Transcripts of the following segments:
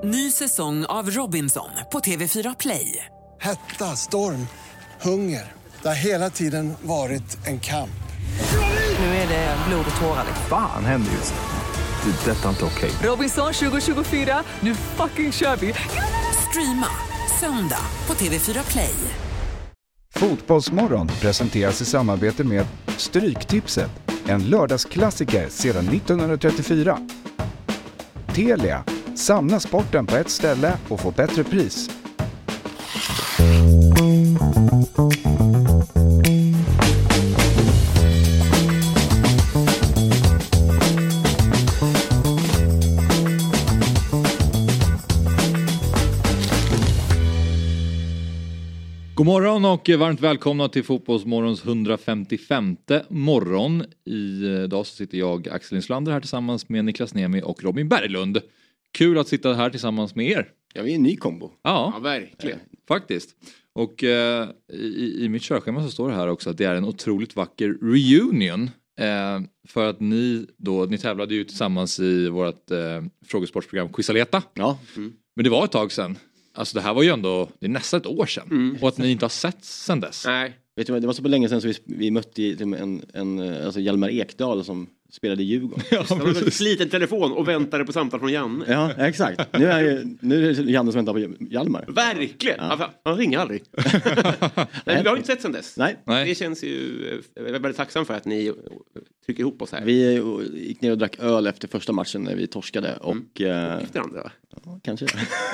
Ny säsong av Robinson på TV4 Play. Hetta, storm, hunger. Det har hela tiden varit en kamp. Nu är det blod och tårar. Fan händer just nu. Det. Detta är inte okej. Robinson 2024, nu fucking kör vi. Streama söndag på TV4 Play. Fotbollsmorgon presenteras i samarbete med Stryktipset, en lördagsklassiker sedan 1934. Telia, samla sporten på ett ställe och få bättre pris. God morgon och varmt välkomna till Fotbollsmorgons 155 morgon. Idag så sitter jag, Axel Inslander, här tillsammans med Niklas Nemi och Robin Berglund. Kul att sitta här tillsammans med er. Ja, vi är en ny kombo. Ja, verkligen. Faktiskt. Och i mitt körschema så står det här också att det är en otroligt vacker reunion. För att ni tävlade ju tillsammans i vårt frågesportsprogram Quizaleta. Ja. Men det var ett tag sedan. Alltså det här var ju ändå, det är nästan ett år sedan. Och att ni inte har sett sedan dess. Nej. Vet du vad, det var så på länge sedan så vi mötte alltså Hjalmar Ekdal som spelade i Djurgården. Ja, han hade sliten telefon och väntade på samtal från Janne. Ja, exakt. Nu är det Janne som väntar på Hjalmar. Verkligen. Ja. Han ringer aldrig. Nej, vi har inte sett sedan dess. Nej. Det känns ju, jag är väldigt tacksam för att ni trycker ihop oss här. Vi gick ner och drack öl efter första matchen när vi torskade. Och efter andra. Ja, kanske.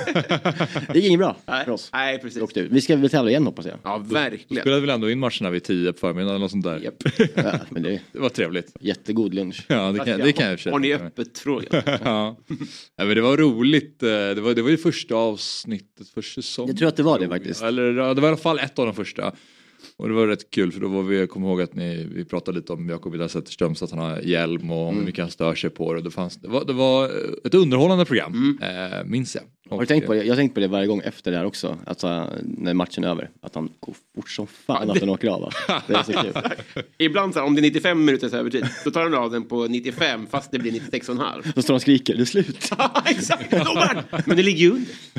Det gick inget bra för oss. Nej, precis. Vi ska väl tävla igen, hoppas jag. Ja, verkligen. Spelade väl ändå in matcherna vid 10 på förmiddagen eller något sånt där. Yep. Ja, men det var trevligt. Jättegod lunch. Ja, det kan jag Har ni öppet fråga? Ja, men det var roligt. Det var ju första avsnittet för säsongen. Jag tror att det var det faktiskt. Eller det var i alla fall ett av de första. Och det var rätt kul för då var jag kommer ihåg att vi pratade lite om Jakob Vidar Zetterström så att han har hjälm och hur mycket han stör sig på det. Det var ett underhållande program, minns jag. Har du tänkt på det? Jag har tänkt på det varje gång efter det här också. Alltså när matchen är över. Att han går fort som fan att han åker av. Det är så kul. Ibland så här, om det är 95 minuters övertid, då tar han av den på 95 fast det blir 96,5. Då står han och skriker, det är slut. Exakt, men det ligger ju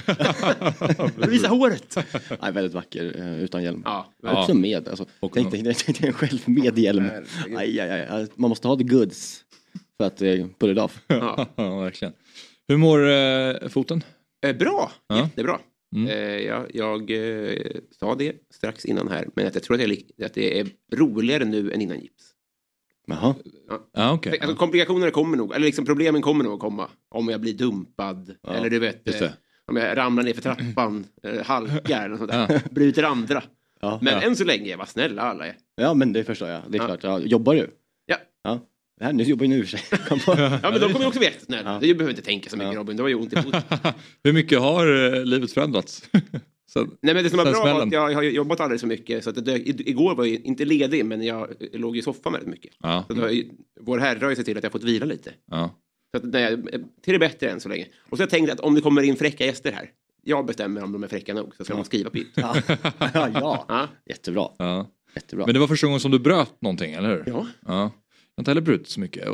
under. Visa håret. Nej, väldigt vacker utan hjälm. Ja. Också med. Alltså, tänk dig själv med hjälm. Aj. Man måste ha the goods för att pull it off. Ja, verkligen. Hur mår foten? Bra, jättebra. Jag sa det strax innan här, men att jag tror att det är roligare nu än innan gips. Jaha. Ja, okay. Alltså, komplikationerna kommer nog, eller liksom problemen kommer nog att komma om jag blir dumpad, eller du vet, om jag ramlar ner för trappan, halkar eller sånt där, bryter andra. Ja. Men än så länge, vad snälla alla är. Ja, men det förstår jag. Det är klart. Ja, jobbar du? Ja. Nu jobbar ju nu för sig. Ja, men de kommer ju också veta snälla. Du behöver inte tänka så mycket, Robin. Det var ju ont i foten. Hur mycket har livet förändrats? Nej, men det som var bra var att jag har jobbat alldeles så mycket. Så att igår var jag inte ledig, men jag låg i soffan väldigt mycket. Ja. Så vår herre har ju sett till att jag fått vila lite. Ja. Så att, till det bättre än så länge. Och så har jag tänkt att om det kommer in fräcka gäster här, jag bestämmer om de är fräcka nog, så ska man skriva på it. Ja. Jättebra. Ja. Jättebra. Men det var första gången som du bröt någonting, eller hur? Ja. Jag har inte heller brutit så mycket.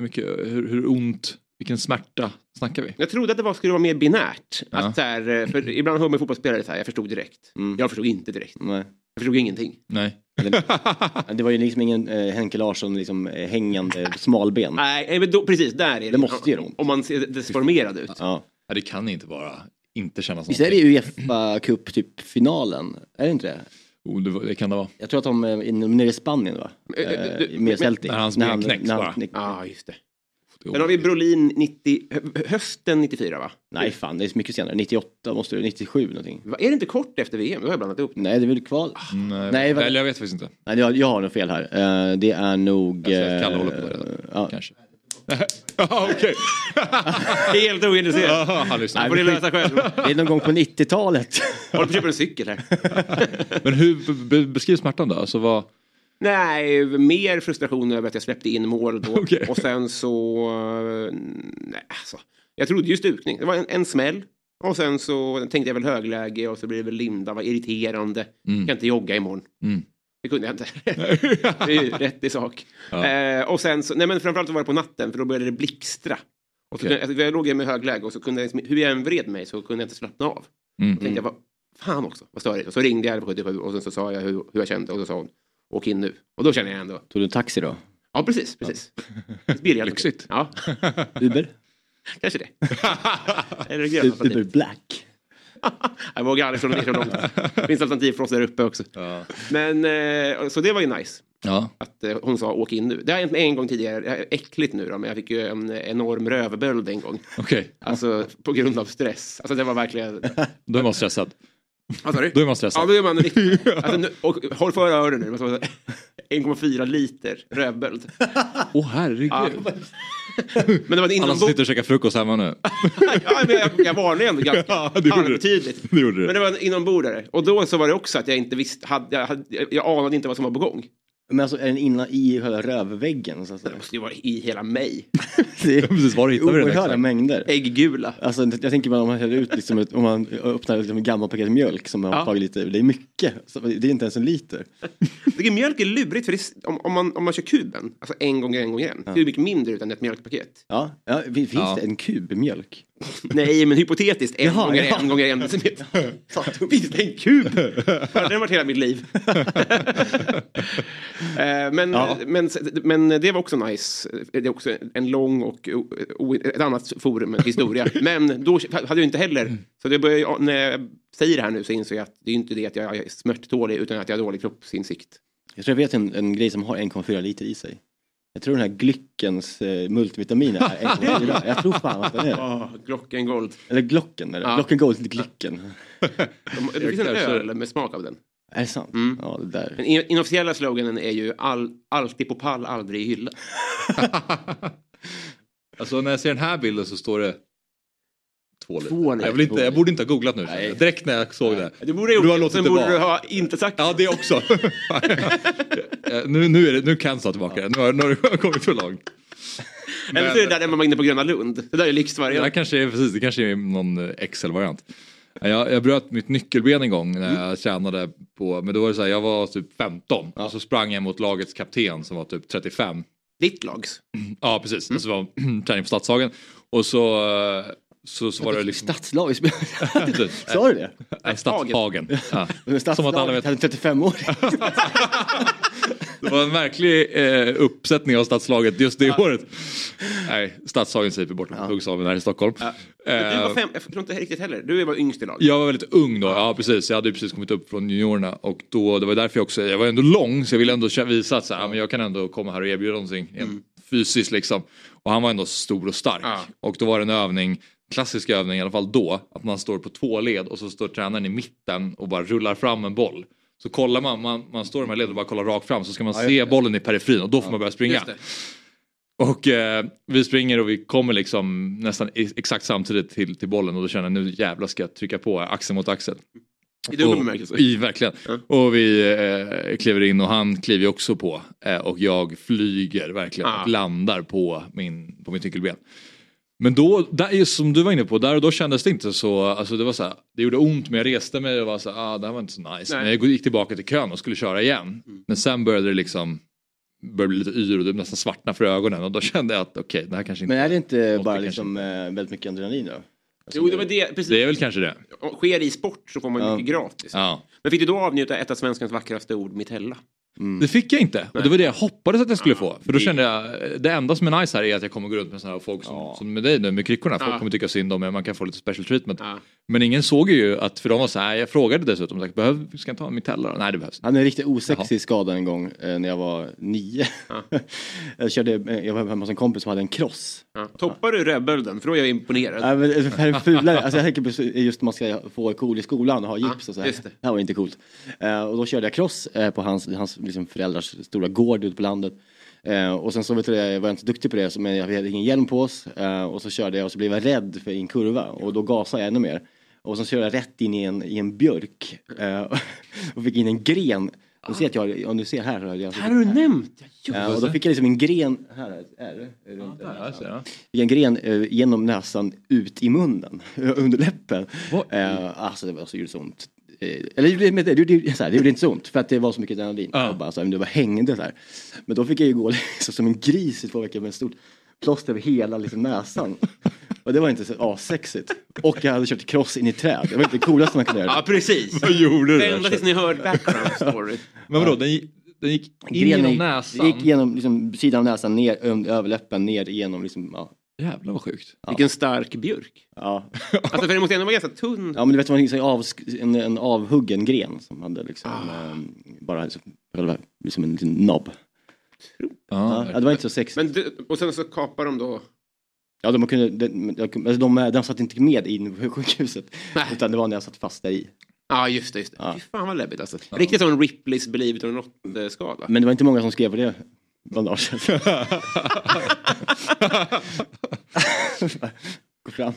Hur ont, vilken smärta snackar vi? Jag trodde att det skulle vara mer binärt. Att så här, för ibland hör man fotbollsspelare så här, jag förstod direkt. Jag förstod inte direkt. Nej. Jag förstod ingenting. Nej. Det var ju liksom ingen Henke Larsson liksom hängande smalben. Nej, men då, precis, där är det måste ju ont. Om man ser deformerad ut. Ja, det kan inte vara. Inte kännas visst är det Uefa Cup typ finalen? Är det inte det? Det kan det vara. Jag tror att de är nere i Spanien, va? Med Celtic. När hans ben knäcks bara. Ja, just det. Men har vi Brolin hösten 94, va? Nej, fan, det är så mycket senare. 98 måste det, 97 någonting. Är det inte kort efter VM? Då har jag blandat upp. Nej, det är väl kval. Nej, jag vet faktiskt inte. Nej, jag har nog fel här. Det är nog... Kalle håller på det redan. Kanske. Ja, okej. Helt ointresserad. Han får ni lösa själv. Det är någon gång på 90-talet. Jag håller på att köpa en cykel här. Men hur beskrivs smärtan då? Alltså vad... Nej, mer frustration över att jag släppte in mål då. Okay. Och sen så... Nej, alltså. Jag trodde ju stukning. Det var en smäll. Och sen så tänkte jag väl högläge. Och så blev det väl Linda, var irriterande. Kan inte jogga imorgon. Det kunde jag inte. Det är ju rätt i sak. Ja. Och sen så... Nej, men framförallt var det på natten. För då började det blixtra. Och så jag låg med högläge och så kunde jag, hur jag än vred mig så kunde jag inte slappna av. Och tänkte jag, fan också, vad störigt. Och så ringde jag på 77 och sen så sa jag hur jag kände och då sa hon, åk in nu. Och då känner jag ändå. Tog du en taxi då? Ja, precis. Lyxigt. Ja. Uber? Kanske det. Eller Uber Black. Jag vågar aldrig från ner så långt. Det finns alternativ för oss där uppe också. Ja. Men så det var ju nice. Ja. Att hon sa åk in nu. Det har hänt en gång tidigare. Äckligt nu då, men jag fick ju en enorm rövböld en gång. Okej. Alltså på grund av stress. Alltså det var verkligen. Då är man stressad. Alltså, då är man stressad. Ja, då är man riktigt. Alltså, och håll för öronen nu. 1,4 liter rövböld. Herregud. Ja. Men det var alla som sitter och käkar frukost hemma nu. Ja, men jag varnade ändå ganska halvtydligt. Men det var inombordare. Och då så var det också att jag inte visste, jag anade inte vad som var på gång. Men alltså är den inne i själva rövväggen? Så att det måste ju vara i hela mig. Det är precis, var hittar vi det? Oerhörda mängder. Ägggula. Alltså jag tänker bara om man häller ut liksom om man öppnar liksom en gammal paket mjölk som man har tagit lite. Det är mycket. Det är inte ens en liter. Mjölk är lurigt för det, om man kör kuben, alltså en gång igen. Det är mycket mindre utan ett mjölkpaket. Ja, finns det en kub mjölk? Nej, men hypotetiskt en gånger en decimeter. Finns det en kub? Det har varit hela mitt liv. Men det var också nice. Det är också en lång och ett annat forum, historia. Men då hade jag inte heller. Så det börjar, när jag säger det här nu så inser jag att det är inte det att jag är smärttålig utan att jag har dålig kroppsinsikt. Jag tror jag vet en grej som har 1,4 liter i sig. Jag tror den här Glyckens multivitamin är 1,4. Jag tror fan att den är. Glocken Gold. Eller Glocken. Eller? Glocken Gold, inte Glycken. Det finns en öl med smak av den. Är det sant? Ja, det där. Den inofficiella sloganen är ju alltid på pall, aldrig i hylla. Alltså när jag ser den här bilden så står det 2 liter. Jag borde inte ha googlat nu. Nej. Direkt när jag såg det. Du borde ha gjort det. Borde du ha inte sagt det. Ja, det också. nu kan jag ta tillbaka det. Nu har det kommit för långt. Eller så är det där man var inne på Gröna Lund. Det där är lyxvariant. Det kanske är någon Excel-variant. Jag bröt mitt nyckelben en gång när jag tränade på, men då var det så här, jag var typ 15 och så sprang jag mot lagets kapten som var typ 35. Ditt lags? Ja, precis. Och så var träning på Stadshagen och så var det liksom Stadslag. Sa du det? Stadshagen. Ja. Som att alla vet 35 år. Det var en verklig uppsättning av stadslaget just det året. Nej, Stadshagen säger vi borta på Kungshaven här i Stockholm. Du var 5, jag tror inte riktigt heller. Du var yngst i laget. Jag var väldigt ung då, ja precis. Jag hade precis kommit upp från juniorerna och då, det var därför jag var ändå lång så jag ville ändå visa att så här, men jag kan ändå komma här och erbjuda någonting fysiskt liksom. Och han var ändå stor och stark. Och då var det en övning, klassisk övning i alla fall då, att man står på 2 led och så står tränaren i mitten och bara rullar fram en boll. Så kollar man står i de här leden och bara kollar rakt fram så ska man se bollen i periferin och då får man börja springa. Och vi springer och vi kommer liksom nästan exakt samtidigt till bollen och då känner jag nu jävla ska jag trycka på axel mot axel. I dubbel bemärkelse. Verkligen. Och vi kliver in och han kliver också på och jag flyger verkligen och landar på mitt nyckelben. Men då, just som du var inne på, där och då kändes det inte så, alltså det var så här, det gjorde ont men jag reste mig och var så här, det här var inte så nice. Nej. Men jag gick tillbaka till kön och skulle köra igen. Men sen började det liksom bli lite yr och det nästan svartna för ögonen och då kände jag att okej, det här kanske inte. Men är det inte bara liksom väldigt mycket adrenalin då? Alltså, jo, det var det, precis. Det är väl kanske det. Sker i sport så får man mycket gratis. Ja. Men fick du då avnjuta ett av svenskans vackraste ord, Mitella? Det fick jag inte. Och det var det jag hoppades att jag skulle få. För då kände jag, det enda som är nice här är att jag kommer gå runt med sådana här folk som med dig nu, med kryckorna. Folk kommer tycka synd om mig, man kan få lite special treatment. Men ingen såg ju att, för de var så här, jag frågade dessutom, ska jag ta en Mitella? Nej, det behövs. Han är en riktigt osexig skada en gång när jag var 9. Jag var hemma hos en kompis som hade en cross. Toppar du rövbölden? För då är jag imponerad. Alltså jag tänker på just man ska få cool i skolan och ha gips och så här. Det här var inte coolt. Och då körde jag cross på hans liksom föräldrars stora gård ute på landet. Och sen så vet jag var inte så duktig på det, men jag hade ingen hjälm på oss. Och så körde jag och så blev jag rädd för en kurva. Och då gasade jag ännu mer. Och så körde jag rätt in i en björk. Och fick in en gren. Du ser att om du ser här. Här har du nämnt. Och då fick jag liksom en gren. Här är det runt en gren genom näsan ut i munnen. Under läppen. Alltså det var så så ont. Eller det gjorde inte så ont för att det var så mycket adrenalin. Det var hängande så här. Men då fick jag ju gå liksom som en gris i 2 veckor med stort plåster över hela liksom, näsan. Och det var inte så sexigt. Och jag hade kört cross in i träd. Det var inte det coolaste man kunde göra. Ja, precis. Vad gjorde du? Det enda tills ni hörde background story. Men vadå, den gick in genom näsan? Det gick genom liksom, sidan av näsan, ner överläppen, ner igenom liksom, ja. Jävlar vad sjukt. Ja. Vilken stark björk. Ja. Alltså för det måste ändå vara ganska tunn. Ja, men du vet, det var en avhuggen gren som hade liksom bara liksom en liten knobb. Ja, det var inte så sexigt. Men och sen så kapar de då. Ja, de satt inte med in på sjukhuset. Nej. Utan det var när jag satt fast där i. Ja, just det. Ja. Fy fan vad läbbigt alltså. Ja. Riktigt som en Ripleys believed or not-skala. Men det var inte många som skrev på det bandaget. Gå fram.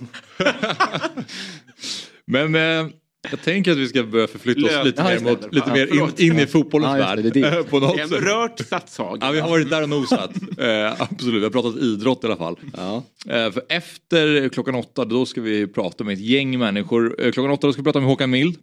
Men jag tänker att vi ska börja förflytta oss lite mer in i fotbollens värld. På något sätt. Rört Satshag. Ja, vi har varit där och nosat. Absolut, vi har pratat idrott i alla fall. Ja. För efter 8:00 då ska vi prata med ett gäng människor. 8:00 då ska vi prata med Håkan Mild.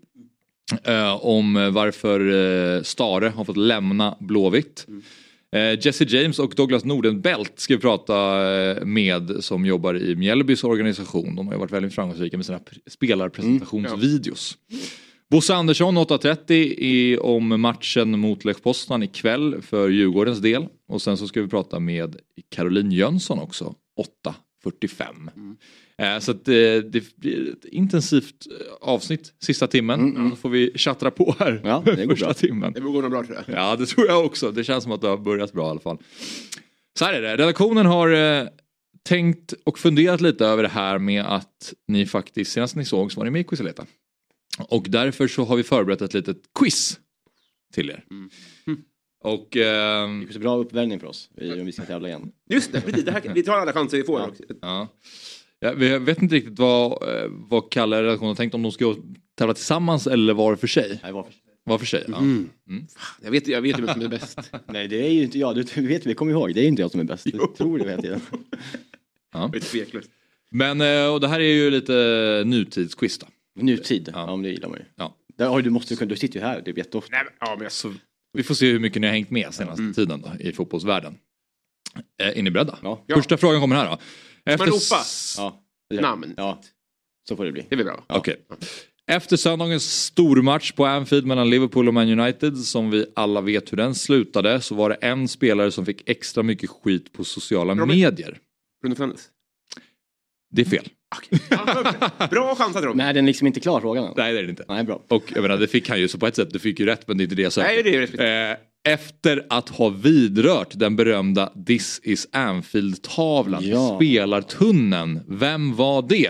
Om varför Stare har fått lämna Blåvitt. Jesse James och Douglas Nordenbelt ska vi prata med, som jobbar i Mjällbys organisation. De har ju varit väldigt framgångsrika med sina spelarpresentationsvideos. Bosse Andersson 8:30 om matchen mot Lech Poznan ikväll för Djurgårdens del. Och sen så ska vi prata med Caroline Jönsson också 8:45. Så att det blir ett intensivt avsnitt sista timmen. Så får vi chattra på här. Ja, det går bra. Timmen. Det går nog bra, tror jag. Ja, det tror jag också. Det känns som att det har börjat bra i alla fall. Så här är det. Redaktionen har tänkt och funderat lite över det här med att ni faktiskt, senast ni såg så var ni med i Quizaleta. Och därför så har vi förberett ett litet quiz till er. Och det är så bra uppvärmning för oss om vi ska tävla igen. Just det, precis. Vi tar alla chanser vi får. Ja. Ja, vi vet inte riktigt vad Kalle redaktionen har tänkt, om de ska tävla tillsammans eller var för sig. Nej, var för sig. Var för sig, ja. Jag vet ju vem som är bäst. Nej, det är ju inte jag. Du vet, vi kommer ihåg. Det är ju inte jag som är bäst. Jag tror det vet jag. Ja. Men och det här är ju lite nutidsquiz då. Nutid? Ja, om det gillar man ju. Ja. Du sitter ju här, det är jätteofta. Nej, ja, men så... Vi får se hur mycket ni har hängt med senaste tiden då, i fotbollsvärlden. Är ni beredda? Ja. Första frågan kommer här då. Man ropa namn. Ja, så får det bli. Det blir bra. Ja. Okej. Efter söndagens stormatch på Anfield mellan Liverpool och Man United, som vi alla vet hur den slutade, så var det en spelare som fick extra mycket skit på sociala medier. Bruno Fernandes. Det är fel. Okay. Bra chans att Robin. Nej, den är liksom inte klar frågan. Nej, det är det inte. Nej, bra. Och jag menar, det fick han ju så på ett sätt. Du fick ju rätt, men det är inte det jag sa. Nej, det är efter att ha vidrört den berömda This is Anfield-tavlan, spelartunneln, vem var det?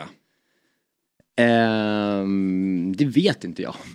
Det vet inte jag.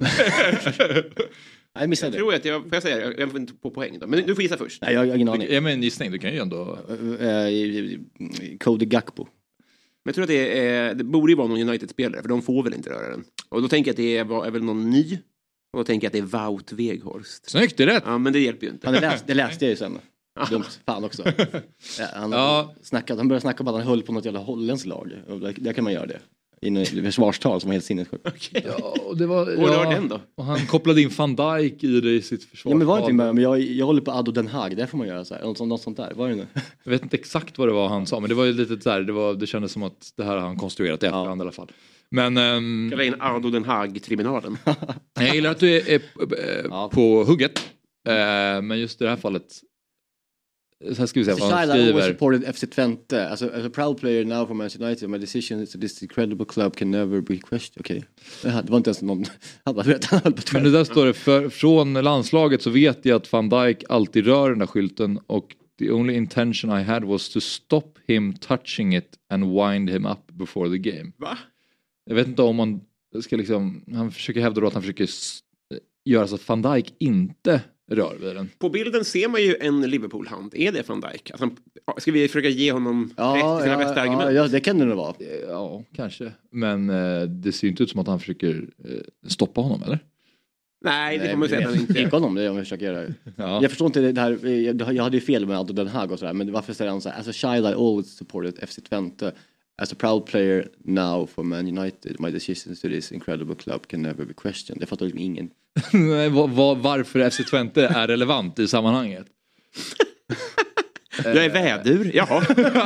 Jag tror att får jag säga, jag får inte på poäng då. Men du får gissa först. Nej, jag har ingen aning. Ja, men gissning, du kan ju ändå... Cody Gakpo. Men jag tror att det borde ju vara någon United-spelare, för de får väl inte röra den. Och då tänker jag att det är väl någon ny. Och då tänker jag att det är Wout Weghorst. Snyggt, det är rätt. Ja, men det hjälper ju inte. Det läste jag ju sen. Dumt, fan också. Han började snacka om att han höll på något jävla holländskt lag. Där kan man göra det. I ett försvarstal som var helt sinnessjukt. Okay. Ja, och det var... Och det var den då? Och han kopplade in Van Dijk i det i sitt försvarstal. Ja, men var inte med, men jag håller på Ado Den Haag. Där får man göra så här. Något sånt där. Var det nu? Jag vet inte exakt vad det var han sa, men det var ju lite så här, det kändes som att det här har han konstruerat i efterhand i alla fall. Men... Kalla in Ado Den Haag-tribunalen. Jag gillar att du är på hugget. Men just i det här fallet... Så här ska vi säga vad han skriver. Supported FC Twente. As a proud player now for Manchester United, my decision is that this incredible club can never be questioned. Okej. Det var inte ens någon... Men det där står det, från landslaget så vet jag att Van Dijk alltid rör den där skylten, och the only intention I had was to stop him touching it and wind him up before the game. Va? Jag vet inte om man ska liksom... Han försöker hävda då att han försöker göra så att Van Dijk inte rör vid den. På bilden ser man ju en Liverpool-hand. Är det Van Dijk? Alltså, ska vi försöka ge honom rätt till sina bästa argument? Ja, det kan det nog vara. Ja, kanske. Men det ser ju inte ut som att han försöker stoppa honom, eller? Nej, det får man säga att han inte... Gick honom, det är om jag försöker göra det. Ja. Jag förstår inte det här. Jag hade ju fel med Ado Den Haag och sådär. Men varför säger han så här? As a child I always supported FC Twente. As a proud player now for Man United, my decisions to this incredible club can never be questioned. Det fattar liksom ingen. Varför FC Twente är relevant i sammanhanget? Jag är vädur, jaha.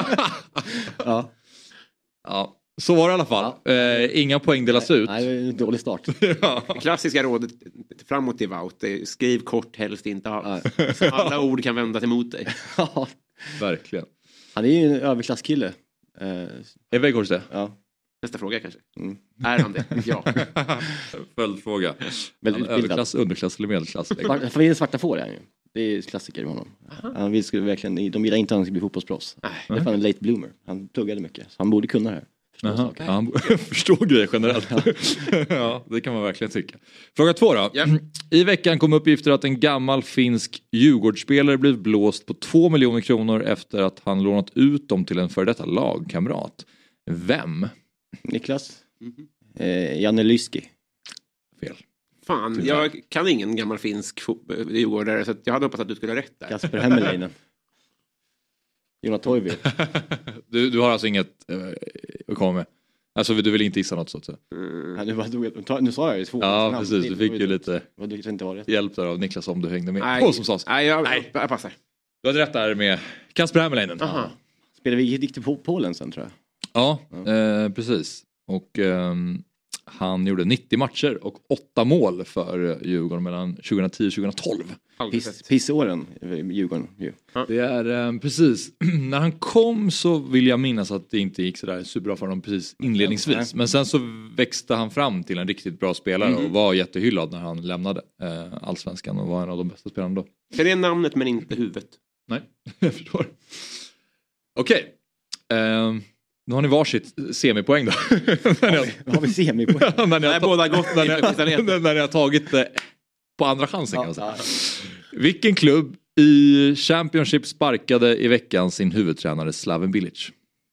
Ja, så var det i alla fall. Inga poäng delas ut. Nej, det är en dålig start. Klassiska rådet framåt till Wout. Skriv kort, helst inte alls. Så alla ord kan vändas emot dig. Verkligen. Han är ju en överklasskille. Är Weghorst det? Ja. Nästa fråga kanske. Är han det? Ja. Följdfråga. Överklass, underklass eller medelklass? Familjen Svarta får är han ju. Det är klassiker med honom. Han vill verkligen, de gillar inte att han ska bli fotbollsproffs. Det är fan en late bloomer. Han pluggade mycket. Så han borde kunna det här. Han förstår grejer generellt. Ja, det kan man verkligen tycka. Fråga 2 då. Yeah. I veckan kom uppgifter att en gammal finsk Djurgårdsspelare blev blåst på 2 miljoner kronor efter att han lånat ut dem till en före detta lagkamrat. Vem? Niklas? Janne Lyski. Fel. Fan, jag kan ingen gammal finsk Djurgårdare, så jag hade hoppats att du skulle ha rätt där. Kasper Hämmerleinen. Jonas Toivi. Du har alltså inget att komma med. Alltså du vill inte gissa något så att säga. Nu sa jag ju 2. Ja, precis. Du fick ju lite hjälp där av Niklas om du hängde med. Nej, jag passar. Du hade rätt där med Kasper Hämmerleinen. Spelade vi gick till Polen sen tror jag. Ja, precis. Och han gjorde 90 matcher och 8 mål för Djurgården mellan 2010 och 2012. Pissåren Djurgården. Det är precis. När han kom så vill jag minnas att det inte gick så där superbra för honom precis inledningsvis. Men sen så växte han fram till en riktigt bra spelare och var jättehyllad när han lämnade Allsvenskan och var en av de bästa spelarna då. För det är namnet men inte huvudet. Nej, jag förstår. Okej. Nu har ni varsitt semipoäng då. Har vi semipoäng? när ni har tagit det på andra chansen kan man säga. Vilken klubb i Championship sparkade i veckan sin huvudtränare Slaven Bilic?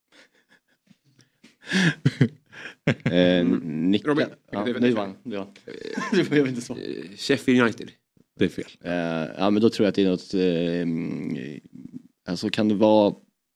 Robin. Nu vann. Du får inte svara. Sheffield United. Det är fel. Ja, men då tror jag att det är något... alltså kan det vara...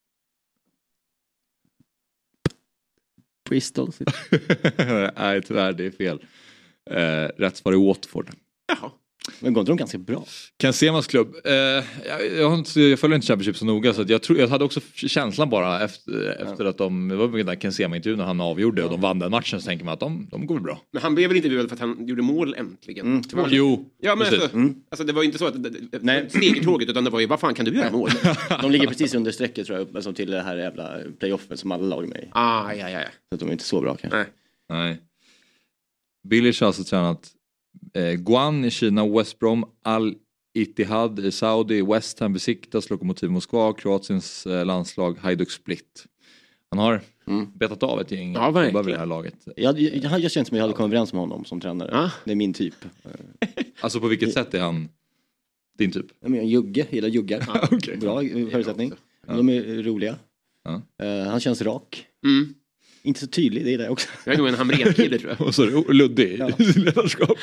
Bristol? Nej, tyvärr, det är fel. Rätt svar är Watford. Jaha. Men går inte de ganska bra? Ken Semas klubb. Jag följer inte Championship så noga så att jag hade också känslan bara efter att det var den där Ken Sema-intervjun när han avgjorde och de vann den matchen så tänker man att de går bra. Men han blev väl inte intervjuad för att han gjorde mål äntligen? Jo. Ja, men alltså, det var ju inte så att segertåget utan det var ju vad fan kan du göra mål? De ligger precis under strecket tror jag alltså, till det här jävla playoffet som alla lag är med i. Ja. Så att de är inte så bra kanske. Nej. Bilic har alltså tränat Guan i Kina, West Brom, Al-Ittihad i Saudi, West Ham, Besiktas, Lokomotiv Moskva, Kroatiens landslag, Hajduk Split. Han har betat av ett gäng över det här laget. Jag känner som jag hade kommit överens med honom som tränare. Det är min typ. Alltså på vilket sätt är han din typ? Jag gillar juggar. Okay. Bra förutsättning. De är roliga. Han känns rak. Inte så tydlig, det är det också. Jag är nog en Hamrén-kille tror jag. Och så är det luddig i ledarskap.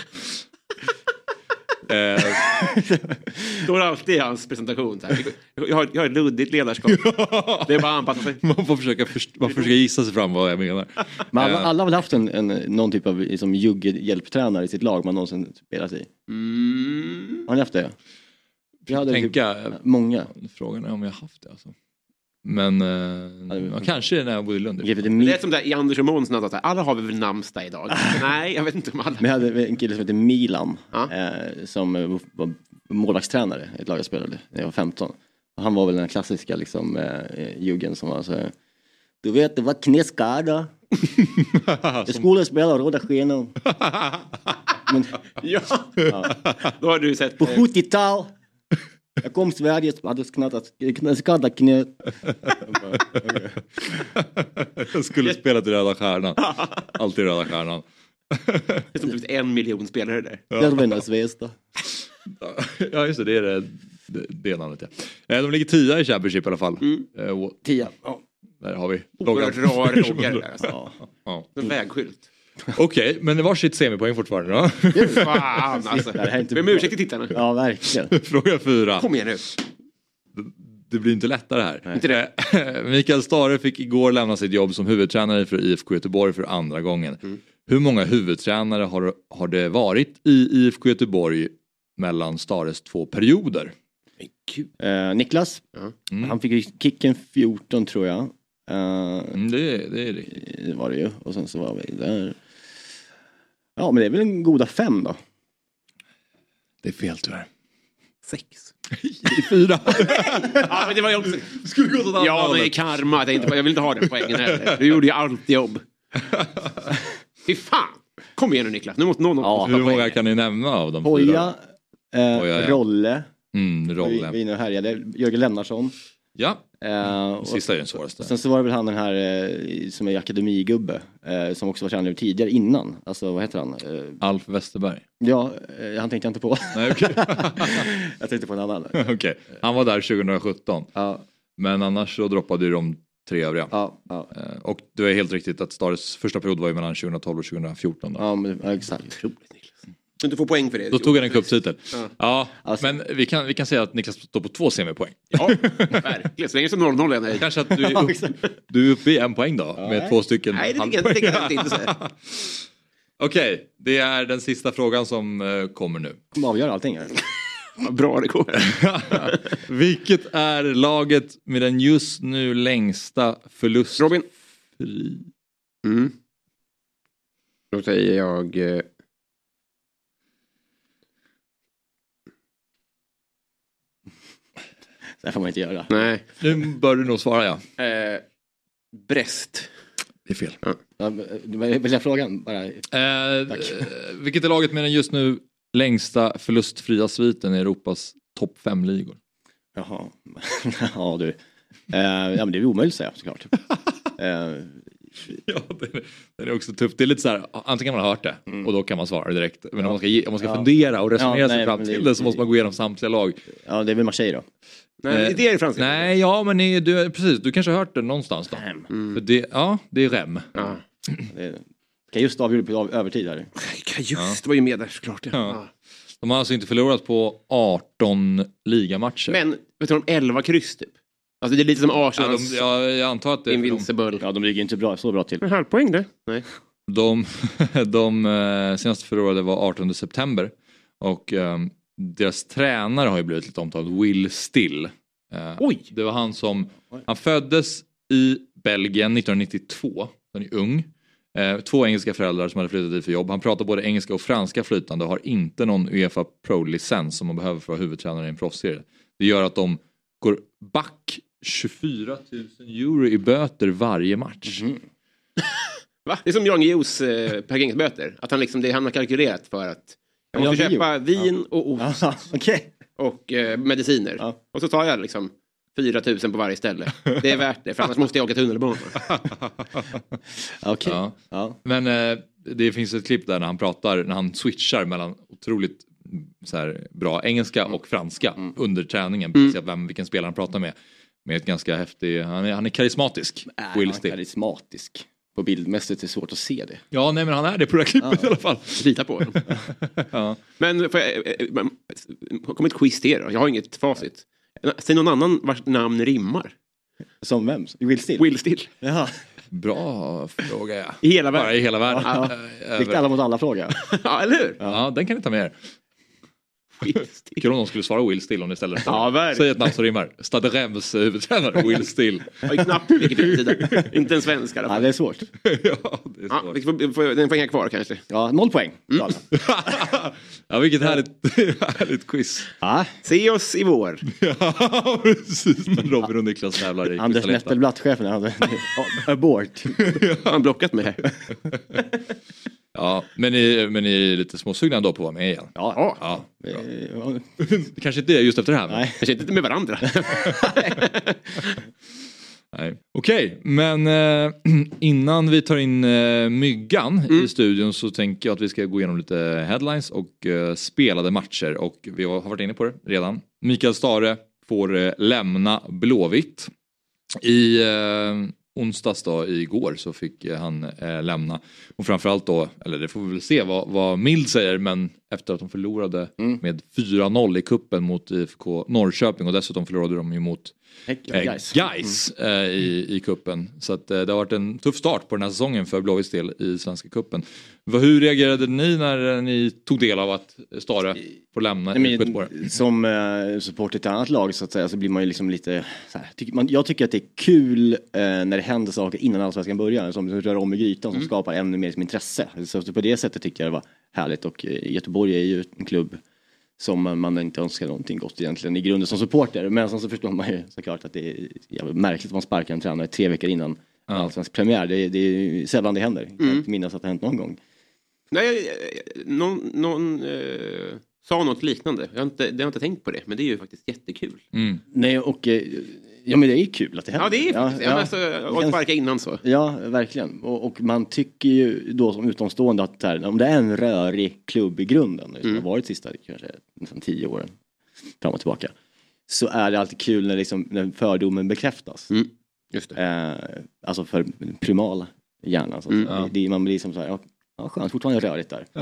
Då är alltid i hans presentation så här. Jag har ett luddigt ledarskap. Det är bara anpassa sig. Man får försöka gissa sig fram vad jag menar. Men alla har väl haft någon typ av liksom, hjälptränare i sitt lag man någonsin spelat i. Har ni haft det? Jag hade tänka många. Frågan är om jag har haft det alltså. Men kanske när jag bodde i Lund. Det är som där i Anders och Måns att alla har vi väl namnsdag idag. Nej, jag vet inte om alla. Men jag hade en kille som heter Milan som var målvaktstränare i ett lag jag spelade när jag var 15. Och han var väl den klassiska liksom juggen som var så här, du vet det var knäskada. Jag skulle spela röda skenor. Men ja. Då har du sett på 70-tal. Jag kom till Sverige och hade skadat knät. Jag skulle spela till Röda Stjärnan. Alltid Röda Stjärnan. Det är som 1 miljon spelare där. Järvenas Västa. Ja just det, det är namnet. Ja. De ligger 10 i Championship i alla fall. 10. Där har vi. Oerhört rar loggar där. Ja. En vägskylt. Okej, men det var sitt semipoäng fortfarande då. Fan alltså. Vem ursäkt till tittarna? Ja, verkligen. Fråga 4. Kom igen nu. Det blir inte lättare här. Nej. Inte det. Mikael Stare fick igår lämna sitt jobb som huvudtränare för IFK Göteborg för andra gången. Hur många huvudtränare har det varit i IFK Göteborg mellan Stares 2 perioder? Niklas. Han fick ju kicken 14 tror jag. Det är det. Det var det ju. Och sen så var vi där. Ja, men det är väl en goda 5 då. Det är fel tyvärr. 6. 4. Ja, men det var ju också... Skulle gå åt annat Ja, hållet. men i karma. Jag vill inte ha den poängen heller. Du gjorde ju allt jobb. Fy fan. Kom igen nu Niklas. Nu måste någon... Hur många kan ni nämna av dem? Poja, Rolle. Rolle. Vi nu härjade. Jörgen Lennartsson. Ja. Sista är den svåraste. Sen så var det väl han den här som är akademigubbe. Som också var tränare tidigare innan. Alltså vad heter han? Alf Westerberg. Ja, han tänkte jag inte på. Nej, okej. Jag tänkte på en annan. Okej. Han var där 2017. Ja. Men annars så droppade ju de 3 övriga. Ja. Och det är helt riktigt att Stars första period var ju mellan 2012 och 2014. Då. Ja, men exakt. Så du får poäng för det. Då tog han en cuptitel. Ja, alltså. Men vi kan säga att Niklas står på 2 semipoäng. Ja, verkligen. Så länge som 0-0 är kanske att du är uppe i 1 poäng då. Med 2 stycken. Nej, det tycker jag inte säga. Okej, det är den sista frågan som kommer nu. Kommer avgöra allting här. Vad bra det går. Vilket är laget med den just nu längsta förlust? Robin. Då säger jag... Det här får man inte göra. Nej. Nu bör du nog svara, ja. Brest. Det är fel. Vill jag frågan bara? Vilket är laget med den just nu längsta förlustfria sviten i Europas topp 5-ligor? Jaha. Ja, du. Ja, men det är omöjligt att säga, såklart. Ja, det är också tufft. Det är lite så här, antingen man har hört det och då kan man svara direkt. Men om man ska fundera och resonera sig fram till det så måste man gå igenom samtliga lag. Ja, det är väl Marseille då. Nej, det är det franska. Nej, ja, men du kanske har hört det någonstans då. För det är Rem. Ja. Kan just avgjort på övertid här. Just, det var ju med där såklart. Ja. De har alltså inte förlorat på 18 ligamatcher. Men, vet du, de 11 kryss typ. Alltså det är lite som Arsenal. Jag antar att det är Invincible. Ja, de ligger inte så bra till. En halvpoäng det. Nej. De senaste förlorade var 18 september. Och deras tränare har ju blivit lite omtalad. Will Still. Oj! Det var han föddes i Belgien 1992. Han är ung. 2 engelska föräldrar som hade flyttat dit för jobb. Han pratar både engelska och franska flytande och har inte någon UEFA Pro-licens som man behöver för att vara huvudtränare i en proffsserie. Det gör att de går back 24 000 euro i böter varje match. Va? Det är som Jan Guillous parkeringsböter. Att han liksom, han har kalkylerat för att jag måste köpa vin och ost och mediciner. Ja. Och så tar jag liksom 4 000 på varje ställe. Det är värt det, för annars måste jag åka tunnelbana. Okej. Ja. Men det finns ett klipp där när han switchar mellan otroligt så här, bra engelska och franska under träningen. Vilken spelare han pratar med ett ganska häftig... Han är karismatisk. Will Still. Karismatisk. På bildmässigt är det svårt att se det. Ja, nej, men han är det på det här klippet i alla fall. Lita på honom. Ja. Men kom ett quiz till då. Jag har inget facit. Säg någon annan vars namn rimmar. Som vem? Will Still? Will Still. Jaha. Bra fråga, ja. I hela världen. Bara i hela världen. Ja. Riktigt alla mot alla fråga. Ja, eller hur? Ja, den kan ni ta med er. Kul om de skulle svara Will Still om ni ställer det. Ja, säg ett namn som rimmar. Stade Reims huvudtränare Will Still. Jag är knappt vilket utsida. Inte en svensk i alla fall. Ja, det är svårt. Ja, det är svårt. Den får hänga kvar kanske. Ja, 0 poäng. Ja, vilket härligt quiz. Ja. Se oss i vår. Ja, precis. Robin och Niklas tävlar i Anders Nettelblatt, chefen. Abort. Han blockat mig här. Ja, men ni är lite småsugna ändå på att vara med igen. Ja. Det kanske inte är just efter det här. Nej. Kanske inte med varandra. Nej. Okej, men innan vi tar in Myggan i studion så tänker jag att vi ska gå igenom lite headlines och spelade matcher. Och vi har varit inne på det redan. Mikael Stare får lämna Blåvitt. I onsdags då, igår, så fick han lämna. Och framförallt då, eller det får vi väl se vad Mild säger, men efter att de förlorade med 4-0 i kuppen mot IFK Norrköping och dessutom förlorade de ju mot Gais i kuppen. Så att, det har varit en tuff start på den här säsongen för Blåvitts del i Svenska kuppen. Hur reagerade ni när ni tog del av att Stare får lämna Göteborg? Som supporter till ett annat lag så att säga, så blir man ju liksom lite så här, jag tycker att det är kul när det händer saker innan allsvenskan börjar som rör om i grytan som skapar ännu mer som intresse. Så på det sättet tycker jag det var härligt och Göteborg är ju en klubb som man inte önskar någonting gott egentligen i grunden som supporter. Men sen så förstår man ju såklart att det är jävligt märkligt att man sparkar en tränare 3 veckor innan allsvensk premiär. Det är sällan det händer. Jag kan inte minnas att det har hänt någon gång. Nej, någon sa något liknande. Jag har inte tänkt på det, men det är ju faktiskt jättekul. Nej, och ja, men det är kul att det händer. Ja, det är faktiskt. Och sparka innan så. Ja, verkligen. Och man tycker ju då som utomstående att här, om det är en rörig klubb i grunden, som har varit sista kanske nästan 10 åren fram och tillbaka, så är det alltid kul när fördomen bekräftas. Just det. Alltså för primala hjärnan. Man blir som så här, skönt, fortfarande rörigt där.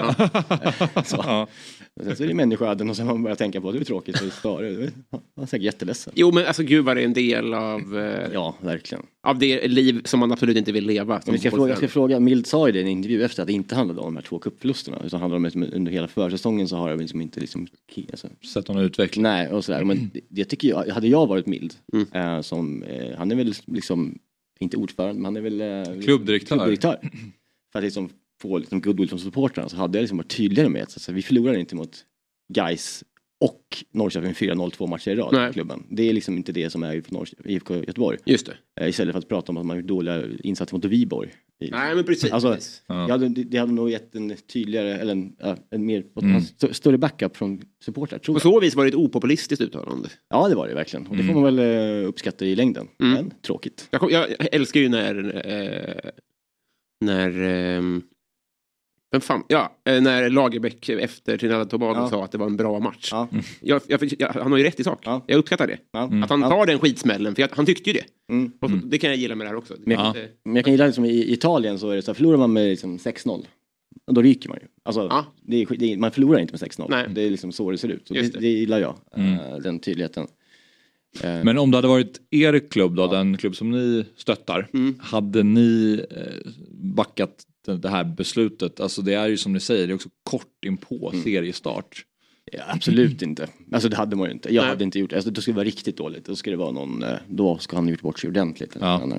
Sen så är det människoöden och sen man börjar tänka på att det är tråkigt och större. Man är säkert jätteledsen. Jo, men alltså gud vad det är en del av... ja, verkligen. Av det liv som man absolut inte vill leva. Jag ska fråga, Mild sa ju det i en intervju efter att det inte handlade om de här 2 kuppförlusterna. Utan handlade om under hela försäsongen så har jag liksom inte sett någon utveckling. Nej, och sådär. Men det tycker jag, hade jag varit Mild han är väl liksom, inte ordförande, men han är väl klubbdirektör. För att liksom få liksom goodwill från supportrarna så hade jag liksom varit tydligare med att vi förlorar inte mot Gais och Norrköping 4-0-2 matcher i rad i klubben. Det är liksom inte det som är IFK Göteborg. Just det. Istället för att prata om att man har dåliga insatser mot Viborg. Nej, men precis. Alltså, det hade nog gett en tydligare eller en mer större backup från supportrar, tror jag. På så vis var det ett opopulistiskt uttalande. Ja, det var det verkligen. Och det får man väl uppskatta i längden. Men tråkigt. Jag älskar ju när Lagerbäck efter Trinidad Tobago sa att det var en bra match. Han har ju rätt i sak. Jag uppskattar det. Att han tar den skitsmällen, för han tyckte ju det. Och det kan jag gilla med det här också. Men jag kan gilla liksom, i Italien så är det så här, förlorar man med liksom 6-0. Och då ryker man ju. Alltså, man förlorar inte med 6-0. Nej. Det är liksom så det ser ut. Så det gillar jag, den tydligheten. Men om det hade varit er klubb då, den klubb som ni stöttar, hade ni backat det här beslutet? Alltså det är ju som ni säger, det är också kort in på seriestart. Ja, absolut inte. Alltså det hade man ju inte. Jag hade inte gjort det. Alltså, det skulle vara riktigt dåligt. Då ska det vara någon, då ska han gjort bort sig ordentligt.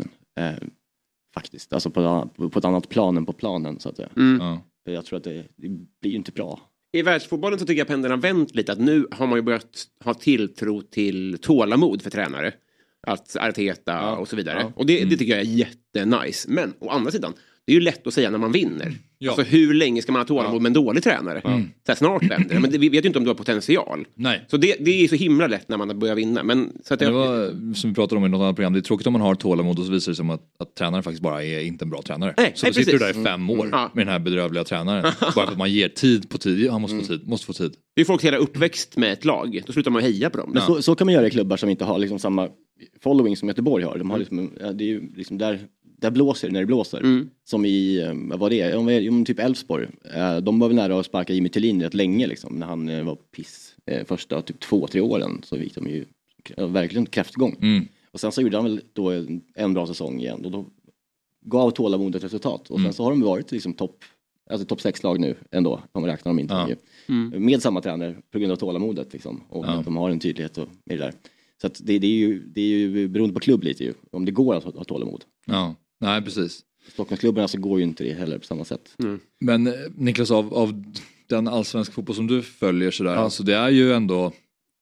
Faktiskt. Alltså på ett annat plan än på planen så att säga. Jag tror att det blir ju inte bra. I världsfotbollen så tycker jag pendeln har vänt lite. Att nu har man ju börjat ha tilltro till tålamod för tränare. Att Arteta och så vidare. Och det tycker jag är jättenice. Men å andra sidan, det är ju lätt att säga när man vinner. Alltså hur länge ska man ha tålamod med en dålig tränare? Så här, snart vänder det. Men vi vet ju inte om du har potential. Nej. Så det är så himla lätt när man börjar vinna. Men, så att det var, som vi pratade om i något annat program, det är tråkigt om man har tålamod och så visar det som att tränaren faktiskt bara är inte en bra tränare. Så då sitter du där i 5 år med den här bedrövliga tränaren. Bara för att man ger tid på tid. Han måste få tid. Det är folk hela uppväxt med ett lag. Då slutar man heja på dem. Men så kan man göra i klubbar som inte har liksom samma following som Göteborg har. De har liksom, det är ju liksom där blåser det när det blåser. Som i, vad det är, typ Elfsborg. De var väl nära att sparka Jimmy Tillin rätt länge liksom, när han var piss första typ 2-3 åren. Så gick de ju verkligen kräftgång. Och sen så gjorde han väl då en bra säsong igen. Och då gav tålamodet resultat. Och sen så har de varit liksom topp 6-lag nu ändå. Om man räknar dem inte. Med samma tränare på grund av tålamodet liksom. Och att de har en tydlighet och med det där. Så att det är ju beroende på klubb lite ju. Om det går att ha tålamod. Ja, nej precis. Stockholmsklubbarna så går ju inte det heller på samma sätt. Men Niklas, av den allsvenska fotboll som du följer sådär, alltså det är ju ändå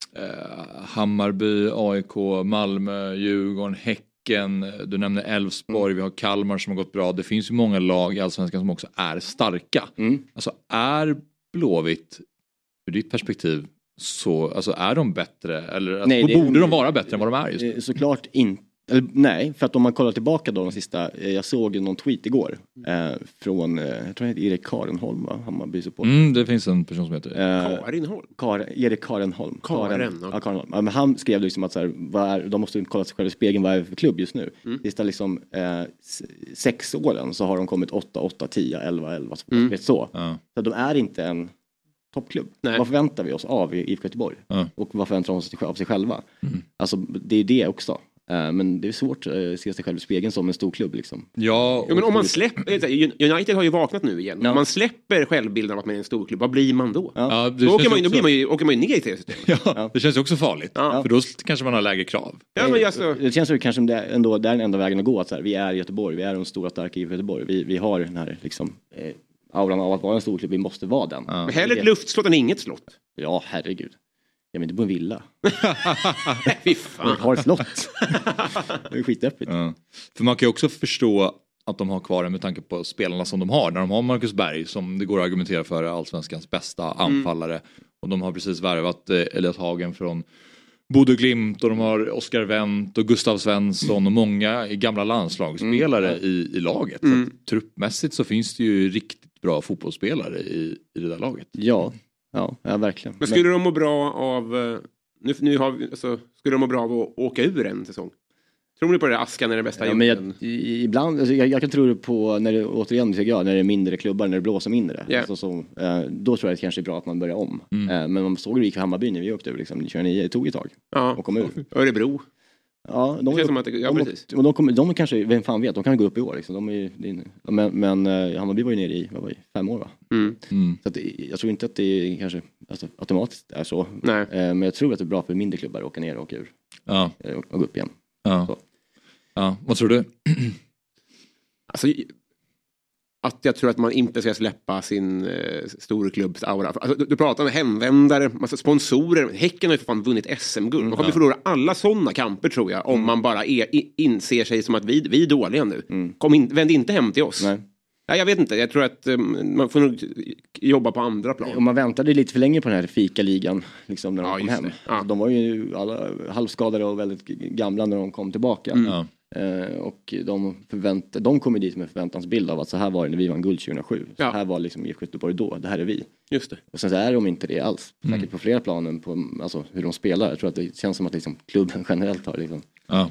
Hammarby, AIK, Malmö, Djurgården, Häcken, du nämner Elfsborg, vi har Kalmar som har gått bra. Det finns ju många lag i allsvenskan som också är starka. Alltså är Blåvitt, ur ditt perspektiv, så, alltså är de bättre eller nej, borde de vara bättre än vad de är just nu? Såklart inte. Nej, för att om man kollar tillbaka då de sista, jag såg någon tweet igår från, jag tror det heter Erik Karenholm, va? Hammarby support. Det finns en person som heter Erik Karenholm. Karenholm. Men han skrev liksom att så här, de måste kolla sig själva i spegeln, vad är det för klubb just nu? Sista liksom 6 åren så har de kommit 8, 10, 11, så. Så de är inte en toppklubb. Vad förväntar vi oss av i IFK Göteborg? Och vad förväntar de sig av sig själva? Alltså det är det också. Men det är svårt att se sig själv i spegeln som en stor klubb liksom. Ja, men om man släpper, United har ju vaknat nu igen. Om man släpper självbilden av att man är en stor klubb, vad blir man då? Då åker man ju ner i TV-systemet. Ja, det känns ju också farligt. För då kanske man har lägre krav. Det känns ju kanske det är den enda vägen att gå. Att så här, vi är i Göteborg, vi är de stora starka i Göteborg. Vi har den här liksom, auran av att vara en stor klubb, vi måste vara den. Men hellre ett luftslott än inget slott. Ja, herregud. Jag vill inte bo i en villa. Fy fan. Jag har ett slott. Det är skitdeppigt. För man kan ju också förstå att de har kvar det med tanke på spelarna som de har. När de har Marcus Berg som det går att argumentera för allsvenskans bästa anfallare. Och de har precis värvat Elias Hagen från Bodø Glimt och de har Oskar Wendt och Gustav Svensson och många gamla landslagsspelare i laget. Så att, truppmässigt så finns det ju riktigt bra fotbollsspelare i det där laget. Ja, verkligen. Men skulle de må bra av skulle de må bra av att åka ur en säsong? Tror ni på det? Askan är det bästa men ibland, alltså, jag kan tro det på när det återigen när det är mindre klubbar, när det blåser mindre. Yeah. Alltså, då tror jag att det kanske är bra att man börjar om. Men man såg det gick för Hammarby när vi åkte över liksom, 29, det tog ett tag. Och kom ur. Örebro. Ja, de kanske, vem fan vet, de kan gå upp i år liksom. Men Hammarby var ju nere i 5 år va? Så att jag tror inte att det kanske automatiskt är så. Men jag tror att det är bra för mindre klubbar att åka ner och åka ur. Och gå upp igen. Vad tror du? Alltså, att jag tror att man inte ska släppa sin stora klubbs aura. Alltså, du pratar om hemvändare, massa sponsorer. Häcken har ju för fan vunnit SM-guld. Man kommer förlora alla sådana kamper tror jag. Om man bara inser sig som att vi är dåliga nu. Vänd inte hem till oss. Nej. Ja, jag vet inte, jag tror att man får nog jobba på andra plan. Och man väntade lite för länge på den här fika-ligan liksom, när de kom hem. De var ju alla halvskadade och väldigt gamla när de kom tillbaka. Och de kom dit med förväntansbild av att så här var det när vi vann guld 2007. Så här var liksom IFK Göteborg då, det här är vi. Just det. Och sen så är de inte det alls. Säkert på flera planen på alltså, hur de spelar. Jag tror att det känns som att liksom, klubben generellt har liksom,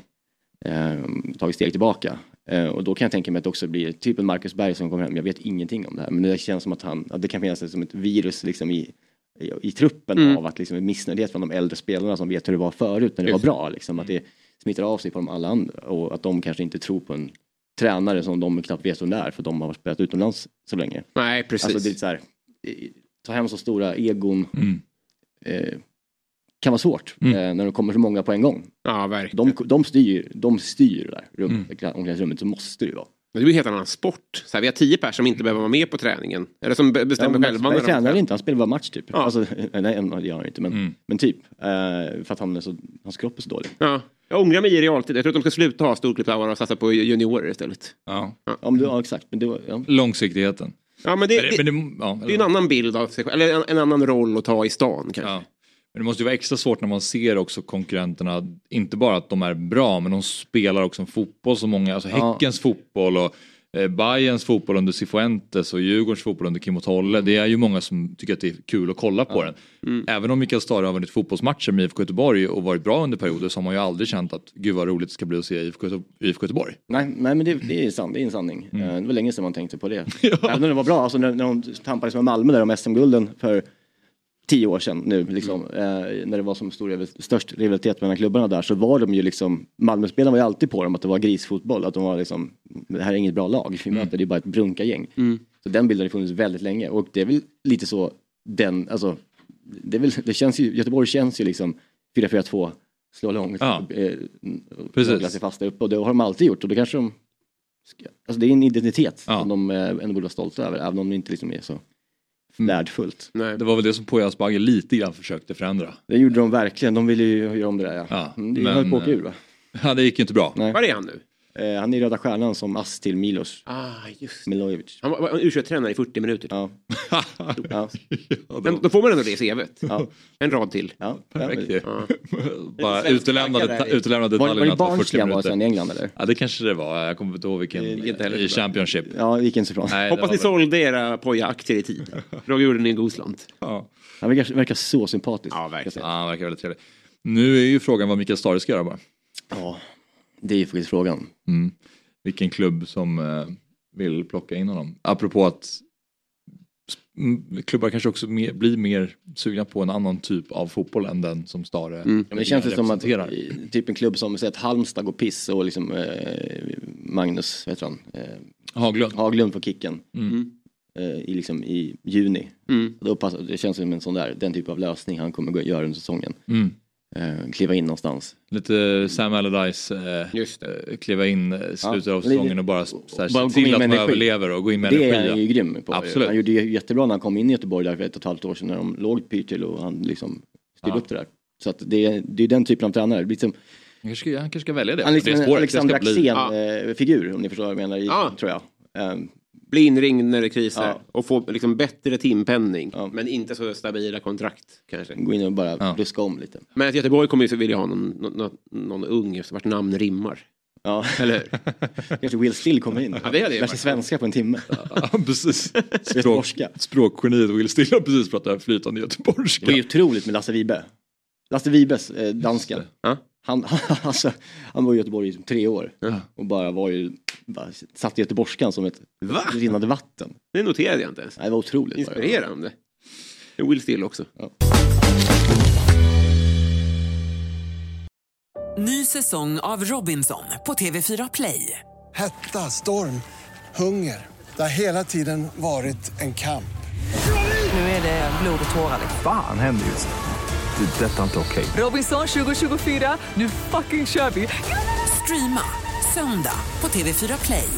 tagit steg tillbaka. Och då kan jag tänka mig att det också blir typ en Marcus Berg som kommer hem. Jag vet ingenting om det här. Men det känns som att det kan finnas som ett virus liksom i truppen av att liksom, missnöjdhet från de äldre spelarna som vet hur det var förut när det var bra. Liksom, att det smittar av sig på de alla andra. Och att de kanske inte tror på en tränare som de knappt vet om det är. För de har spelat utomlands så länge. Nej, precis. Alltså det är så här, ta hem så stora egon kan vara svårt när det kommer så många på en gång. Ja, verkligen. De styr där omklädningsrummet, så måste det ju vara. Det blir en helt annan sport. Så här, vi har 10 personer som inte behöver vara med på träningen. Eller som bestämmer själva. Han tränar inte, han spelar bara match typ. Alltså, nej, det gör han inte. Men typ. För att hans kropp är så dålig. Ja. Jag ångrar mig i realtid. Jag tror att de ska sluta ha storklubbshour och satsa på juniorer istället. Ja, exakt. Men långsiktigheten. Ja, men det är en annan bild av sig själv. Eller en annan roll att ta i stan kanske. Ja. Men det måste ju vara extra svårt när man ser också konkurrenterna, inte bara att de är bra, men de spelar också en fotboll så många, alltså Häckens fotboll och Bayerns fotboll under Cifuentes och Djurgårdens fotboll under Kim och Tolle. Det är ju många som tycker att det är kul att kolla på den. Även om Mikael Stare har vunnit fotbollsmatcher med IFK Göteborg och varit bra under perioder, så har man ju aldrig känt att gud vad roligt det ska bli att se IFK Göteborg. Nej, men det är en sanning. Det var länge sedan man tänkte på det. Även om det var bra, alltså när de tampades med Malmö där om SM-gulden för 10 år sedan nu liksom, när det var som störst rivalitet mellan klubbarna där, så var de ju liksom, Malmöspelarna var ju alltid på dem att det var grisfotboll, att de var liksom, det här är inget bra lag, vi möter, det är bara ett brunka-gäng. Så den bilden har funnits väldigt länge, och det är väl lite så det känns ju, Göteborg känns ju liksom 4-4-2, slå långt, lägga sig fast uppe, och det har de alltid gjort, och då kanske de, alltså det är en identitet som de ändå borde vara stolta över, även om det inte liksom är så värdfullt. Det var väl det som Poya Asbaghi lite grann försökte förändra. Det gjorde de verkligen. De ville ju göra om det där. Det höll på att åka ur, va? Ja, det gick inte bra. Var är han nu? Han är Röda Stjärnan som ass till Milos. Just Milojevic. Han var U21-tränare i 40 minuter. Ja. Då får man ändå det i CV:t. En rad till. Perfekt. Bara utelämnade detaljerna. Var det Barnsley var sen i England, eller? Ja, det kanske det var. Jag kommer inte ihåg vilken i Championship. Ja, det gick inte så bra. Hoppas ni sålde era Poja-aktier i tid. Då gjorde ni en god slant. Han verkar så sympatisk. Ja, verkligen. Han verkar väldigt trevlig. Nu är ju frågan vad Mikael Stare ska göra bara. Ja, det är ju faktiskt frågan. Vilken klubb som vill plocka in honom. Apropå att klubbar kanske också blir mer sugna på en annan typ av fotboll än den som Stare det känns som att typ en klubb som säger att Halmstad går piss och liksom Magnus vet han, Haglund på kicken i juni. Då det känns som en sån där, den typ av lösning han kommer göra under säsongen. Kliva in någonstans. Lite Sam Allardyce kliva in slutet av säsongen och bara se till att man överlever och gå in med energi. Det är han ju grym på. Absolut. Han gjorde det jättebra när han kom in i Göteborg där för 1,5 år sedan när de låg Pyrtil och han liksom styrde upp det där. Så att det är den typen av tränare. Det blir som, han kanske ska välja det. Han är liksom en Alexander Axén-figur om ni förstår vad jag menar tror jag. Bli inringd när det krisar och få liksom bättre timpenning men inte så stabila kontrakt kanske. Gå in och bara luska om lite. Men att Göteborg kommer ju så vilja ha någon ung vart namn rimmar. Ja. Eller kanske Will Still kommer in. Lär sig svenska på en timme. Ja, precis. Språkgeniet Will Still har precis pratat flytande göteborgska. Det är ju otroligt med Lasse Vibe. Lasse Vibes dansken. Han var i Göteborg i 3 år och bara satt i göteborgskan som ett rinnande vatten. Det noterade jag inte ens. Det var otroligt. Inspirerande. Will Still också. Ja. Ny säsong av Robinson på TV4 Play. Hetta, storm, hunger. Det har hela tiden varit en kamp. Nu är det blod och tårar. Fan händer just det. Detta är inte okej. Robinson 2024, nu fucking kör vi. Streama söndag på TV4 Play.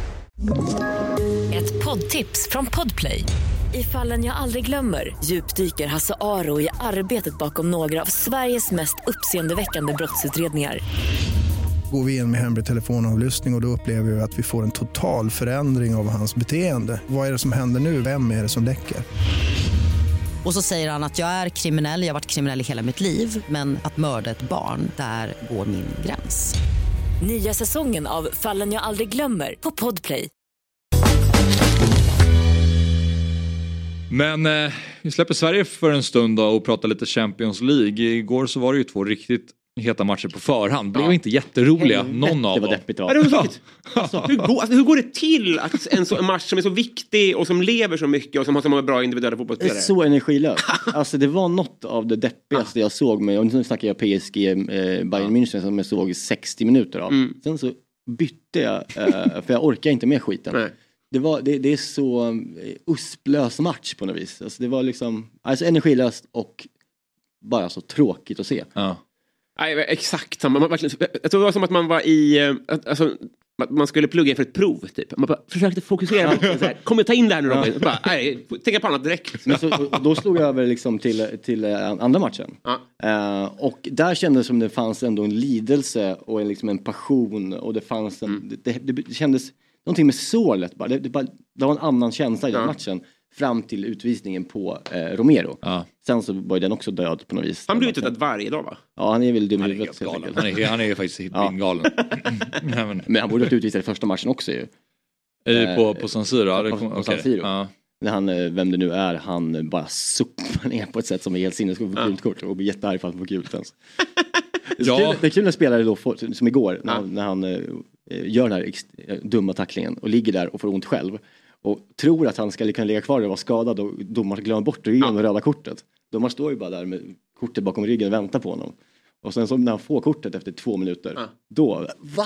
Ett poddtips från Podplay. I Fallen jag aldrig glömmer djupdyker Hasse Aro i arbetet bakom några av Sveriges mest uppseendeväckande brottsutredningar. Går vi in med hemlig telefonavlyssning och då upplever vi att vi får en total förändring av hans beteende. Vad är det som händer nu? Vem är det som läcker? Och så säger han att jag är kriminell, jag har varit kriminell i hela mitt liv. Men att mörda ett barn, där går min gräns. Nya säsongen av Fallen jag aldrig glömmer på Podplay. Men vi släpper Sverige för en stund då och pratar lite Champions League. Igår så var det ju 2 riktigt heta matcher på förhand. Blev inte jätteroliga, någon av dem. Det var deppigt. Hur går det till att en match som är så viktig och som lever så mycket och som har så många bra individuella fotbollsspelare? Det är så energilöst. Alltså det var något av det deppigaste jag såg med, och nu snackar jag PSG Bayern München som jag såg 60 minuter av. Sen så bytte jag, för jag orkar inte med skiten. Nej. Det är så usplös match på något vis. Alltså det var liksom energilöst och bara så tråkigt att se. Ja. Nej, exakt samma. Jag tror det var som att man var i... Alltså, man skulle plugga för ett prov, typ. Man bara försökte fokusera på det. Kommer ta in det här nu, Robin? Bara, nej, tänka på annat direkt. Men då slog jag över liksom till andra matchen. Och där kändes som det fanns ändå en lidelse och liksom en passion. Och det fanns det kändes... Någonting med sålet bara. Det var en annan känsla i den matchen. Fram till utvisningen på Romero. Sen så var den också död på något vis. Han blir utvisad varje dag, va? Ja, han är väl dum i huvudet. Han är faktiskt galen. Men han borde ha utvisat i första matchen också ju. På San Siro? På San Siro. När han, vem det nu är, han bara sopar ner på ett sätt som är helt sinnessjukt på gult kort och blir jättearg för att han får gult ens. Det är kul när spelare då får, som igår när han gör den här dumma tacklingen och ligger där och får ont själv och tror att han ska kunna ligga kvar och vara skadad och domaren glömmer bort det och röda kortet. Domaren står ju bara där med kortet bakom ryggen och väntar på honom. Och sen så när han får kortet efter 2 minuter då, va?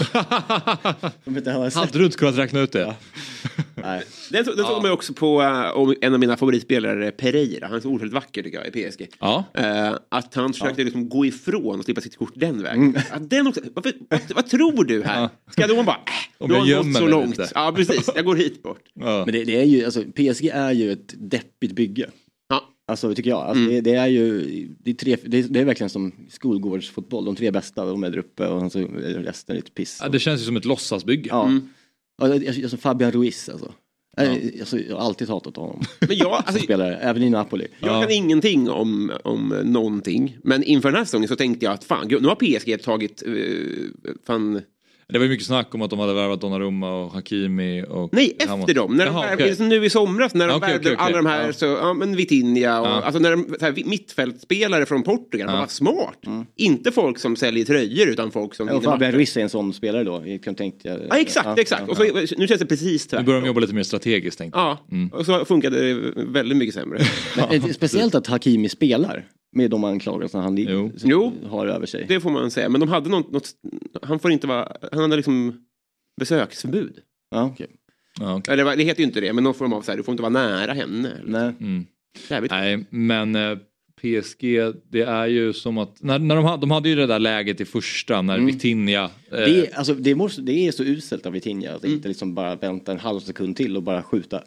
Hade du inte kunnat räkna ut det? Nej. Det tog mig också på en av mina favoritspelare, Pereira. Han är så otroligt vacker, tycker jag, i PSG. Att han försökte liksom gå ifrån och slippa sitt kort den vägen. Den också, vad tror du här? Ska då bara, du har gått så långt. Lite. Ja, precis. Jag går hit bort. Men det är ju, alltså, PSG är ju ett deppigt bygge. Alltså tycker jag. Alltså, det är ju det är verkligen som skolgårdsfotboll. De 3 bästa, de är där uppe och så är resten lite piss. Ja, det känns ju som ett låtsasbygge. Alltså Fabian Ruiz alltså. Alltså, jag har alltid hatat honom. Men spelare, även i Napoli. Jag kan ingenting om någonting. Men inför den här säsongen så tänkte jag att fan, nu har PSG tagit Det var ju mycket snack om att de hade värvat Donnarumma och Hakimi och... Nej, efter dem. När de nu i somras när de värvade alla de här så, ja men Vitinha och alltså när de så här, mittfältspelare från Portugal var smart. Inte folk som säljer tröjor utan folk som... Och Fabian Ruiz är en sån spelare då. Ja, exakt. Och så, nu känns det precis tvärtom. Nu börjar de jobba lite mer strategiskt, tänkte jag. Ja, och så funkade det väldigt mycket sämre. Men, speciellt att Hakimi spelar med de anklagelserna han har över sig. Det får man säga. Men de hade något han får inte vara... Han hade liksom besöksförbud. Ja, okej. Eller det heter ju inte det, men någon form av så här, du får inte vara nära henne. Nej. Nej, men PSG, det är ju som att när de hade ju det där läget i första när Vitinha... Det är så uselt av Vitinha att inte liksom bara vänta en halv sekund till och bara skjuta.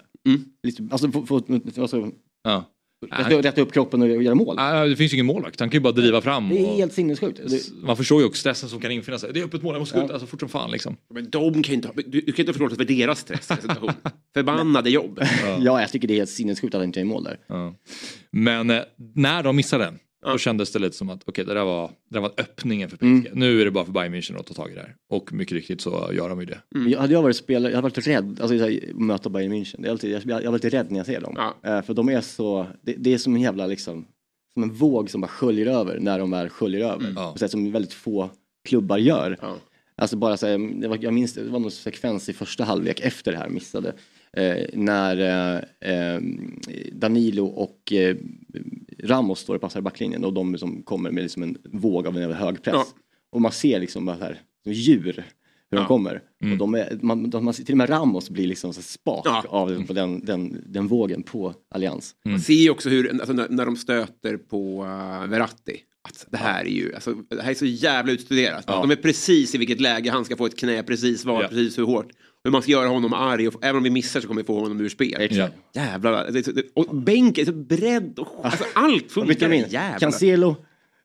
Rätta upp kroppen och göra mål. Det finns ju ingen målvakt. Han kan ju bara driva fram. Det är helt sinnessjukt. Man förstår ju också stressen som kan infinna sig. Det är öppet mål, jag måste skjuta fort som fan liksom. Men de kan ju inte du kan inte förlåta för deras stress situation. Förbannade jobb. Ja, jag tycker det är helt sinnessjukt att han inte är i mål där. Ja. Men när de missade den, då kändes det lite som att det där var öppningen för PSG. Nu är det bara för Bayern München att ta tag i det här. Och mycket riktigt så gör de ju det. Hade jag varit spelare, jag hade varit rädd att möta Bayern München. Jag var lite rädd när jag ser dem. För de är så, det är som en jävla liksom, som en våg som bara sköljer över när de väl sköljer över. Och så som väldigt få klubbar gör. Alltså bara så här, jag minns det var någon sekvens i första halvlek efter det här missade. När Danilo och Ramos står och passar i backlinjen och de som kommer med liksom en våg av en hög press. Och man ser liksom bara här, djur hur de kommer. Och man ser till och med Ramos blir liksom så spak av den vågen på Allians. Man ser ju också hur alltså, när de stöter på Verratti. Att det här är ju det här är så jävla utstuderat. De är precis i vilket läge han ska få ett knä, precis var, precis hur hårt. Hur man ska göra honom arg och även om vi missar så kommer vi få honom ur spel. Jävlar. Och bänken är så bredd och alltså, allt funkar. Jävlar. Cancelo,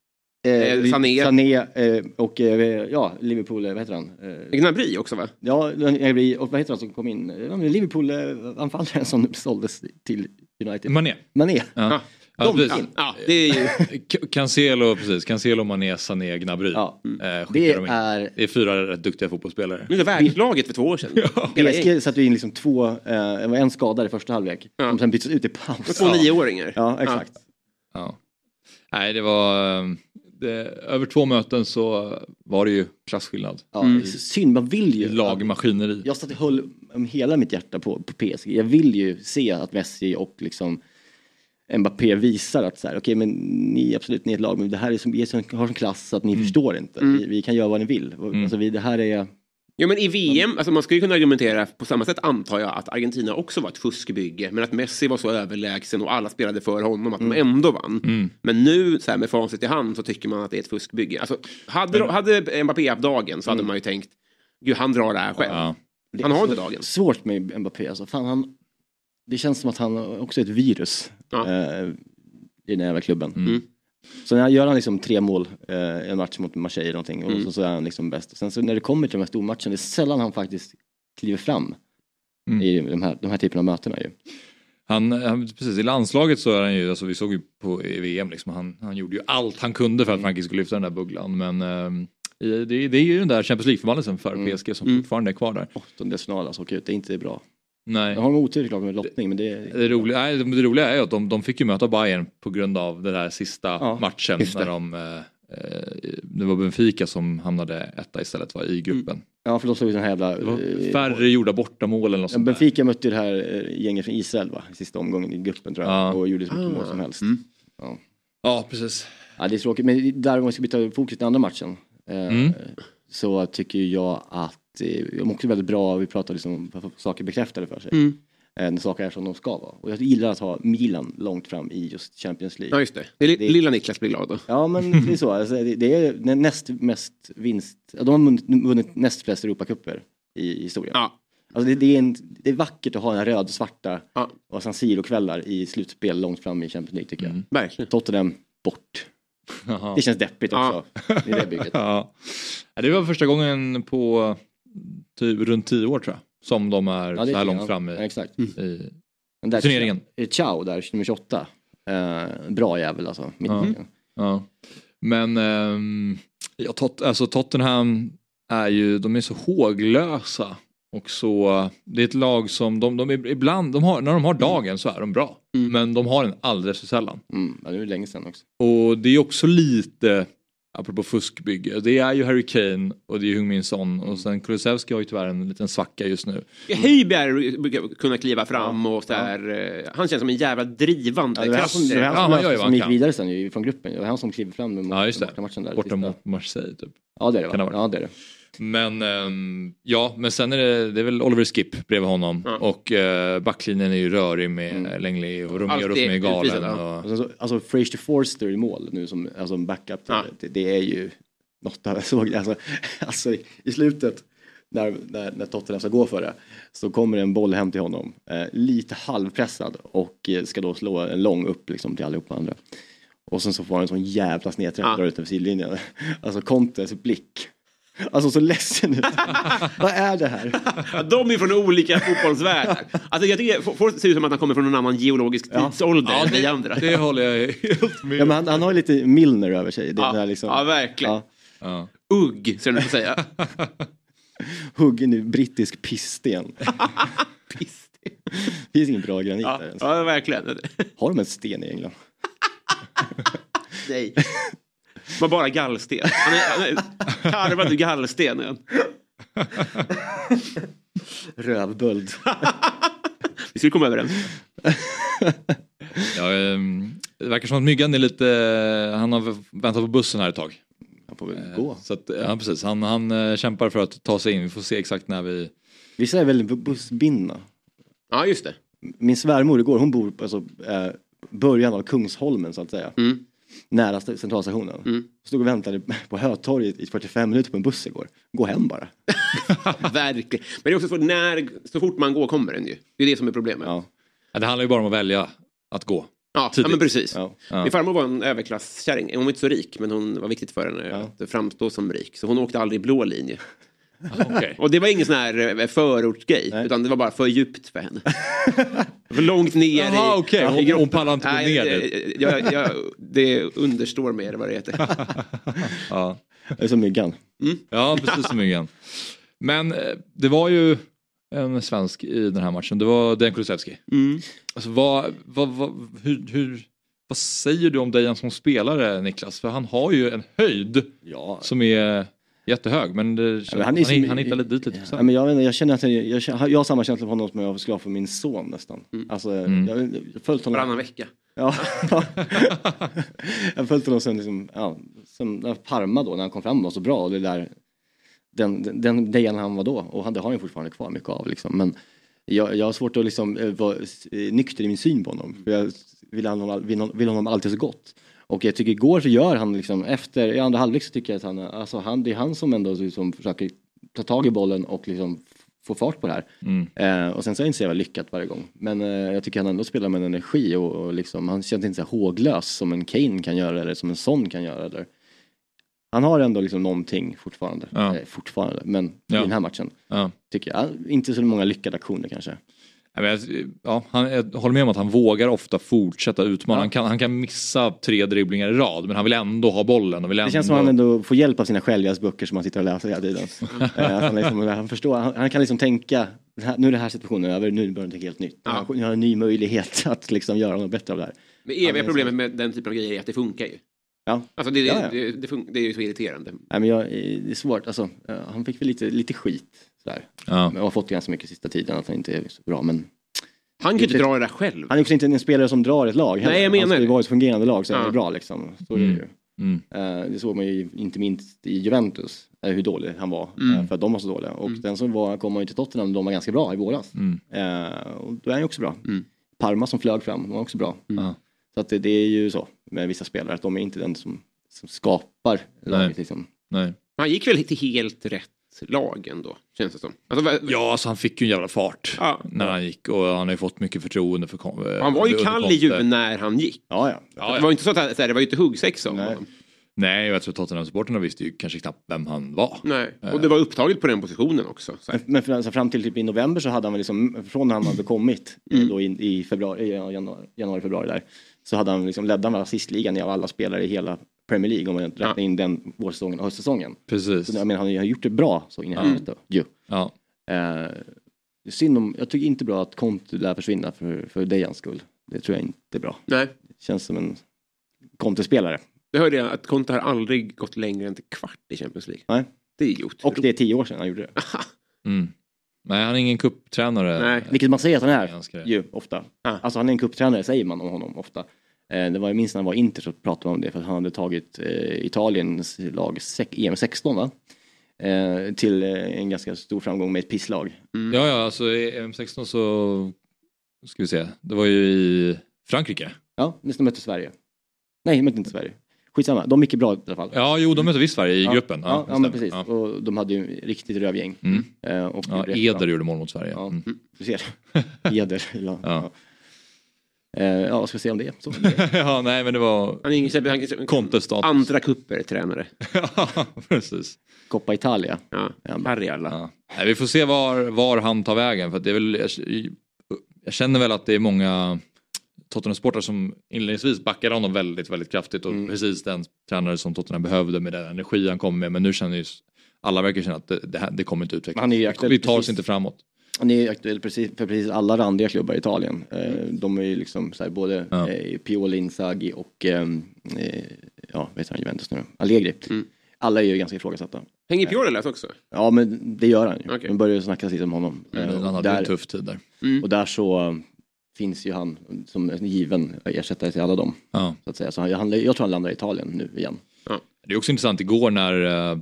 Sané och Liverpool, vad heter han? Gnabry också va? Ja, Gnabry och vad heter han som kom in? Liverpool anfallaren som såldes till United. Mané. Ja. Det är ju Cancelo, Mané, Sané, Gnabry. Det är 4 rätt duktiga fotbollsspelare. Det är världslaget för 2 år sedan. PSG satte in liksom 2, det var en skadad i första halvlek. Som sen byttes ut i paus. 2 9-åringar. Ja, exakt. Nej, det var över 2 möten så var det ju klasskillnad. Synd, man vill ju lagmaskineri. Jag satt och höll hela mitt hjärta på PSG. Jag vill ju se att Messi och liksom Mbappé visar att så här, okej, men ni är absolut ni är ett lag, men det här är som har en klass att ni förstår inte. Vi kan göra vad ni vill. Alltså det här är... Ja, men i VM, alltså man skulle ju kunna argumentera på samma sätt, antar jag, att Argentina också var ett fuskbygge, men att Messi var så överlägsen och alla spelade för honom att de ändå vann. Men nu så här, med facit i hand så tycker man att det är ett fuskbygge. Alltså, hade Mbappé haft dagen så hade man ju tänkt, gud, han drar det här själv. Han har inte dagen. Svårt med Mbappé, alltså fan, det känns som att han också är ett virus i den här klubben. Så när gör han liksom 3 mål en match mot Marseille eller någonting och så är han liksom bäst. Sen så när det kommer till de här stormatcherna, det är sällan han faktiskt kliver fram i de här typerna av mötena ju. Han precis i landslaget så är han ju, alltså vi såg ju på VM liksom, han gjorde ju allt han kunde för att Frankrike skulle lyfta den där bubblan, men det är ju den där Champions League-förbannelsen för PSG som fortfarande är kvar där. 8-delsfinal alltså, det är inte bra. Nej. Jag har en otur med lottning, men det roliga är ju att de fick ju möta Bayern på grund av den där sista matchen när det var Benfica som hamnade etta istället i gruppen. Ja, för de såg ju den här jävla... färre gjorda bortamål eller något sånt. Benfica mötte ju det här gänget från Israel i sista omgången i gruppen tror jag och gjorde så mycket mål som helst. Ja, precis. Ja, det är tråkigt, men där om man ska byta fokus till andra matchen så tycker jag att de är också väldigt bra, vi pratar liksom saker bekräftade för sig. När saker är som de ska vara. Och jag gillar att ha Milan långt fram i just Champions League. Ja, just det. Lilla Niklas blir glad då. Ja, men det är så. Alltså, det är näst mest vinst. De har vunnit näst flest Europacupper i historien. Ja. Alltså det är vackert att ha en röd och svarta och San Siro-kvällar i slutspel långt fram i Champions League tycker jag. Verkligen. Tottenham bort. Det känns deppigt också. I det bygget. Det var första gången på typ runt 10 år tror jag. Som de är så här långt fram i turneringen. Ciao där, nummer 28. Bra jävel alltså. Men Tottenham de är så håglösa. Och så, det är ett lag som de är ibland, när de har dagen så är de bra. Men de har den alldeles för sällan. Ja, det är länge sedan också. Och det är också lite, apropå fuskbygge, det är ju Harry Kane och det är Heung-min Son. Och sen Kulusevski har ju tyvärr en liten svacka just nu. Höjbjerg brukar kunna kliva fram och så här, han känns som en jävla drivande kraft. Han gick vidare sen från gruppen. Det var han som kliver fram med matchen där. Borta mot Marseille typ. Ja, det är det. Ja, det är det. Men men sen är det är väl Oliver Skip bredvid honom. Och backlinjen är ju rörig med Lenglet och Romero som är galen. Alltså Fraser Forster i mål nu som backup. Det är ju något jag såg. Alltså i slutet när Tottenham ska gå för det så kommer en boll hem till honom. Lite halvpressad och ska då slå en lång upp liksom till allihopa andra. Och sen så får han en sån jävla snedträff där ute på sidlinjen. Alltså Contes blick. Alltså så ledsen ut. Vad är det här? De är från olika fotbollsvärldar. Alltså jag tycker folk ser ut som att han kommer från en annan geologisk tidsålder än vi andra. Det håller jag helt med. Ja, men han har lite Milner över sig. Det där liksom, ja, verkligen. Ja. Ugg, så du får säga. Huggen i brittisk pisssten. Pisssten. Det finns ingen bra granit där ens. Ja, verkligen. Har de en sten i England? Nej. Var bara gallsten. Han är karvad ur gallsten. Rövböld. Vi skulle komma överens. Det verkar som att Myggan är lite... Han har väntat på bussen här ett tag. Han får väl gå. Så att, ja, precis. Han kämpar för att ta sig in. Vi får se exakt när vi... Vissa är väldigt bussbindna. Ja, just det. Min svärmor igår, hon bor på början av Kungsholmen så att säga. Nära centralstationen. Stod och väntade på Hötorget i 45 minuter på en buss igår. Gå hem bara. Verkligen. Men det är också så fort man går kommer den ju. Det är det som är problemet. Ja, det handlar ju bara om att välja att gå. Ja, men precis. Ja. Min farmor var en överklasskärring. Hon var inte så rik, men hon var viktigt för henne att framstå som rik. Så hon åkte aldrig blå linje. Okay. Och det var ingen sån här förortsgrej, utan det var bara för djupt för henne. För långt ner i hon pallar inte gå ner. Det understår mer vad det heter. Ja. Det är som Myggan. Ja, precis som Myggan. Men det var ju en svensk i den här matchen. Det var Dejan Kulusevski. Alltså, vad säger du om Dejan som spelare, Niklas? För han har ju en höjd som är jättehög, men han hittar lite dit lite. Ja, men jag känner att jag har samma känsla för honom som jag skulle ha för min son nästan. Alltså, jag följt honom varannan vecka. Ja. Jag följt honom sen liksom, som Parma då när han kom fram var så bra och det där den delen han var då och det har han fortfarande kvar mycket av liksom, men jag har svårt att liksom vara nykter i min syn på honom. För jag vill honom alltid så gott. Och jag tycker igår så gör han liksom efter i andra halvlek så tycker jag att det är han som ändå liksom försöker ta tag i bollen och liksom få fart på det här. Och sen så är det inte så jävla lyckat varje gång. Men jag tycker han ändå spelar med en energi och liksom, han känns inte så håglös som en Kane kan göra eller som en Son kan göra. Eller. Han har ändå liksom någonting fortfarande. Men i den här matchen tycker jag inte så många lyckade aktioner kanske. Jag håller med om att han vågar ofta fortsätta utmana. Han kan missa 3 dribblingar i rad, men han vill ändå ha bollen. Och det känns som att han ändå får hjälp av sina självhjälpsböcker som han sitter och läser hela tiden. Han förstår, han kan liksom tänka, nu är det här situationen över, nu börjar det helt nytt. Nu har en ny möjlighet att liksom göra något bättre av det här. Men eviga problemet med den typen av grejer är att det funkar ju. Ja. Alltså det är ju så irriterande. Nej, men det är svårt. Alltså, han fick väl lite skit. Men har fått ganska mycket sista tiden att han inte är så bra, men han kan inte dra det där själv. Han är också inte en spelare som drar ett lag heller. Nej, jag menar han ska ju vara ett fungerande lag så är det bra liksom. Så är det ju. Det såg man ju inte minst i Juventus hur dålig han var för att de var så dåliga. Och den som kom man ju till Tottenham, de var ganska bra i våras. Och då är han ju också bra. Parma som flög fram, de var också bra. Så att det är ju så med vissa spelare att de är inte den som skapar laget liksom. Nej. Han gick väl till helt rätt lag ändå, känns det som. Alltså han fick ju en jävla fart när han gick och han har ju fått mycket förtroende för han var ju kall i Juve när han gick. Ja. Det var inte så att det var ju inte huggsex om honom. Nej, jag tror att Tottenham-supporterna visste ju kanske knappt vem han var. Nej, och det var upptaget på den positionen också. Men fram till typ i november så hade han väl liksom, från när han hade kommit då i januari, februari där, så hade han liksom ledde han assistligan av alla spelare i hela Premier League om man räknar in den vårsäsongen och höstsäsongen. Precis. Så, jag menar, han har gjort det bra så in i helvete. Ja. Synd om, jag tycker inte bra att Conte lär försvinna för Dejans skull. Det tror jag inte är bra. Nej. Känns som en Conte-spelare. Det hörde jag att Conte har aldrig gått längre än till kvart i Champions League. Nej. Det är otroligt. Och det är 10 år sedan han gjorde det. Nej, han är ingen cuptränare. Nej. Vilket man säger att han är ju ofta. Alltså han är en cuptränare säger man om honom ofta. Det var minst när han var Inter så pratade man om det för att han hade tagit Italiens lag EM16 va? Till en ganska stor framgång med ett pisslag. Ja, alltså i EM16 så ska vi se. Det var ju i Frankrike. Ja, nästan mötte Sverige. Nej, mötte inte Sverige. Skitsamma, de gick bra i alla fall. Ja, jo, de mötte visst Sverige i gruppen. Ja, men precis. Ja. Och de hade ju riktigt rövgäng. Och Eder gjorde mål mot Sverige. Ja, du ser. Eder. Ja, ska vi se om det är så. Ja, nej, men det var Conte-status. Andra kupper tränare. Ja, precis. Coppa Italia. Ja, ja. Nej, vi får se var han tar vägen. För att det är väl, jag känner väl att det är många Tottenham-sportare som inledningsvis backade honom väldigt, väldigt kraftigt. Och precis den tränare som Tottenham behövde med den energi han kom med. Men nu känner ju alla verkar känna att det kommer inte utvecklas. Vi tar oss inte framåt. Han är aktuell för precis alla randiga klubbar i Italien. De är ju liksom så här, både Pioli, Inzaghi och vet han Juventus nu. Allegri. Alla är ju ganska ifrågasatta. Hänger Pioli lätt också? Ja, men det gör han ju. Okay. Man börjar ju snacka lite om honom. Han hade en tuff tid där. Och där så finns ju han som en given ersättare till alla dem. Så att säga. Så jag tror han landar i Italien nu igen. Ja. Det är också intressant igår när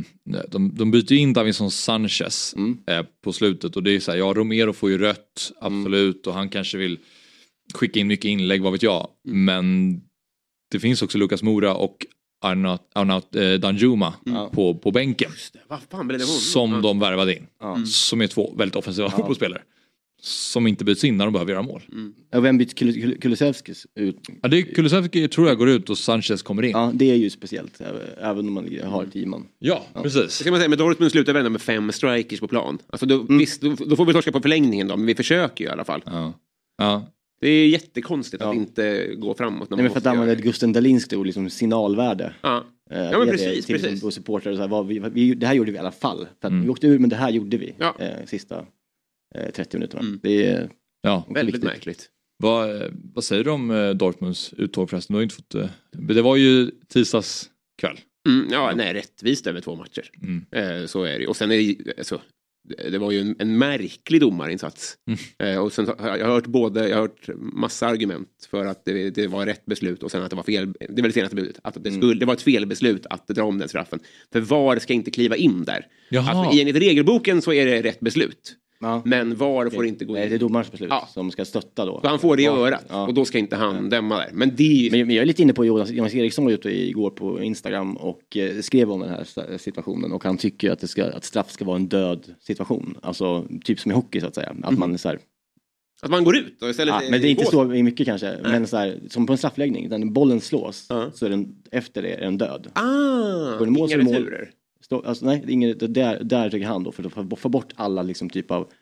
de byter in Davinson Sanchez på slutet och det är så här, Romero får ju rött absolut och han kanske vill skicka in mycket inlägg, vad vet jag, men det finns också Lucas Moura och Arnaut Danjuma på bänken. Just det. Vad fan blev det som de värvade in som är 2 väldigt offensiva fotbollsspelare som inte byts in när de behöver göra mål. Och vem byter Kulusevski ut? Ja, det är Kulusevski tror jag går ut och Sanchez kommer in. Ja, det är ju speciellt även om man har ett team. Ja, precis. Det ska man säga, men Dortmund slutar vända med 5 strikers på plan. Alltså då får vi torska på förlängningen då, men vi försöker ju i alla fall. Ja. Det är jättekonstigt att inte gå framåt. Nej, men för att använda ett Gusten Dahlinsk ord, liksom signalvärde. Ja, men precis. Till supportrar och så här, det här gjorde vi i alla fall. För att vi åkte ur, men det här gjorde vi sista 30 minuterna. Det är väldigt märkligt. Vad säger du om Dortmunds uttåg förresten? Du har inte fått, det var ju tisdags kväll. Nej, rättvist över 2 matcher. Så är det. Och sen är det det var ju en märklig domarinsats. Och sen jag har hört massa argument för att det var rätt beslut och sen att det var fel. Det var det senaste beslutet. Att det var ett felbeslut att dra om den straffen. För VAR ska inte kliva in där. Alltså, enligt regelboken så är det rätt beslut. Men VAR får inte gå in. Det är domarens beslut som ska stötta då. Så han får det i örat och då ska inte han döma där. Men jag är lite inne på Jonas Eriksson var ute igår på Instagram och skrev om den här situationen och han tycker att straff ska vara en död situation. Alltså typ som i hockey så att säga. Att man så här, att man går ut och istället men det är inte så mycket kanske. Men så här, som på en straffläggning, när bollen slås så är den efter det är den död. Inga returer. Alltså, nej, det är inget, där tycker han då för att få bort alla liksom typ av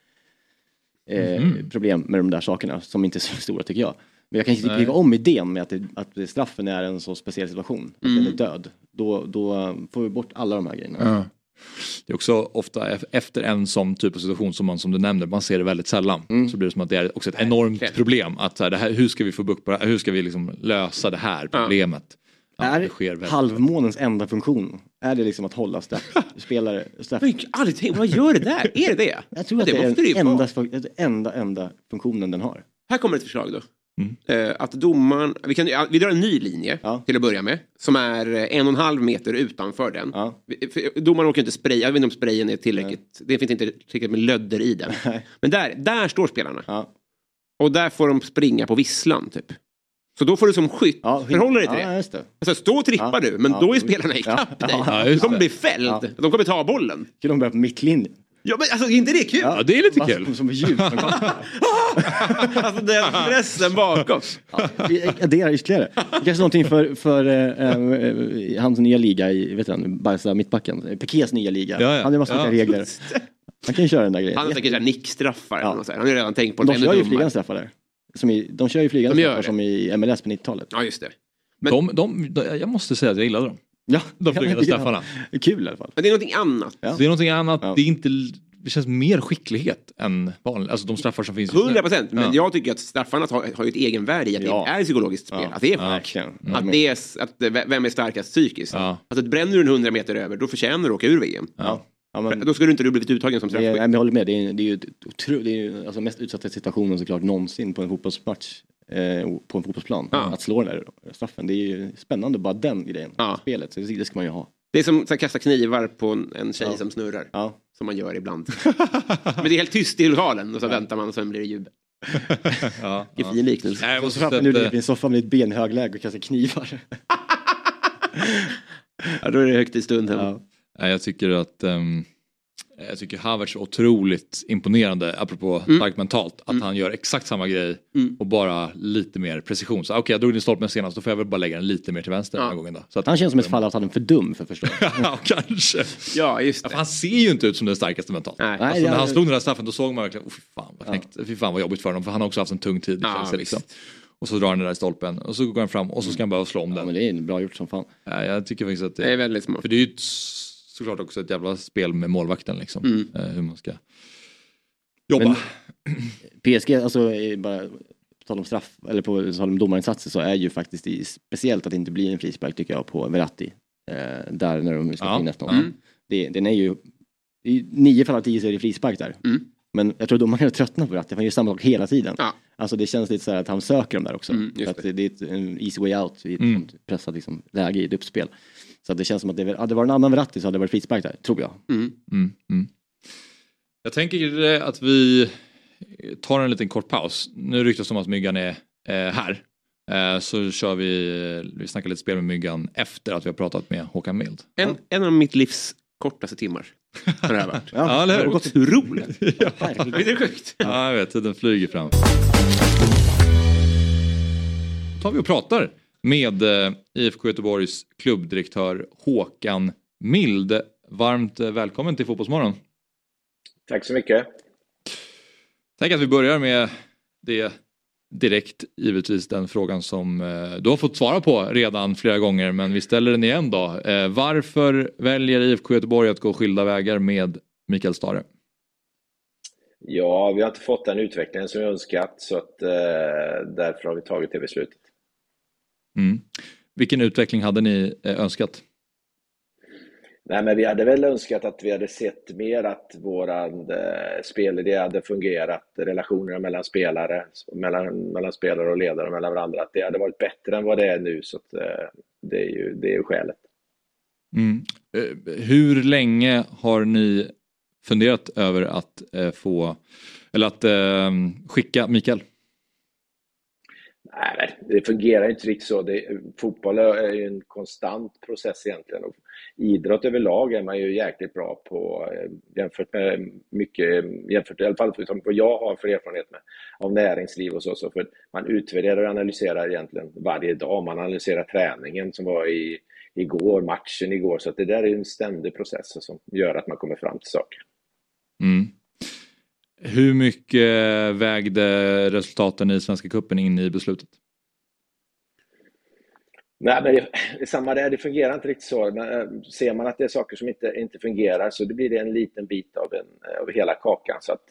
problem med de där sakerna som inte är så stora tycker jag. Men jag kan inte kliva om idén med att straffen är en så speciell situation att den är död. Då får vi bort alla de här grejerna. Det är också ofta efter en sån typ av situation som du nämnde, man ser det väldigt sällan. Så blir det som att det är också ett enormt problem att det här, hur ska vi få bukt på det här? Hur ska vi liksom lösa det här problemet? Är halvmånens enda funktion är det liksom att hålla spelare vad gör det där? Är det? Jag tror att det är den enda funktionen den har. Här kommer ett förslag då. Att domaren, vi drar en ny linje till att börja med som är 1,5 meter utanför den. Domaren åker inte spraya, jag vet inte om sprayen är tillräckligt. Det finns inte tillräckligt med lödder i den. Men där står spelarna. Och där får de springa på visslan typ. Så då får du som skytt förhålla dig till det. Just det. Alltså stå och trippar du, men då är spelarna i kapp dig. De blir fälld. De kommer ta bollen. Kan de börja på mittlinjen? Ja, men alltså, är inte det kul? Ja, det är lite kul. Som ljud. Alltså den stressen bakom. Det är ytterligare. Kanske någonting för hans nya liga i, vet du, Barca mittbacken. Pikés nya liga. Han har en massa regler. Han kan ju köra den där grejen. Han har säkert nickstraffar. Han har ju redan tänkt på det. De kör ju flygande straffar där. De kör ju flygande straffar som i MLS på 90-talet. Ja, just det. Jag måste säga att jag gillade dem. Ja, de flygande straffarna. Det är kul i alla fall. Men det är någonting annat. Ja. Det är någonting annat. Ja. Det känns mer skicklighet än vanligt. Alltså de straffar som finns. 100%. Men jag tycker att straffarna har ju ett egenvärde i att det är psykologiskt spel. Att det är att vem är starkast psykiskt. Ja. Alltså att bränner du en 100 meter över, då förtjänar du åka ur VM. Ja. Ja, men, då skulle du inte blivit uttagen som straffskytt. Jag håller med. Det är ju alltså mest utsatta situationen såklart någonsin på en fotbollsmatch. På en fotbollsplan. Att slå den där straffen. Det är ju spännande bara den grejen. Spelet. Så det ska man ju ha. Det är som att kasta knivar på en tjej som snurrar. Ja. Som man gör ibland. Men det är helt tyst i lokalen. Och så väntar man och sen blir det jubel. Vilken fin liknelse. Och så framför nu ligger i en soffa med ett ben högläge och kastar knivar. Då är det högt i stund. Jag tycker att Havertz är otroligt imponerande apropå starkt mentalt. Att han gör exakt samma grej och bara lite mer precision. Så okej, jag drog din stolpen senast, då får jag väl bara lägga den lite mer till vänster den här gången då. Så att han känns som ett fall att han är för dum för förstå. Ja, kanske. Ja, just det. Han ser ju inte ut som den starkaste mentalt. Nej. Alltså, när han slog den där straffen då såg man verkligen, fy fan vad jobbigt för honom. För han har också haft en tung tid. Liksom. Och så drar han den där stolpen och så går han fram och så ska han bara slå om den. Ja, men det är bra gjort som fan. Ja, jag tycker faktiskt att det är väldigt smart. För det är ju såklart också ett jävla spel med målvakten liksom. Hur man ska jobba. Men PSG, alltså bara på tal om straff eller på tal om domarinsatser, så är ju faktiskt speciellt att det inte blir en frispark tycker jag på Verratti. Där när de ska in efter någon. Den är ju 9 fall av 10 så är det frispark där. Men jag tror domarna är tröttna på Verratti. Han gör samma sak hela tiden. Alltså det känns lite så här att han söker dem där också. För att det är en easy way out i ett pressat liksom, läge i ett uppspel. Så att det känns som att det hade varit en annan Verratti så hade det varit frispark där, tror jag. Jag tänker att vi tar en liten kort paus. Nu ryktas det om att Myggan är här. Så kör vi snackar lite spel med Myggan efter att vi har pratat med Håkan Mild. En av mitt livs kortaste timmar. Det har varit. Det har gått så roligt. Det är sjukt. Ja, jag vet. Den flyger fram. Då tar vi och pratar med IFK Göteborgs klubbdirektör Håkan Mild. Varmt välkommen till Fotbollsmorgon. Tack så mycket. Tänk att vi börjar med det direkt, givetvis den frågan som du har fått svara på redan flera gånger, men vi ställer den igen då. Varför väljer IFK Göteborg att gå skilda vägar med Mikael Stare? Ja, vi har inte fått den utvecklingen som vi önskat, så att därför har vi tagit det beslutet. Vilken utveckling hade ni önskat? Nej, men vi hade väl önskat att vi hade sett mer att våran spelidé hade fungerat, relationerna mellan spelare, mellan spelare och ledare mellan varandra, att det hade varit bättre än vad det är nu, så att det är ju skälet. Hur länge har ni funderat över att skicka Mikael? Nej, det fungerar inte riktigt så. Fotboll är ju en konstant process egentligen. Och idrott överlag är man ju jäkligt bra på jämfört i alla fall som vad jag har för erfarenhet av näringsliv och så. För man utvärderar och analyserar egentligen varje dag. Man analyserar träningen som var igår, matchen igår. Så att det där är en ständig process som gör att man kommer fram till saker. Hur mycket vägde resultaten i Svenska cupen in i beslutet? Nej, men det är samma där, det fungerar inte riktigt så. Men ser man att det är saker som inte fungerar, så det blir det en liten bit av hela kakan. Så att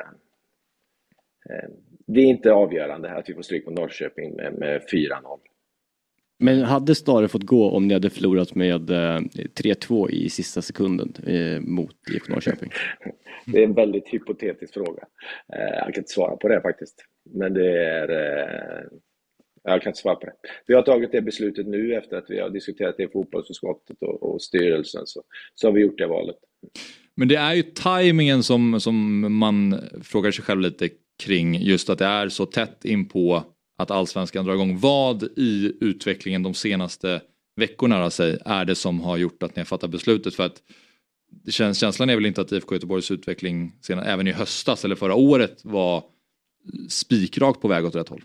det är inte avgörande att vi får stryk på Norrköping med 4-0. Men hade Stare fått gå om ni hade förlorat med 3-2 i sista sekunden mot IFK Norrköping? Det är en väldigt hypotetisk fråga. Jag kan inte svara på det faktiskt. Men det är... Jag kan inte svara på det. Vi har tagit det beslutet nu efter att vi har diskuterat det i fotbollsutskottet och styrelsen. Så har vi gjort det valet. Men det är ju tajmingen som man frågar sig själv lite kring. Just att det är så tätt in på att allsvenskan drar igång. Vad i utvecklingen de senaste veckorna är det som har gjort att ni har fattat beslutet? För att känslan är väl inte att IFK Göteborgs utveckling även i höstas eller förra året var spikrakt på väg åt rätt håll?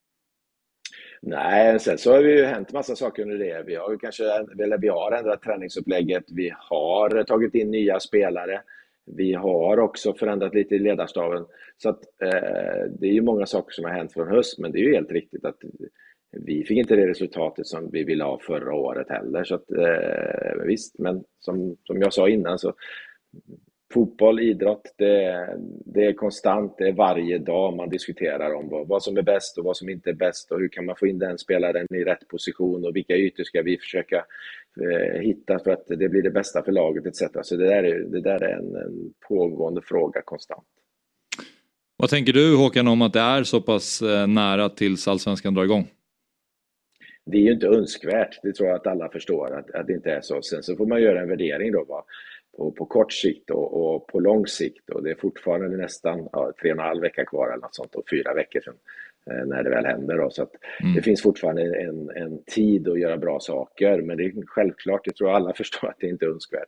Nej, sen så har vi ju hänt massa saker under det. Vi har ändrat träningsupplägget. Vi har tagit in nya spelare. Vi har också förändrat lite i ledarstaven. Så att det är ju många saker som har hänt från höst, men det är ju helt riktigt att vi fick inte det resultatet som vi ville ha förra året heller. Så att, visst, men som jag sa innan, så fotboll, idrott, det är konstant, det är varje dag man diskuterar om vad som är bäst och vad som inte är bäst, och hur kan man få in den spelaren i rätt position och vilka ytor ska vi försöka hitta för att det blir det bästa för laget etc. Så det där är en pågående fråga konstant. Vad tänker du, Håkan, om att det är så pass nära tills Allsvenskan drar igång? Det är ju inte önskvärt, det tror jag att alla förstår att det inte är så. Sen så får man göra en värdering då, på kort sikt och på lång sikt, och det är fortfarande nästan 3,5 veckor kvar eller något sånt, och 4 veckor sedan när det väl händer då. Så att det finns fortfarande en tid att göra bra saker, men det är självklart, jag tror alla förstår att det inte är önskvärt.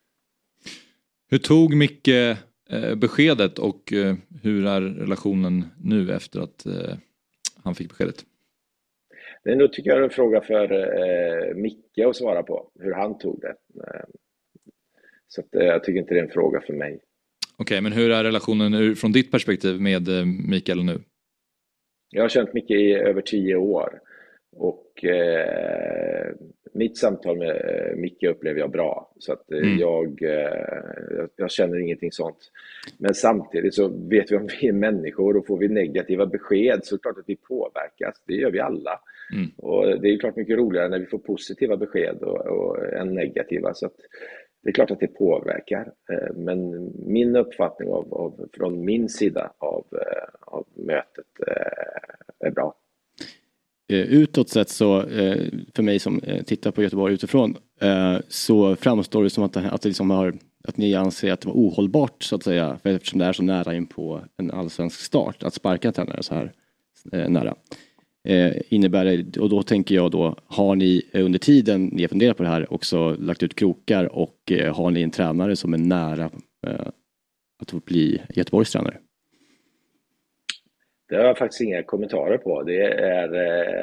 Hur tog Micke beskedet och hur är relationen nu efter att han fick beskedet? Det är nog, tycker jag, en fråga för Micke att svara på, hur han tog det. Så att, jag tycker inte det är en fråga för mig. Okej, men hur är relationen från ditt perspektiv med Mikael nu? Jag har känt Micke i över 10 år. Och mitt samtal med Micke upplever jag bra. Så att jag känner ingenting sånt. Men samtidigt så vet vi om vi är människor, och får vi negativa besked så är det klart att vi påverkas. Det gör vi alla. Och det är klart mycket roligare när vi får positiva besked än negativa. Så att det är klart att det påverkar, men min uppfattning från min sida av mötet är bra. Utåt sett så, för mig som tittar på Göteborg utifrån, så framstår det som att ni anser att det var ohållbart, så att säga, eftersom det är så nära in på en allsvensk start att sparka tränare så här nära. Innebär det, och då tänker jag då, har ni under tiden ni har funderat på det här också lagt ut krokar, och har ni en tränare som är nära att bli Göteborgs tränare? Det har jag faktiskt inga kommentarer på. Det är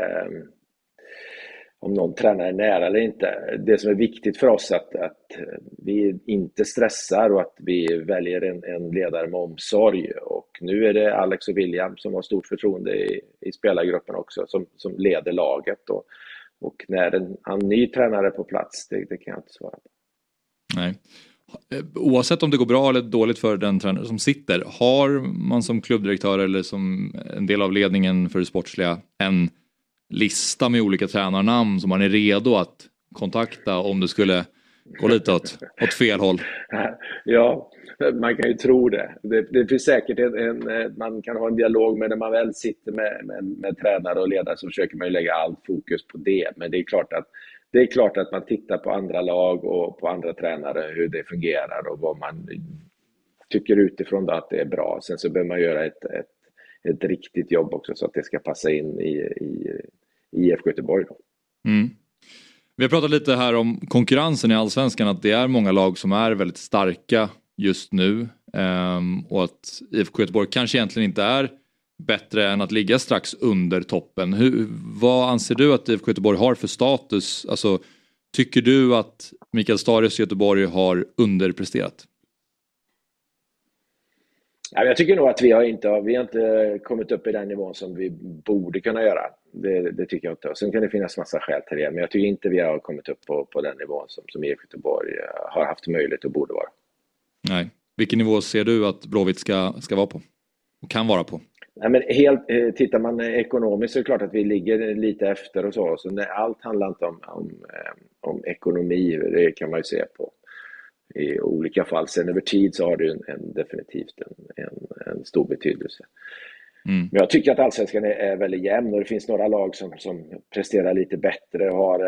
om någon tränare är nära eller inte. Det som är viktigt för oss att vi inte stressar och att vi väljer en ledare med omsorg. Och nu är det Alex och William som har stort förtroende i spelargruppen också, som leder laget. Och när en ny tränare är på plats, det kan jag inte svara på. Nej. Oavsett om det går bra eller dåligt för den tränare som sitter, har man som klubbdirektör eller som en del av ledningen för det sportsliga en lista med olika tränarnamn som man är redo att kontakta om det skulle gå lite åt fel håll? Ja, man kan ju tro det. Det finns säkert man kan ha en dialog med när man väl sitter med tränare och ledare, så försöker man ju lägga allt fokus på det. Men det är klart att man tittar på andra lag och på andra tränare, hur det fungerar och vad man tycker utifrån det att det är bra. Sen så behöver man göra ett riktigt jobb också, så att det ska passa in i IFK Göteborg då. Vi har pratat lite här om konkurrensen i Allsvenskan, att det är många lag som är väldigt starka just nu, och att IFK Göteborg kanske egentligen inte är bättre än att ligga strax under toppen. Vad anser du att IFK Göteborg har för status? Alltså, tycker du att Mikael Stahres Göteborg har underpresterat? Ja, jag tycker nog att vi har inte kommit upp i den nivån som vi borde kunna göra. Det tycker jag inte. Och sen kan det finnas massa skäl till det. Men jag tycker inte vi har kommit upp på den nivån som IFK Göteborg har haft möjlighet och borde vara. Nej. Vilken nivå ser du att Blåvitt ska vara på? Och kan vara på? Nej, men tittar man ekonomiskt så är det klart att vi ligger lite efter och så. Så allt handlar inte om ekonomi. Det kan man ju se på i olika fall. Sen över tid så har det definitivt en stor betydelse. Men jag tycker att Allsvenskan är väldigt jämn, och det finns några lag som presterar lite bättre och har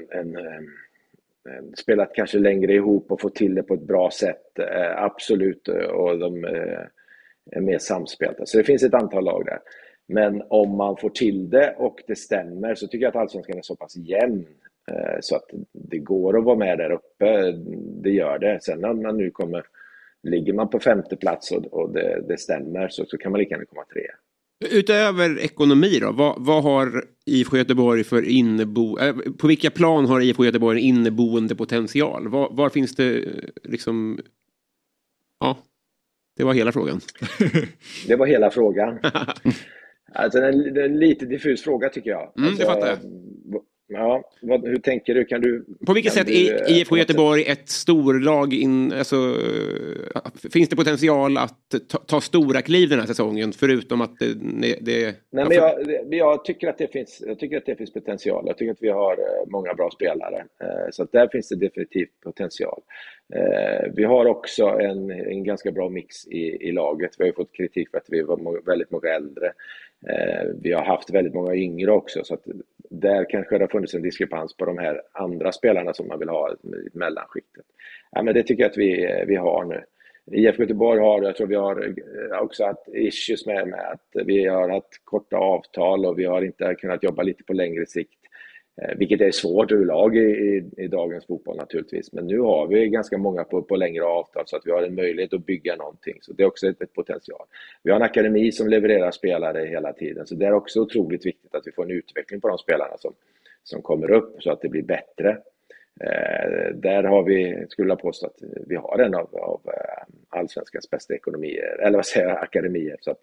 spelat kanske längre ihop och fått till det på ett bra sätt. Absolut, och de är mer samspelta. Så det finns ett antal lag där. Men om man får till det och det stämmer, så tycker jag att Allsvenskan är så pass jämn så att det går att vara med där uppe. Det gör det. Sen när man nu ligger man på 5:e plats och det stämmer, så kan man lika gärna komma 3. Utöver ekonomi då, vad har IFK Göteborg för på vilka plan har IFK Göteborg en inneboende potential? Var finns det liksom... Ja, det var hela frågan. Det var hela frågan. Alltså det är en lite diffus fråga tycker jag. Alltså, det fattar jag. Ja, hur tänker du? På vilket sätt är IFK Göteborg ett storlag? Finns det potential att ta stora kliv den här säsongen? Förutom att det... Nej, men jag tycker att det finns potential. Jag tycker att vi har många bra spelare. Så att där finns det definitivt potential. Vi har också en ganska bra mix i laget. Vi har ju fått kritik för att vi var väldigt många äldre. Vi har haft väldigt många yngre också, så att där kanske det har funnits en diskrepans på de här andra spelarna som man vill ha i mellanskiktet. Ja, men det tycker jag att vi har nu. IFK Göteborg jag tror vi har också haft issues med att vi har haft korta avtal och vi har inte kunnat jobba lite på längre sikt. Vilket är svårt överlag i dagens fotboll naturligtvis. Men nu har vi ganska många på längre avtal så att vi har en möjlighet att bygga någonting. Så det är också ett potential. Vi har en akademi som levererar spelare hela tiden. Så det är också otroligt viktigt att vi får en utveckling på de spelarna som kommer upp så att det blir bättre. Där har vi, skulle jag påstå att vi har en av allsvenskans bästa akademier. Så att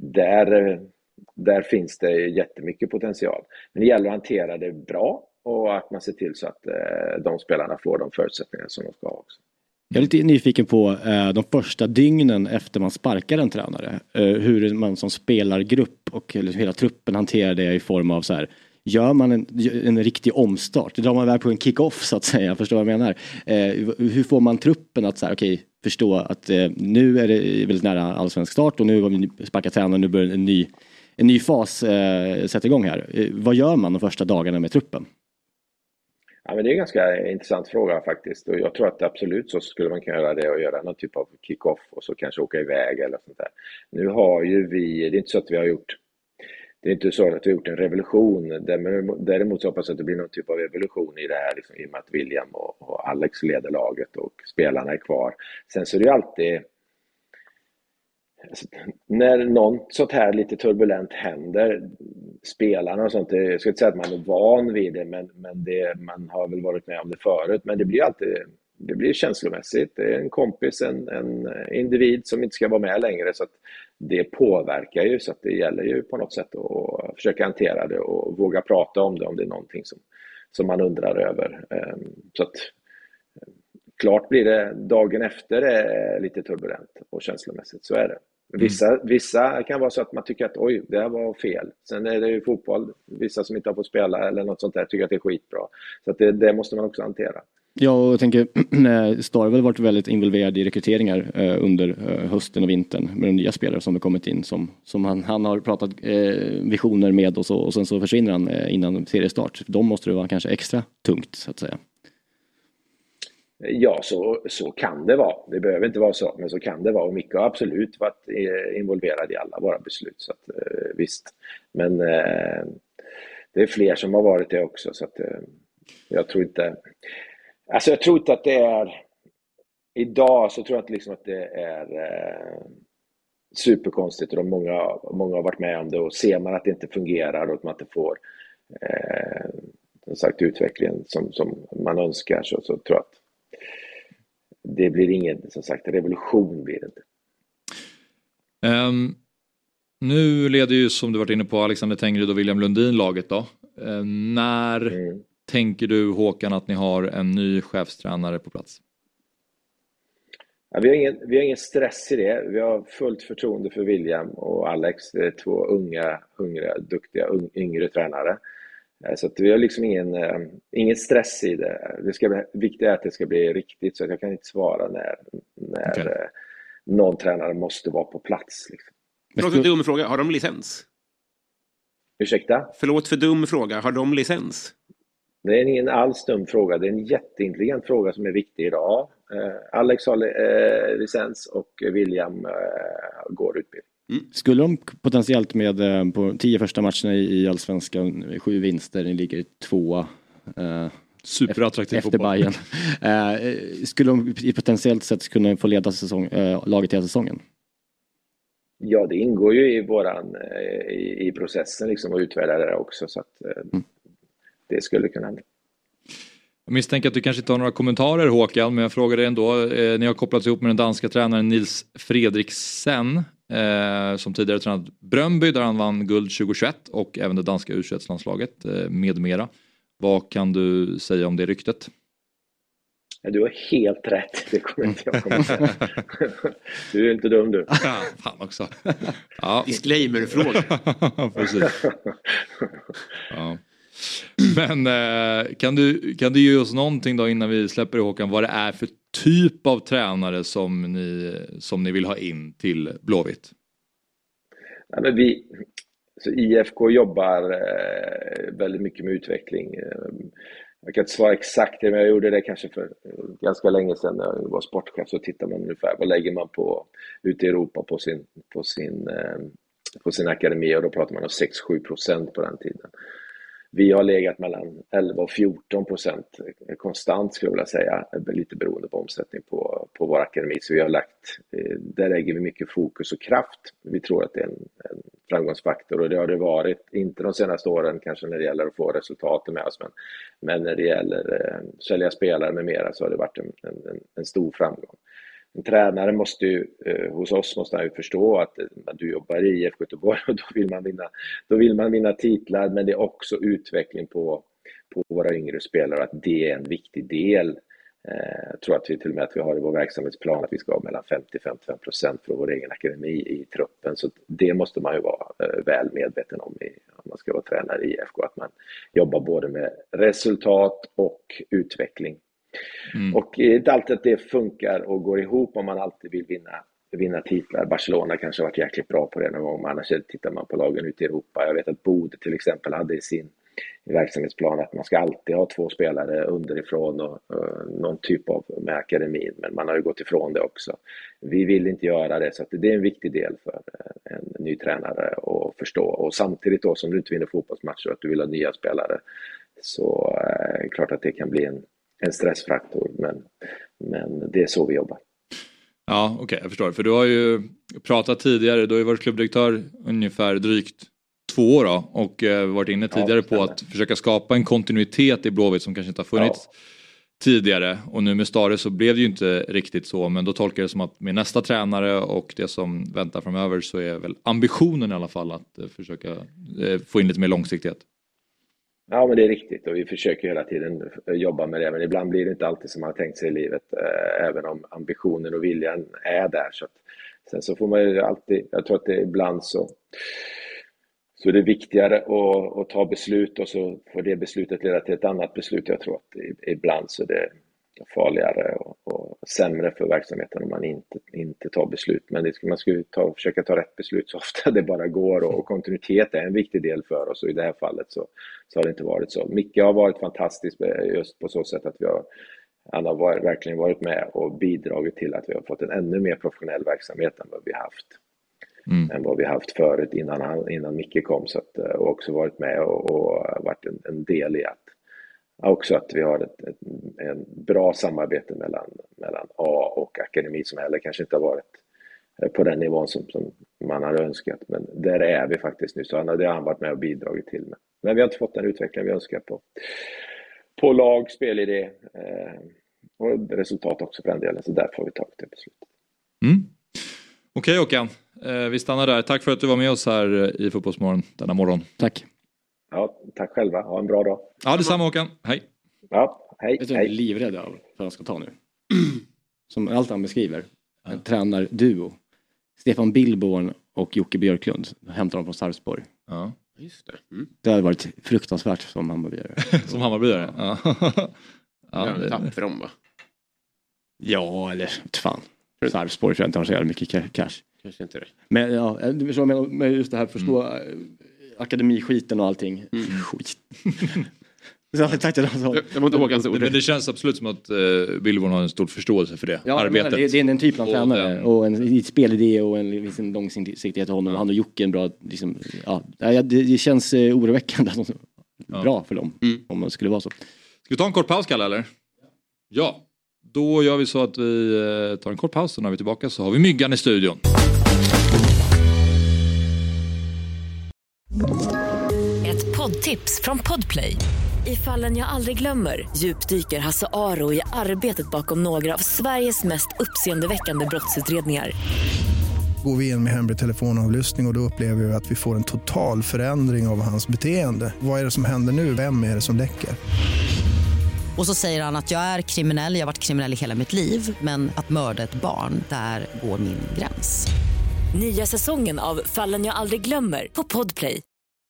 där finns det jättemycket potential. Men det gäller att hantera det bra och att man ser till så att de spelarna får de förutsättningar som de ska ha också. Jag är lite nyfiken på de första dygnen efter man sparkar en tränare. Hur man som spelargrupp och hela truppen hanterar det i form av så här. Gör man en riktig omstart? Drar man iväg på en kick-off så att säga? Förstår vad jag menar? Hur får man truppen att så här, förstå att nu är det väldigt nära allsvensk start och nu har vi sparkat tränaren och nu börjar en ny fas sätter igång här. Vad gör man de första dagarna med truppen? Ja, men det är en ganska intressant fråga faktiskt. Och jag tror att absolut så skulle man kunna göra det och göra någon typ av kick-off och så kanske åka iväg eller sånt där. Nu har ju det är inte så att vi har gjort en revolution. Däremot så hoppas jag att det blir någon typ av evolution i det här liksom, i och med att William och Alex leder laget och spelarna är kvar. Sen så är det ju alltid när något sånt här lite turbulent händer, spelarna och sånt, jag ska inte säga att man är van vid det, men man har väl varit med om det förut, men det blir känslomässigt. Det är en kompis, en individ som inte ska vara med längre, så att det påverkar ju, så att det gäller ju på något sätt att försöka hantera det och våga prata om det om det är någonting som man undrar över. Så att klart blir det dagen efter lite turbulent och känslomässigt, så är det. Vissa kan vara så att man tycker att oj, det här var fel. Sen är det ju fotboll. Vissa som inte har fått spela eller något sånt där tycker att det är skitbra. Så att det måste man också hantera. Jag tänker, Star har varit väldigt involverad i rekryteringar under hösten och vintern med de nya spelare som har kommit in som han har pratat visioner med och sen så försvinner han innan seriestart. De måste det vara kanske extra tungt så att säga. Ja, så kan det vara. Det behöver inte vara så, men så kan det vara. Och Micke har absolut varit involverad i alla våra beslut, så att visst. Men det är fler som har varit det också, så att jag tror inte att det är idag, så tror jag inte liksom att det är superkonstigt, och många har varit med om det, och ser man att det inte fungerar och att man inte får som sagt utvecklingen som man önskar, så tror jag att det blir ingen, som sagt, revolution blir det inte. Nu leder ju, som du varit inne på, Alexander Tengryd och William Lundin laget då. När tänker du, Håkan, att ni har en ny chefstränare på plats? Ja, vi har ingen stress i det. Vi har fullt förtroende för William och Alex. Det är två unga, hungriga, duktiga, yngre tränare. Så att vi har liksom ingen stress i det. Viktigt är att det ska bli riktigt, så att jag kan inte svara när någon tränare måste vara på plats. Liksom. Förlåt för dum fråga, har de licens? Ursäkta? Förlåt för dum fråga, har de licens? Det är ingen alls dum fråga, det är en jätteintelligent fråga som är viktig idag. Alex har licens och William går utbildning. Skulle de potentiellt med på 10 första matcherna i Allsvenskan 7 vinster, ni ligger 2 superattraktiv efter Bayern. Skulle de i potentiellt sätt kunna få leda laget hela säsongen? Ja, det ingår ju i processen liksom, att utvärdera det också, så att det skulle kunna hända. Jag misstänker att du kanske inte har några kommentarer, Håkan, men jag frågar dig ändå. Ni har kopplats ihop med den danska tränaren Nils Fredriksen. som tidigare tränat Brøndby där han vann guld 2021 och även det danska U21-landslaget med mera. Vad kan du säga om det ryktet? Ja, du har helt rätt, det kommer inte jag komma säga. Du är inte dum du. Ja, fan också. Ja. Disclaimer-fråga. Precis. Ja. Men kan du ge oss någonting då innan vi släpper i Håkan, vad det är för typ av tränare som ni vill ha in till Blåvitt? Ja, men IFK jobbar väldigt mycket med utveckling. Jag kan inte svara exakt det, men jag gjorde det kanske för ganska länge sedan när jag var sportchef. Så tittar man ungefär, vad lägger man på ute i Europa på sin akademi, och då pratar man om 6-7% på den tiden. Vi har legat mellan 11 och 14% konstant, skulle jag vilja säga, lite beroende på omsättning på vår akademi. Så vi har där lägger vi mycket fokus och kraft. Vi tror att det är en framgångsfaktor, och det har det varit, inte de senaste åren kanske när det gäller att få resultaten med oss, men när det gäller sälja spelare med mera, så har det varit en stor framgång. En tränare måste ju, hos oss måste han ju förstå att du jobbar i IFK Göteborg och då vill man vinna titlar, men det är också utveckling på våra yngre spelare, att det är en viktig del. Jag tror att vi till och med att vi har i vår verksamhetsplan att vi ska ha mellan 50-55% från vår egen akademi i truppen, så det måste man ju vara väl medveten om man ska vara tränare i IFK, att man jobbar både med resultat och utveckling. Och det är inte alltid att det funkar och går ihop om man alltid vill vinna titlar. Barcelona kanske har varit jäkligt bra på det någon gång, men annars tittar man på lagen ute i Europa. Jag vet att Bode till exempel hade i sin verksamhetsplan att man ska alltid ha 2 spelare underifrån och någon typ av med akademin, men man har ju gått ifrån det också. Vi vill inte göra det, så att det är en viktig del för en ny tränare att förstå. Och samtidigt då, som du inte vinner fotbollsmatcher och att du vill ha nya spelare, så är det klart att det kan bli en stressfaktor, men det är så vi jobbar. Ja, okej, jag förstår. För du har ju pratat tidigare, du har ju varit klubbdirektör ungefär drygt 2 år då, och varit inne tidigare på att försöka skapa en kontinuitet i Blåvitt som kanske inte har funnits tidigare. Och nu med Stare så blev det ju inte riktigt så, men då tolkar jag det som att med nästa tränare och det som väntar framöver så är väl ambitionen i alla fall att försöka få in lite mer långsiktighet. Ja, men det är riktigt, och vi försöker hela tiden jobba med det, men ibland blir det inte alltid som man har tänkt sig i livet, även om ambitionen och viljan är där. Så att, sen så får man ju alltid, jag tror att det ibland så är det viktigare att ta beslut, och så får det beslutet leda till ett annat beslut. Jag tror att ibland så är det farligare och sämre för verksamheten om man inte tar beslut. Men man ska ju försöka ta rätt beslut så ofta det bara går, och kontinuitet är en viktig del för oss, och i det här fallet så har det inte varit så. Micke har varit fantastisk just på så sätt att han har verkligen varit med och bidragit till att vi har fått en ännu mer professionell verksamhet än vad vi haft. Än vad vi haft förut innan Micke kom, så att, och också varit med och varit en del i att också att vi har en bra samarbete mellan A och akademi, som heller kanske inte har varit på den nivån som man hade önskat, men där är vi faktiskt nu, så det har han varit med och bidragit till med. Men vi har inte fått den utveckling vi önskar på lag, spelidé och resultat också för den delen, så därför har vi tagit det beslutet. Okej, Håkan, vi stannar där. Tack för att du var med oss här i Fotbollsmorgon denna morgon. Tack. Ja, tack själva. Ha en bra dag. Ja, detsamma Håkan. Hej. Ja, hej. Jag är livrädd av vad jag ska ta nu. Som allt han beskriver. En tränarduo. Stefan Billborn och Jocke Björklund. Hämtar dem från Sarpsborg. Ja, just det. Det hade varit fruktansvärt som Hammarbyare. Som Hammarbyare? Ja. Ja, tapp för dem, va? Ja, eller fan. Sarpsborg tror jag inte har så jävla mycket cash. Kanske inte det. Men ja, du förstår med just det här förstå akademiskiten och allting. Skit. Så jag tackar jag måste åka ord. Men det känns absolut som att Billborn har en stor förståelse för det arbetet. Det är en typ av tränare och en spelidé och en långsiktighet av honom. Han och Jocke en bra liksom, det känns oroväckande bra för dem om man skulle vara så. Ska vi ta en kort paus, Kalle, eller? Ja. Då gör vi så att vi tar en kort paus, och när vi är tillbaka så har vi Myggan i studion. Ett poddtips från Podplay. I Fallen jag aldrig glömmer djupdyker Hasse Aro i arbetet bakom några av Sveriges mest uppseendeväckande brottsutredningar. Går vi in med hemlig telefonavlyssning och då upplever vi att vi får en total förändring av hans beteende. Vad är det som händer nu? Vem är det som läcker? Och så säger han att jag är kriminell, jag har varit kriminell i hela mitt liv. Men att mörda ett barn, där går min gräns. Nya säsongen av Fallen jag aldrig glömmer på Podplay.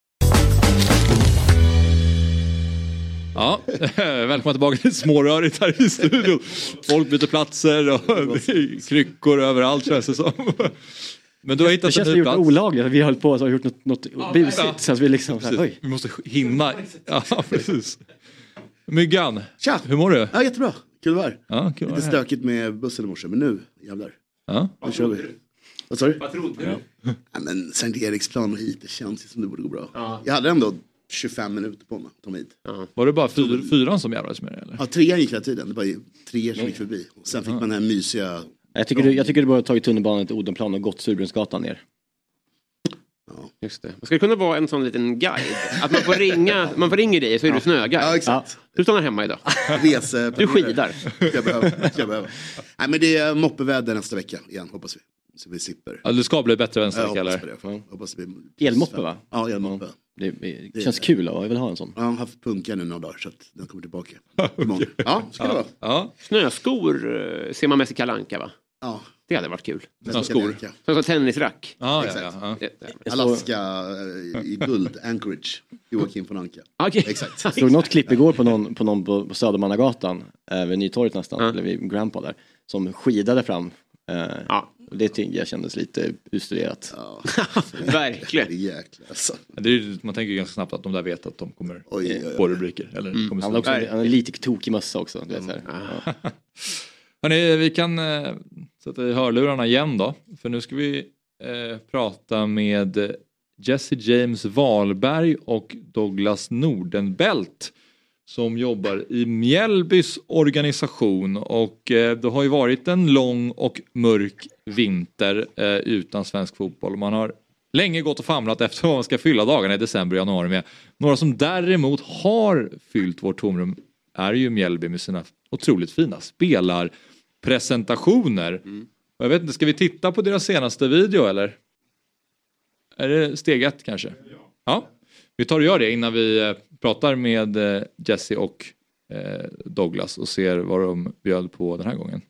Ja, välkomna tillbaka till smårörigt här i studion. Folk byter platser och kryckor överallt, känns det som. Men du har hittat en ny plats. Olagligt. Vi har hållit på och har gjort något busigt. Så att vi liksom vi måste hinna. Ja, precis. Myggan, tja. Hur mår du? Ja, jättebra. Kul var. Ja, kul. Lite stökigt med bussen i morse, men nu jävlar. Ja. Nu kör vi. Vad sa du? Vad trodde du? Ja, men Sankt Eriksplan och hit, det känns som det borde gå bra. Ja. Jag hade ändå 25 minuter på mig att ta mig hit. Ja. Var det bara fyran som jävlades med det, eller? Ja, 3 gick hela tiden. Det var 3 som gick förbi. Och sen fick man den här mysiga... Jag tycker du borde ha tagit tunnelbanan till Odenplan och gått Surbrunnsgatan ner. Just det. Man skulle kunna vara en sån liten guide. Att man får ringa dig så är du snöguide. Ja, exakt. Du stannar hemma idag. Du skidar. Jag behöver. Nej, men det är moppeväder nästa vecka igen, hoppas vi. Så vi slipper. Ja, det ska bli bättre nästa vecka, eller? Hoppas det blir... Elmoppe, va? Ja, elmoppe. Det känns kul, jag vill ha en sån. Ja, jag har haft punka nu några dagar så att den kommer tillbaka. Okay. Ja, ska det vara. Ja. Snöskor ser man mest i Kalle Anka, va? Ja. Det hade varit kul. Skor. Som tennisrack. Ja, exakt. Ja. Alaska i guld, Anchorage, Joakim von Anka. Okay. Exakt. Jag såg något klipp igår på någon på Södermannagatan, vid Nytorget nästan, eller vid Grandpa där, som skidade fram. Det tycker jag kändes lite utstuderat. Ja. Verkligen. Jäklar, alltså. Man tänker ju ganska snabbt att de där vet att de kommer på rubriker. Eller kommer han har lite tokig mössa också. Du vet, så här. Hörrni, vi kan sätta i hörlurarna igen då. För nu ska vi prata med Jesse James Wahlberg och Douglas Nordenbelt som jobbar i Mjällbys organisation. Och det har ju varit en lång och mörk vinter utan svensk fotboll. Man har länge gått och famlat efter vad man ska fylla dagarna i december och januari med. Några som däremot har fyllt vårt tomrum är ju Mjällby med sina otroligt fina spelarpresentationer. Och jag vet inte, ska vi titta på deras senaste video eller? Är det steg 1 kanske? Ja. Vi tar och gör det innan vi pratar med Jesse och Douglas och ser vad de bjöd på den här gången.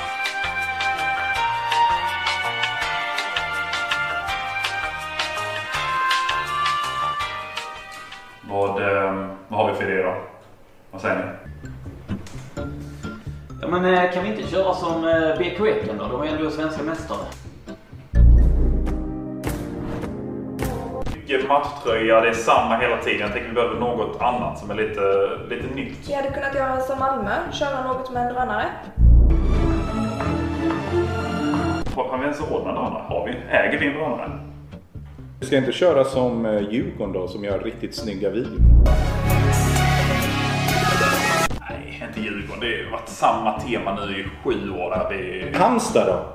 Vad har vi för idé då? Vad säger ni? Ja, men kan vi inte köra som BK Häcken då? De är ändå svenska mästare. Matchtröja, det är samma hela tiden. Jag tänker vi behöver något annat som är lite nytt. Jag hade kunnat göra som Malmö, köra något med en drönare. Har vi ens ordnat drönare? Äger vi en drönare? Vi ska inte köra som Djurgården då, som gör riktigt snygga videor. Nej, inte Djurgården. Det har varit samma tema nu i 7 år. Där Halmstad då?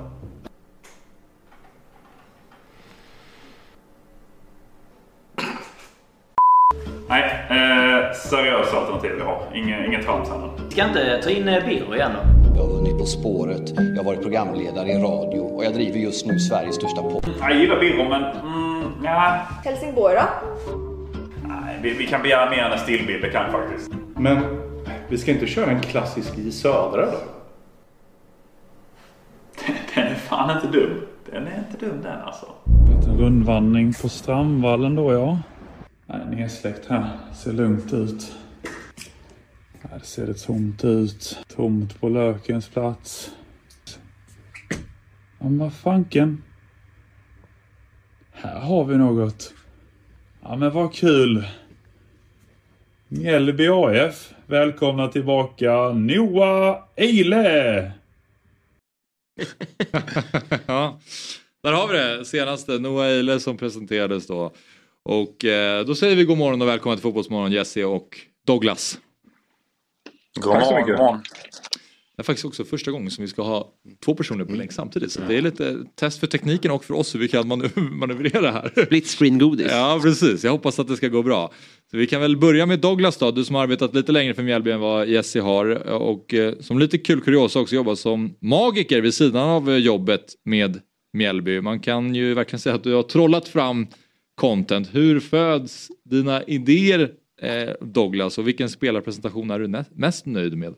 Nej, seriösa alternativ vi har. Inget trams här nu. Ska inte ta in Birro igen då? Jag har vunnit På spåret, jag har varit programledare i radio och jag driver just nu Sveriges största podd. Jag gillar Birro, men ja. Helsingborg då? Nej, vi kan begära mer än en stillbild, det kan faktiskt. Men vi ska inte köra en klassisk i södra då? Den är fan inte dum. Den är inte dum den alltså. En rundvandring på Strandvallen då, ja. Nej, nedsläckt här. Ser lugnt ut. Här ser det tomt ut. Tomt på Lökens plats. Ja, men vad fanken. Här har vi något. Ja, men vad kul. Mjällby AF. Välkomna tillbaka Noah Eile. Ja, där har vi det. Senaste Noah Eile som presenterades då. Och då säger vi god morgon och välkomna till Fotbollsmorgon, Jesse och Douglas. Tack så mycket. Det är faktiskt också första gången som vi ska ha 2 personer på länk samtidigt. Så det är lite test för tekniken och för oss hur vi kan manövrera här. Split screen godis. Ja, precis. Jag hoppas att det ska gå bra. Så vi kan väl börja med Douglas då. Du som har arbetat lite längre för Mjällby än vad Jesse har. Och som lite kul kuriosa också jobbar som magiker vid sidan av jobbet med Mjällby. Man kan ju verkligen säga att du har trollat fram content. Hur föds dina idéer, Douglas, och vilken spelarpresentation är du mest nöjd med?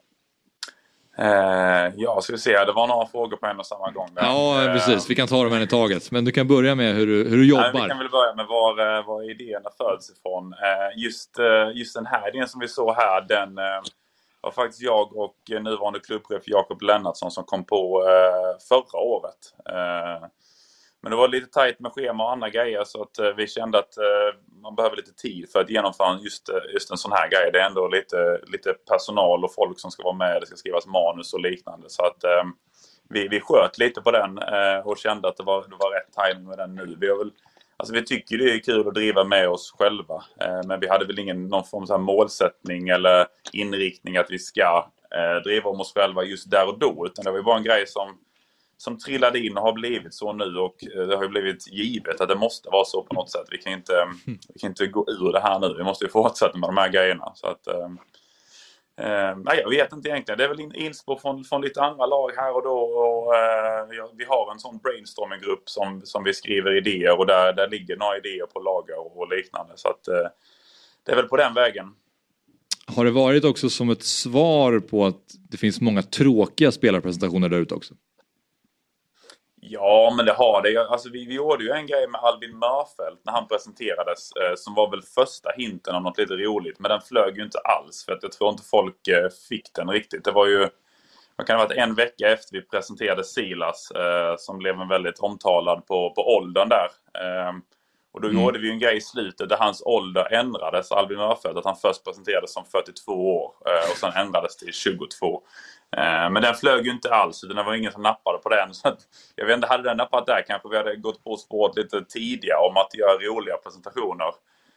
Ja, ska vi se. Det var några frågor på en och samma gång. Där. Ja, precis. Vi kan ta dem en i taget. Men du kan börja med hur du jobbar. Vi kan väl börja med var idéerna föds ifrån. Just den här idén som vi såg här, den var faktiskt jag och nuvarande klubbchef Jakob Lennartsson som kom på förra året. Men det var lite tajt med schema och andra grejer, så att vi kände att man behöver lite tid för att genomföra just en sån här grej. Det är ändå lite personal och folk som ska vara med, det ska skrivas manus och liknande. Så att vi sköt lite på den och kände att det var rätt timing med den nu. Vi tycker det är kul att driva med oss själva, men vi hade väl någon form av målsättning eller inriktning att vi ska driva om oss själva just där och då, utan det var ju bara en grej som trillade in och har blivit så nu, och det har ju blivit givet att det måste vara så på något sätt. Vi kan inte gå ur det här nu. Vi måste ju fortsätta med de här grejerna. Så att, nej, jag vet inte egentligen. Det är väl inspo från lite andra lag här och då. Och, vi har en sån brainstorminggrupp som vi skriver idéer, och där ligger några idéer på lager och liknande. Så att det är väl på den vägen. Har det varit också som ett svar på att det finns många tråkiga spelarpresentationer där ute också? Ja, men det har det. Alltså, vi gjorde ju en grej med Albin Mörfelt när han presenterades, som var väl första hinten om något lite roligt. Men den flög ju inte alls, för att jag tror inte folk fick den riktigt. Det var ju, man kan ha varit en vecka efter vi presenterade Silas, som blev en väldigt omtalad på åldern där. Och då gjorde vi en grej i slutet där hans ålder ändrades, Albin Mörfelt, att han först presenterades som 42 år och sen ändrades till 22. Men den flög ju inte alls, utan det var ingen som nappade på den. Så att, jag vet inte, hade den nappat där kanske vi hade gått på spåret lite tidigare om att göra roliga presentationer.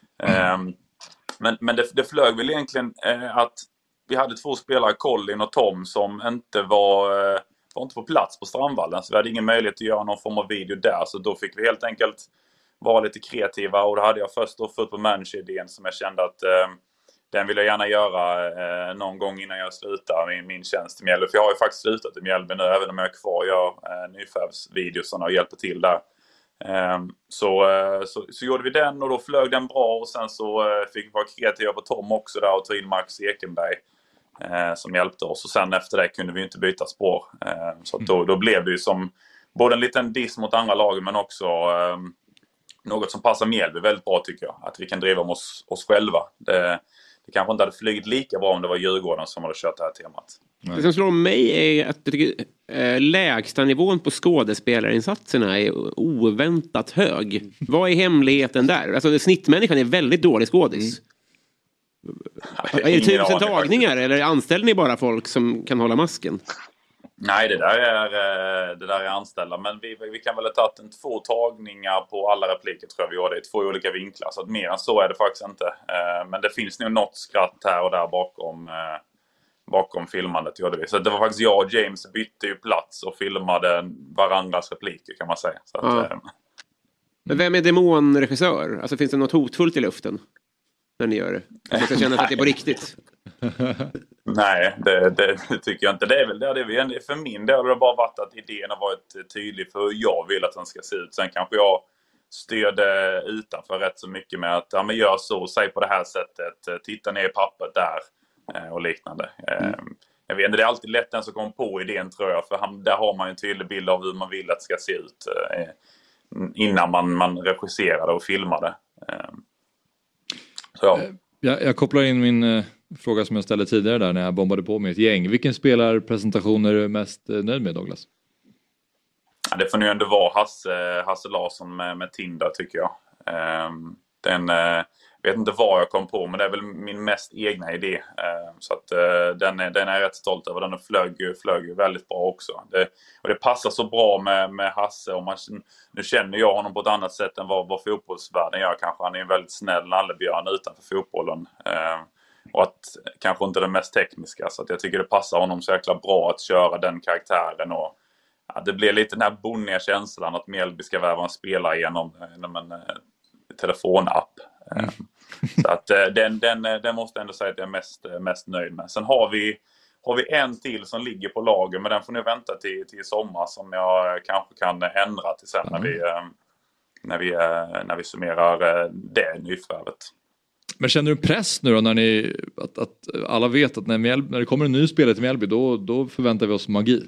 Men det flög väl egentligen att vi hade 2 spelare, Colin och Tom, som inte var inte på plats på Strandvallen. Så vi hade ingen möjlighet att göra någon form av video där. Så då fick vi helt enkelt vara lite kreativa, och då hade jag först fått på manager-idén som jag kände att den vill jag gärna göra någon gång innan jag slutar min tjänst i Mjällby. För jag har ju faktiskt slutat i Mjällby nu, även om jag är kvar och gör nyfärvsvideosarna och hjälper till där. Så gjorde vi den, och då flög den bra, och sen så fick vi vara kreativa på Tom också där och ta in Max Ekenberg som hjälpte oss. Och sen efter det kunde vi inte byta spår. Så då blev det ju som både en liten diss mot andra lag, men också något som passar Mjällby väldigt bra, tycker jag. Att vi kan driva om oss själva. Det kanske inte hade flugit lika bra om det var Djurgården som hade kört det här temat. Det som slår mig är att jag tycker, lägsta nivån på skådespelarinsatserna är oväntat hög. Vad är hemligheten där? Alltså snittmänniskan är väldigt dålig skådis. Är det 1000 tagningar, eller anställer ni bara folk som kan hålla masken? Nej, det där är anställda. Men vi kan väl ha tagit 2 tagningar på alla repliker, tror jag vi gjorde, i 2 olika vinklar. Så att mer än så är det faktiskt inte. Men det finns nog något skratt här och där bakom filmandet, gjorde vi. Så det var faktiskt jag och James bytte ju plats och filmade varandras repliker, kan man säga. Så att, Men vem är demonregissör? Alltså finns det något hotfullt i luften när ni gör det? Att man ska känna att det är på riktigt. Nej, det tycker jag inte. Det är väl det. För min del har det bara varit att idén har varit tydlig för hur jag vill att den ska se ut. Sen kanske jag styrde utanför rätt så mycket med att men gör så, säg på det här sättet, titta ner i pappret där och liknande. Jag vet inte, det är alltid lätt den som kommer på idén, tror jag. För där har man en tydlig bild av hur man vill att det ska se ut innan man regisserade och filmade. Så ja. Jag kopplar in min fråga som jag ställde tidigare där när jag bombade på med ett gäng. Vilken spelarpresentation är du mest nöjd med, Douglas? Ja, det får nu ändå vara Hasse Larsson med Tinder, tycker jag. Jag vet inte vad jag kom på, men det är väl min mest egna idé. Så att den är jag rätt stolt över. Den flög ju väldigt bra också. Och det passar så bra med Hasse. Och nu känner jag honom på ett annat sätt än vad fotbollsvärlden gör kanske. Han är en väldigt snäll nallebjörn utanför fotbollen. Och att kanske inte det mest tekniska. Så att jag tycker det passar honom så jäkla bra att köra den karaktären. Och det blir lite den här bonniga känslan att Mjällby ska värva en spelare genom en telefonapp. Så att den måste jag ändå säga att jag är mest nöjd med. Sen har har vi en till som ligger på lager, men den får nu vänta till sommar som jag kanske kan ändra till sen när vi summerar det nyförvärvet. Men känner du press nu då när ni att alla vet att när det kommer en ny spelare till Mjällby då förväntar vi oss magi?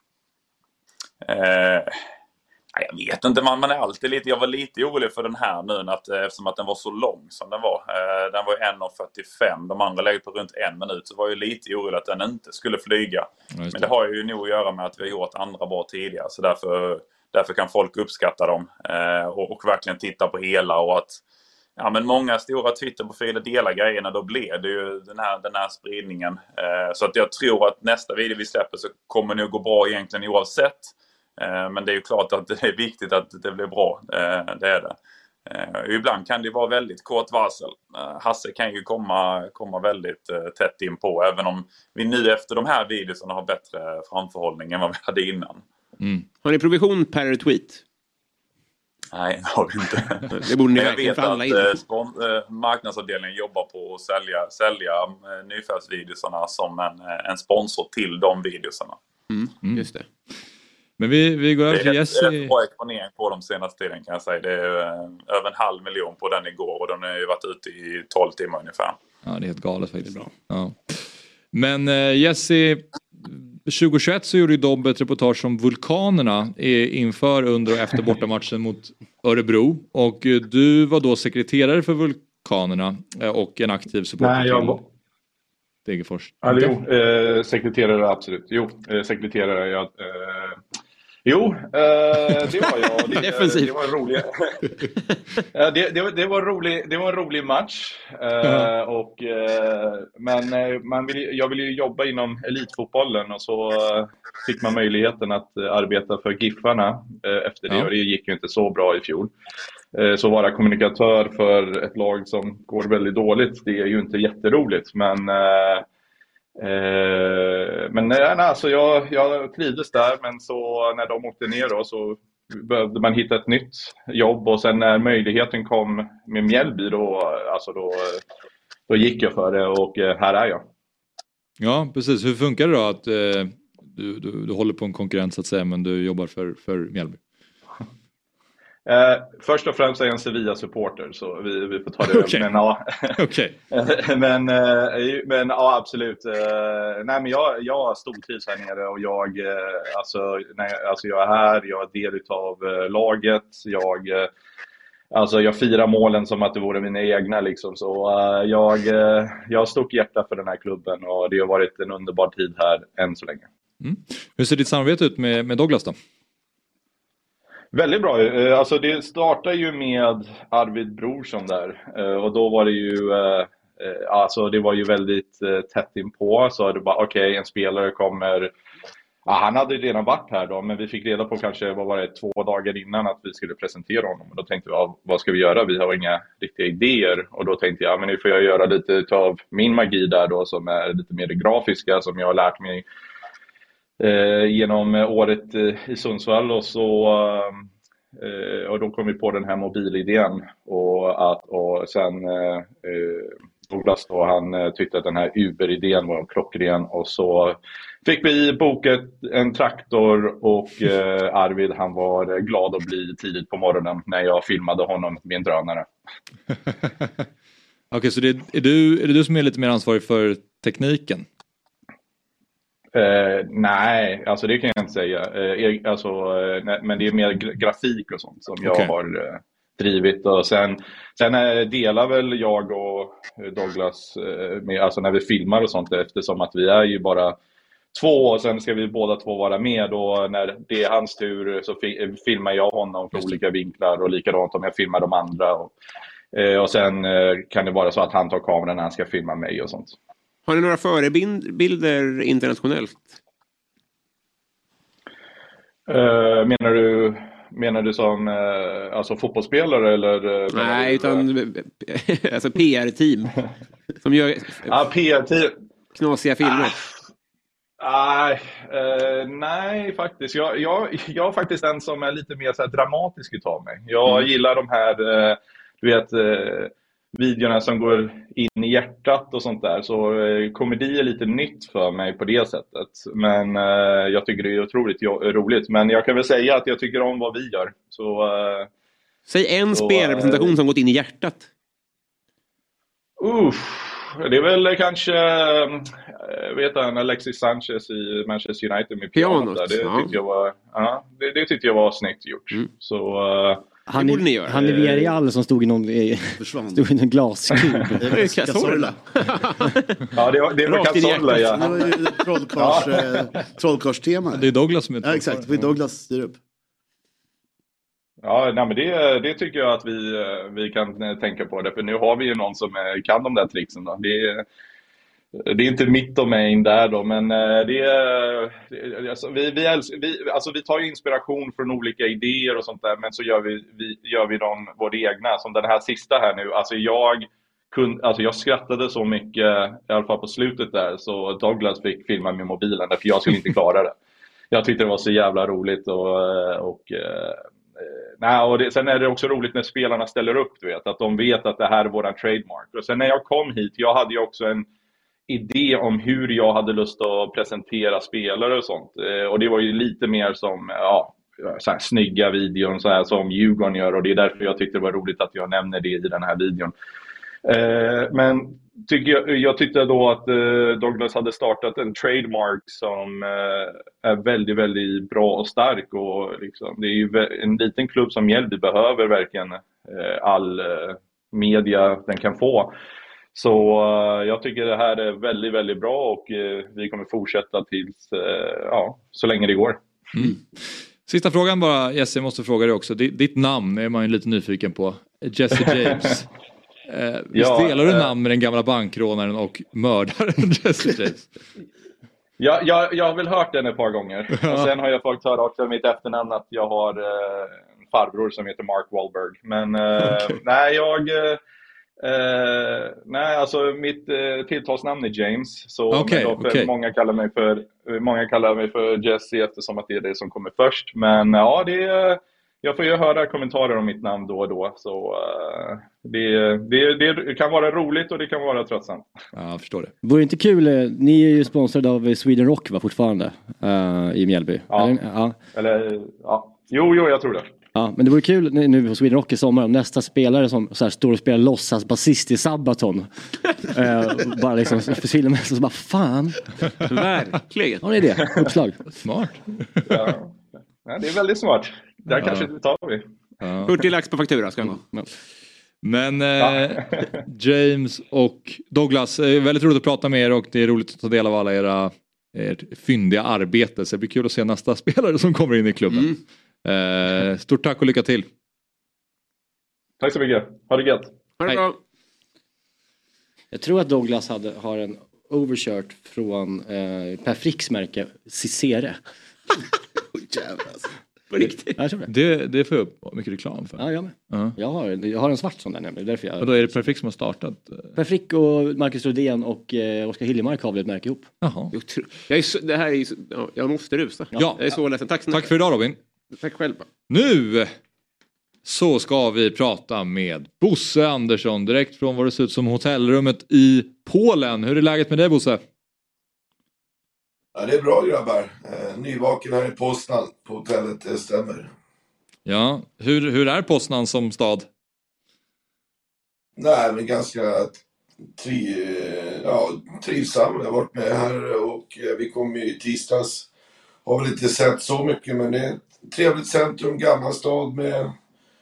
Jag vet inte, man är alltid lite, jag var lite orolig för den här nu eftersom att den var så lång som den var. Den var 1:45, de andra lägger på runt 1 minut, så var jag lite orolig att den inte skulle flyga. Men det har ju nog att göra med att vi har gjort andra bra tidigare, så därför kan folk uppskatta dem och verkligen titta på hela, och att men många stora Twitterprofiler delar grejerna, då blir det ju den här spridningen. Så att jag tror att nästa video vi släpper så kommer det nog gå bra egentligen oavsett. Men det är ju klart att det är viktigt att det blir bra, det är det. Ibland kan det vara väldigt kort varsel. Hasse kan ju komma väldigt tätt in på, även om vi nu efter de här videorna har bättre framförhållning än vad vi hade innan. Har ni provision per tweet? Nej, det har vi inte. Det borde ni verkligen förhandla in. Marknadsavdelningen jobbar på att sälja nyfärdsvideosarna som en sponsor till de videosarna. Just det. Men vi går över till Jesse. Det är bra exponering på de senaste tiden, kan jag säga. Det är över 500 000 på den igår, och den har ju varit ute i 12 timmar ungefär. Ja, det är helt galet faktiskt. Bra. Ja. Men Jesse, 2021 så gjorde ju Dobb ett reportage om vulkanerna inför, under och efter bortamatchen mot Örebro. Och du var då sekreterare för vulkanerna och en aktiv supporter. Nej, jag var Degerfors. Sekreterare, absolut. Sekreterare. Det var jag. Det var en rolig. Det var en rolig match. Men jag ville ju jobba inom elitfotbollen, och så fick man möjligheten att arbeta för Giffarna efter det, och det gick ju inte så bra i fjol. Så vara kommunikatör för ett lag som går väldigt dåligt, det är ju inte jätteroligt, men alltså jag trivdes där, men så när de åkte ner då, så behövde man hitta ett nytt jobb, och sen när möjligheten kom med Mjällby då gick jag för det, och här är jag. Ja, precis. Hur funkar det då att du håller på en konkurrens så att säga, men du jobbar för Mjällby? Först och främst är jag en Sevilla-supporter, så vi får ta det. Okay. Men ja, okay. men ja, absolut. Nej, men jag stortrivs här nere, och jag är här, jag är del av laget. Jag firar målen som att det vore mina egna liksom, så jag har stort hjärta för den här klubben, och det har varit en underbar tid här än så länge. Hur ser ditt samarbete ut med Douglas då? Väldigt bra. Alltså det startar ju med Arvid Brorsson där. Och då var det ju det var ju väldigt tätt inpå. Så det bara okej, en spelare kommer. Ja, han hade redan varit här då, men vi fick reda på kanske 2 dagar innan att vi skulle presentera honom. Och då tänkte vi, vad ska vi göra? Vi har inga riktiga idéer. Och då tänkte jag, men nu får jag göra lite av min magi där då, som är lite mer det grafiska, som jag har lärt mig genom året i Sundsvall, och då kom vi på den här mobilidén, och sen Douglas då, han tyckte att den här Uber-idén var klockren, och så fick vi bokat en traktor, och Arvid, han var glad att bli tidigt på morgonen när jag filmade honom med en drönare. Okej, så är det du som är lite mer ansvarig för tekniken? Nej, alltså det kan jag inte säga. Men det är mer grafik och sånt som jag har drivit. Och sen delar väl jag och Douglas med, alltså när vi filmar och sånt, eftersom att vi är ju bara 2, och sen ska vi båda 2 vara med. Och när det är hans tur så filmar jag honom på olika vinklar, och likadant om jag filmar de andra. Och sen kan det vara så att han tar kameran när han ska filma mig och sånt. Har ni några förebilder internationellt? Menar du som alltså fotbollsspelare eller? Nej, utan alltså PR-team som gör PR-team. Knasiga filmer. Nej, faktiskt. Jag är faktiskt en som är lite mer så här dramatisk utav mig. Jag gillar de här, du vet, videorna som går in i hjärtat och sånt där. Så komedi är lite nytt för mig på det sättet. Men jag tycker det är otroligt roligt. Men jag kan väl säga att jag tycker om vad vi gör. Så, säg en spelrepresentation som gått in i hjärtat. Det är väl kanske Alexis Sanchez i Manchester United med pianot. Det tyckte jag var snyggt gjort. Så han är Villarreal som stod i någon glaskub. Cazorla. Ja, det var Cazorla, ja. Det var ju trollkarlstema. Det är Douglas som är trollkarl. Ja, exakt. Det är Douglas styr upp. Ja, nej, men det tycker jag att vi kan tänka på det. För nu har vi ju någon som kan de där tricksen då. Det är inte mitt domain där då, men vi tar ju inspiration från olika idéer och sånt där, men så gör vi dem våra egna. Som den här sista här nu. Jag skrattade så mycket, i alla fall på slutet där, så Douglas fick filma med mobilen för jag skulle inte klara det. Jag tyckte det var så jävla roligt sen är det också roligt när spelarna ställer upp, du vet, att de vet att det här är våran trademark. Och sen när jag kom hit, jag hade ju också en idé om hur jag hade lust att presentera spelare och sånt. Och det var ju lite mer som så här snygga videon så här, som Djurgården gör, och det är därför jag tyckte det var roligt att jag nämner det i den här videon. Men jag tyckte då att Douglas hade startat en trademark som är väldigt, väldigt bra och stark, och liksom, det är ju en liten klubb som Mjällby behöver verkligen all media den kan få. Så jag tycker det här är väldigt, väldigt bra, och vi kommer fortsätta tills så länge det går. Sista frågan bara, Jesse, jag måste fråga dig också. Ditt namn är man ju lite nyfiken på. Jesse James. Visst delar du namn med den gamla bankrånaren och mördaren Jesse James? Jag har väl hört den ett par gånger. Och sen har jag fått höra också mitt efternamn att jag har en farbror som heter Mark Wahlberg. Men mitt tilltalsnamn är James. Så många kallar mig för Jesse eftersom att det är det som kommer först. Men jag får ju höra kommentarer om mitt namn då och då. Så det kan vara roligt och det kan vara tröttsamt. Ja, jag förstår det. Vore det inte kul, ni är ju sponsrade av Sweden Rock fortfarande i Mjällby. Jo, jag tror det. Ja, men det vore kul nu på Sweden Rock i sommar om nästa spelare som så här står och spelar låtsas basist i Sabaton bara liksom försvinner med så bara fan. Verkligen. Har ni det? Uppslag. Smart. Ja, det är väldigt smart. Där kanske det tar vi. 40 lax på faktura ska gå. Men James och Douglas, väldigt roligt att prata med er, och det är roligt att ta del av alla ert fyndiga arbete. Så det blir kul att se nästa spelare som kommer in i klubben. Stort tack och lycka till. Tack så mycket. Ha det gött. Hej. Jag tror att Douglas har en overshirt från Per Fricks märke Cicere. På riktigt. Det får jag upp mycket reklam för. Ja, jag med. Jag har en svart sån där nämligen. Och då är det Per Frick som har startat? Per Frick och Marcus Rodén och Oskar Hiljemark har väl ett märke ihop. Jaha. Jag måste rusa. Ja. Jag är så ledsen. Tack för idag, Robin. Tack själv. Nu så ska vi prata med Bosse Andersson direkt från vad det ser ut som hotellrummet i Polen. Hur är läget med dig, Bosse? Ja, det är bra, grabbar. Nyvaken här i Poznan på hotellet, det stämmer. Ja, hur är Poznan som stad? Nej, men ganska trivsam. Jag har varit med här och vi kom i tisdags. Har väl inte sett så mycket, men det är ett trevligt centrum, gammal stad med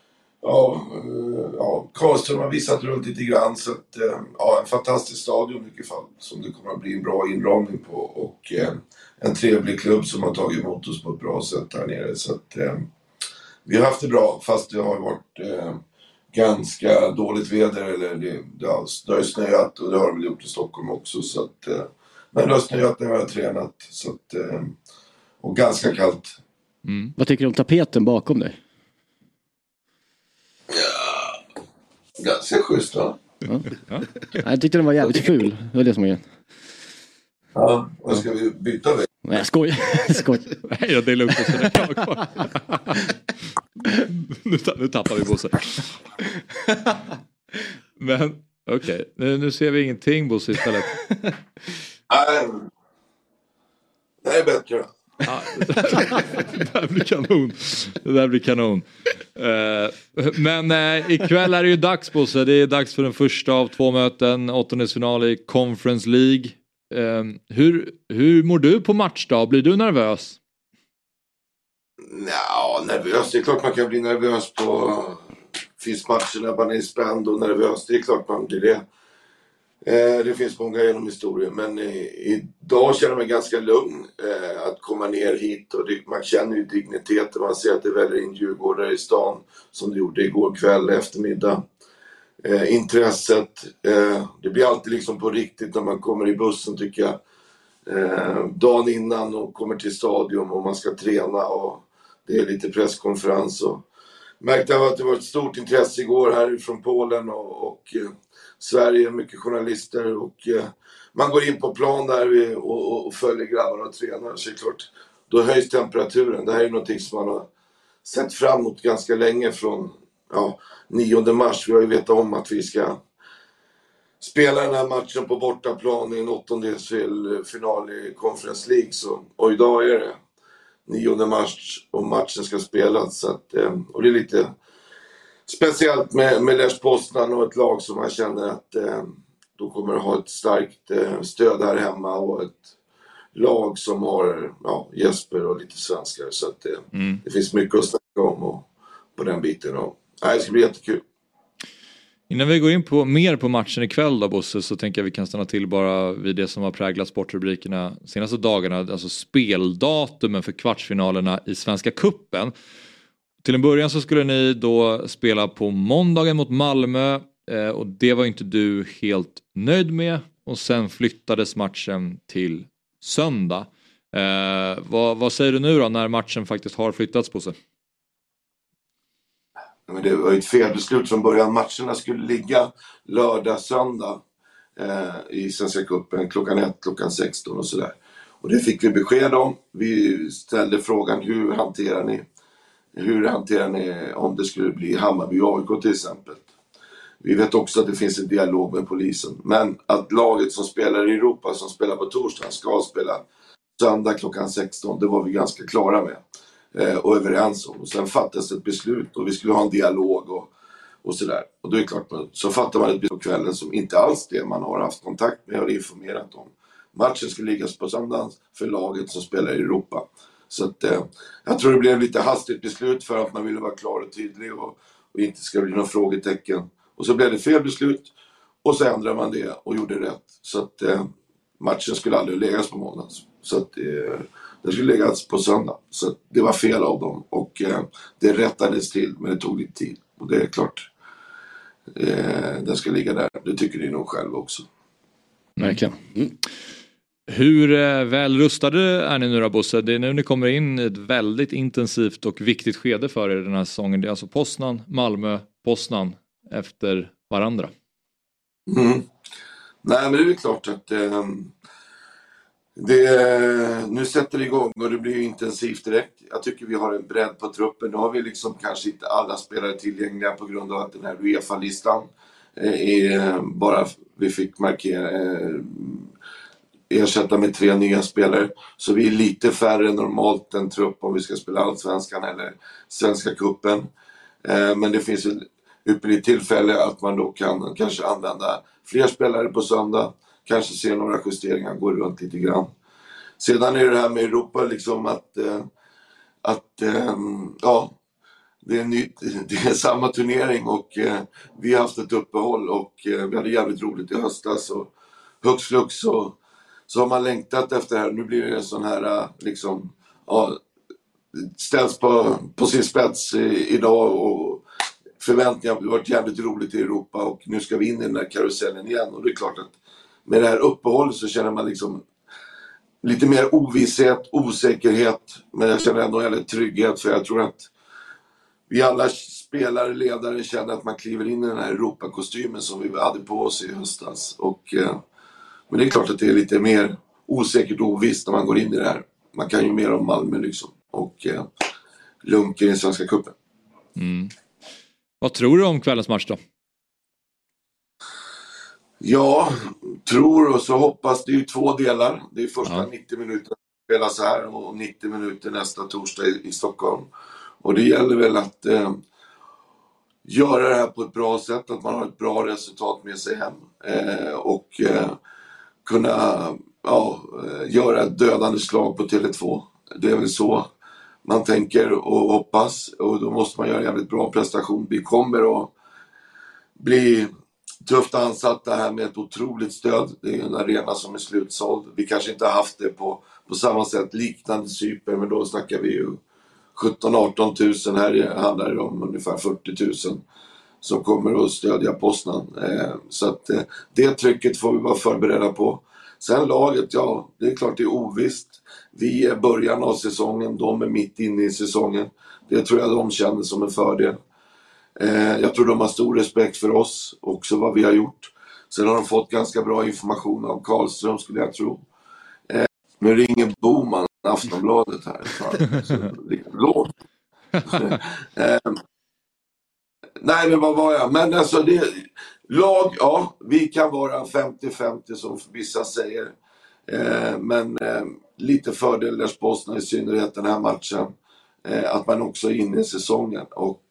Karlström har visat runt lite grann, så att, en fantastisk stadion i vilket fall som det kommer att bli en bra inramning på, och en trevlig klubb som har tagit emot oss på ett bra sätt här nere, så att vi har haft det bra, fast det har varit ganska dåligt väder, eller det har snöat, och det har det väl gjort i Stockholm också, så att, men det har snöat när vi har tränat, så att, och ganska kallt. Vad tycker du om tapeten bakom dig? Ja, ganska schysst, va? Ja. Jag tyckte den var jävligt ful. Det var det som var grejen. Ja, vad ska vi byta väg? Nej, jag skojar. Nej, det är lugnt. Nu tappar vi Bosse. Men okej, nu ser vi ingenting Bosse istället. Det är bättre. Ja, det där blir kanon. Men ikväll är det ju dags Bosse. Det är dags för den första av 2 möten. 8-final i Conference League. Hur mår du på matchdag? Blir du nervös? Ja, nervös. Det är klart man kan bli nervös på... Finns matcher när man är spänd och nervös. Det är klart man blir det. Det finns många genom historien. Men idag känner man ganska lugn att komma ner hit. Och man känner ju digniteten. Man ser att det väller in djurgårdare i stan. Som det gjorde igår kväll eftermiddag. Intresset. Det blir alltid liksom på riktigt när man kommer i bussen tycker jag. Dagen innan och kommer till stadion och man ska träna. Och det är lite presskonferens och märkte att det var ett stort intresse igår här från Polen och Sverige, mycket journalister och man går in på plan där och följer grabbarna och tränar så är det klart, då höjs temperaturen. Det här är någonting som man har sett fram emot ganska länge från 9 mars. Vi har ju vetat om att vi ska spela den här matchen på bortaplan i en 8-final i Conference League och idag är det 9 mars och matchen ska spelas. Så att, och det är lite speciellt med Lech Poznan och ett lag som man känner att då kommer att ha ett starkt stöd här hemma och ett lag som har Jesper och lite svenskar. Så att det finns mycket att snacka om och på den biten. Och, det ska bli jättekul. Innan vi går in på mer på matchen ikväll då Bosse, så tänker jag vi kan stanna till bara vid det som har präglat sportrubrikerna senaste dagarna, alltså speldatumen för kvartsfinalerna i Svenska Cupen. Till en början så skulle ni då spela på måndagen mot Malmö och det var inte du helt nöjd med och sen flyttades matchen till söndag. Vad säger du nu då när matchen faktiskt har flyttats på sig? Men det var ett felbeslut från början. Matcherna skulle ligga lördag, söndag i Svenska Cupen klockan 1, klockan 16 och sådär. Och det fick vi besked om. Vi ställde frågan hur hanterar ni om det skulle bli Hammarby och AIK till exempel. Vi vet också att det finns en dialog med polisen. Men att laget som spelar i Europa, som spelar på torsdag, ska spela söndag klockan 16, det var vi ganska klara med. Och överens om. Och sen fattades ett beslut och vi skulle ha en dialog och sådär. Och då är det klart, så fattar man ett beslut på kvällen som inte alls det man har haft kontakt med och informerat om. Matchen skulle liggas på söndagen för laget som spelar i Europa. Så att, jag tror det blev lite hastigt beslut för att man ville vara klar och tydlig och inte ska bli några frågetecken. Och så blev det fel beslut och så ändrade man det och gjorde rätt. Så att matchen skulle aldrig läggas på måndagen. Så att det skulle läggas på söndag. Så det var fel av dem. Och det rättades till, men det tog lite tid. Och det är klart, den ska ligga där. Det tycker ni nog själv också. Verkligen. Hur väl rustade är ni nu då, Bosse? Det är nu ni kommer in i ett väldigt intensivt och viktigt skede för er den här säsongen. Det är alltså Poznan, Malmö, Poznan efter varandra. Nej, men det är klart att nu sätter det igång och det blir ju intensivt direkt. Jag tycker vi har en bredd på truppen. Nu har vi liksom kanske inte alla spelare tillgängliga på grund av att den här UEFA-listan är bara vi fick ersätta med 3 nya spelare. Så vi är lite färre normalt än trupp om vi ska spela Allsvenskan eller Svenska Cupen. Men det finns ett ypperligt tillfälle att man då kan kanske använda fler spelare på söndag. Kanske se några justeringar, gå runt lite grann. Sedan är det här med Europa liksom att det är nytt, det är samma turnering och vi har haft ett uppehåll och vi hade jävligt roligt i höstas och hux flux så har man längtat efter det här. Nu blir det en sån här liksom ställs på sin spets idag och förväntningar. Det har varit jävligt roligt i Europa och nu ska vi in i den här karusellen igen och det är klart att med det här uppehållet så känner man liksom lite mer ovisshet, osäkerhet, men jag känner ändå en trygghet för jag tror att vi alla spelare, ledare känner att man kliver in i den här Europakostymen som vi hade på oss i höstas. Men det är klart att det är lite mer osäkert och ovisst när man går in i det här. Man kan ju mer om Malmö liksom och Lunken i Svenska Cupen. Vad tror du om kvällens match då? Ja, tror och så hoppas. Det är ju 2 delar. Det är första 90 minuter spelas här och 90 minuter nästa torsdag i Stockholm. Och det gäller väl att göra det här på ett bra sätt, att man har ett bra resultat med sig hem och kunna göra ett dödande slag på Tele2. Det är väl så man tänker och hoppas, och då måste man göra en jävligt bra prestation. Vi kommer att bli tufft ansatta här med ett otroligt stöd. Det är en arena som är slutsåld. Vi kanske inte har haft det på samma sätt liknande Cypern, men då snackar vi ju 17-18 000. Här handlar det om ungefär 40 000 som kommer att stödja Poznan. Så att det trycket får vi vara förberedda på. Sen laget, ja, det är klart det är ovisst. Vi är början av säsongen, de är mitt inne i säsongen. Det tror jag de känner som en fördel. Jag tror de har stor respekt för oss, också vad vi har gjort. Sen har de fått ganska bra information av Karlström, skulle jag tro. Nu ringer Boman, Aftonbladet här. Låt. Nej, men vad var jag? Men alltså det lag, ja, vi kan vara 50-50 som vissa säger. Men lite fördelers Poznan i synnerhet den här matchen. Att man också är inne i säsongen. Och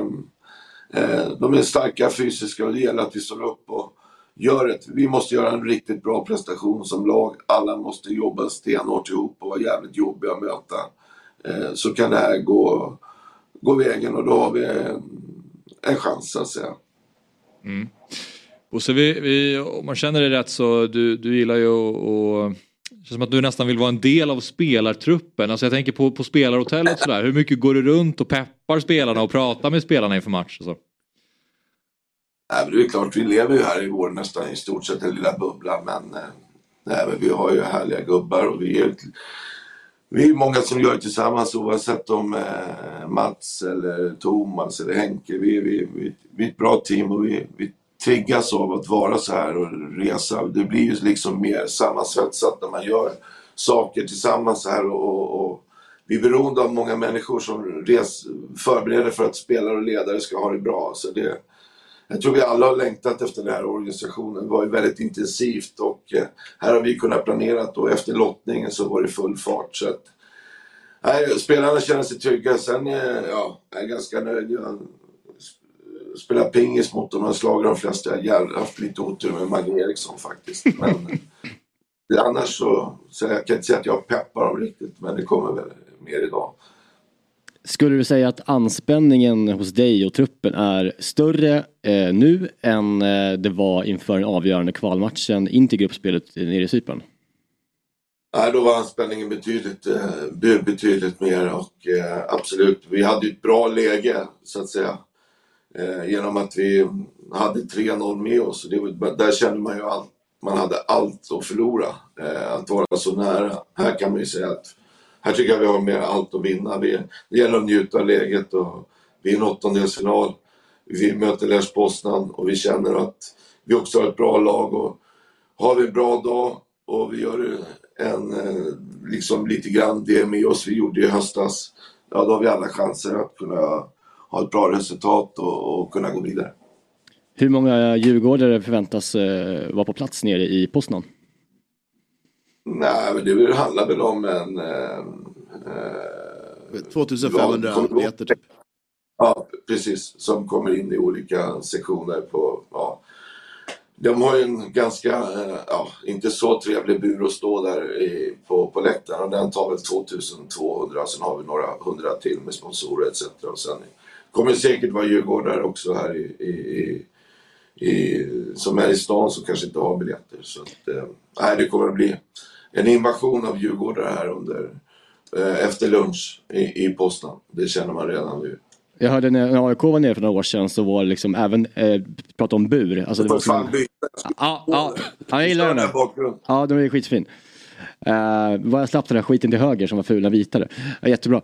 de är starka fysiska och det gäller att vi står upp och gör det. Vi måste göra en riktigt bra prestation som lag. Alla måste jobba stenhårt ihop och vara jävligt jobbiga att möta. Så kan det här gå vägen och då har vi en chans att säga. Mm. Och så om man känner det rätt så du gillar ju och det känns som att du nästan vill vara en del av spelartruppen. Alltså jag tänker på spelarhotellet sådär. Hur mycket går du runt och peppar spelarna och pratar med spelarna inför match och så? Nej, men det är klart, vi lever ju här i vår nästan i stort sett en lilla bubbla, men vi har ju härliga gubbar och vi är många som gör det tillsammans, oavsett om Mats eller Thomas eller Henke. Vi är ett bra team och vi triggas av att vara så här och resa. Det blir ju liksom mer sammansvetsat när man gör saker tillsammans här och vi är beroende av många människor som förbereder för att spelare och ledare ska ha det bra. Så jag tror vi alla har längtat efter den här organisationen. Det var ju väldigt intensivt och här har vi kunnat planera och efter lottningen så var det full fart. Så att, spelarna känner sig trygga. Sen jag är ganska nöjd. Jag spelar pingis mot dem och slagit de flesta. Jag har haft lite otur med Maggie Eriksson faktiskt. Men annars så jag kan inte säga att jag peppar dem riktigt, men det kommer väl mer idag. Skulle du säga att anspänningen hos dig och truppen är större nu än det var inför den avgörande kvalmatchen in till gruppspelet nere i Cypern? Nej, då var anspänningen betydligt mer och absolut, vi hade ett bra läge så att säga. Genom att vi hade 3-0 med oss. Där kände man ju att man hade allt att förlora. Att vara så nära. Här kan man ju säga att här tycker jag vi har mer allt att vinna. Det gäller att njuta av läget och vi är en 8-delsfinal. Vi möter Lech Poznan och vi känner att vi också har ett bra lag och har vi en bra dag och vi gör liksom lite grann det med oss vi gjorde i höstas. Ja, då har vi alla chanser att kunna ha ett bra resultat och kunna gå vidare. Hur många djurgårdare förväntas vara på plats nere i Poznan? Nej, men det handlar väl om 2500 meter typ. Ja, precis. Som kommer in i olika sektioner på, ja. De har ju en ganska, inte så trevlig bur att stå där på läktaren. Och den tar väl 2200. Sen har vi några 100 till med sponsorer etc. Och sen kommer det säkert vara djurgårdare också här som är i stan som kanske inte har biljetter. Så att, det kommer att bli en invasion av djurgårdare här efter lunch i Poznan. Det känner man redan nu. Jag hörde när AIK var nere för några år sedan så var det liksom även prata om bur. Alltså det var fan jag gillar den. Ja, den är skitfin. Var jag slapp den där skiten till höger som var fula vitare. Jättebra.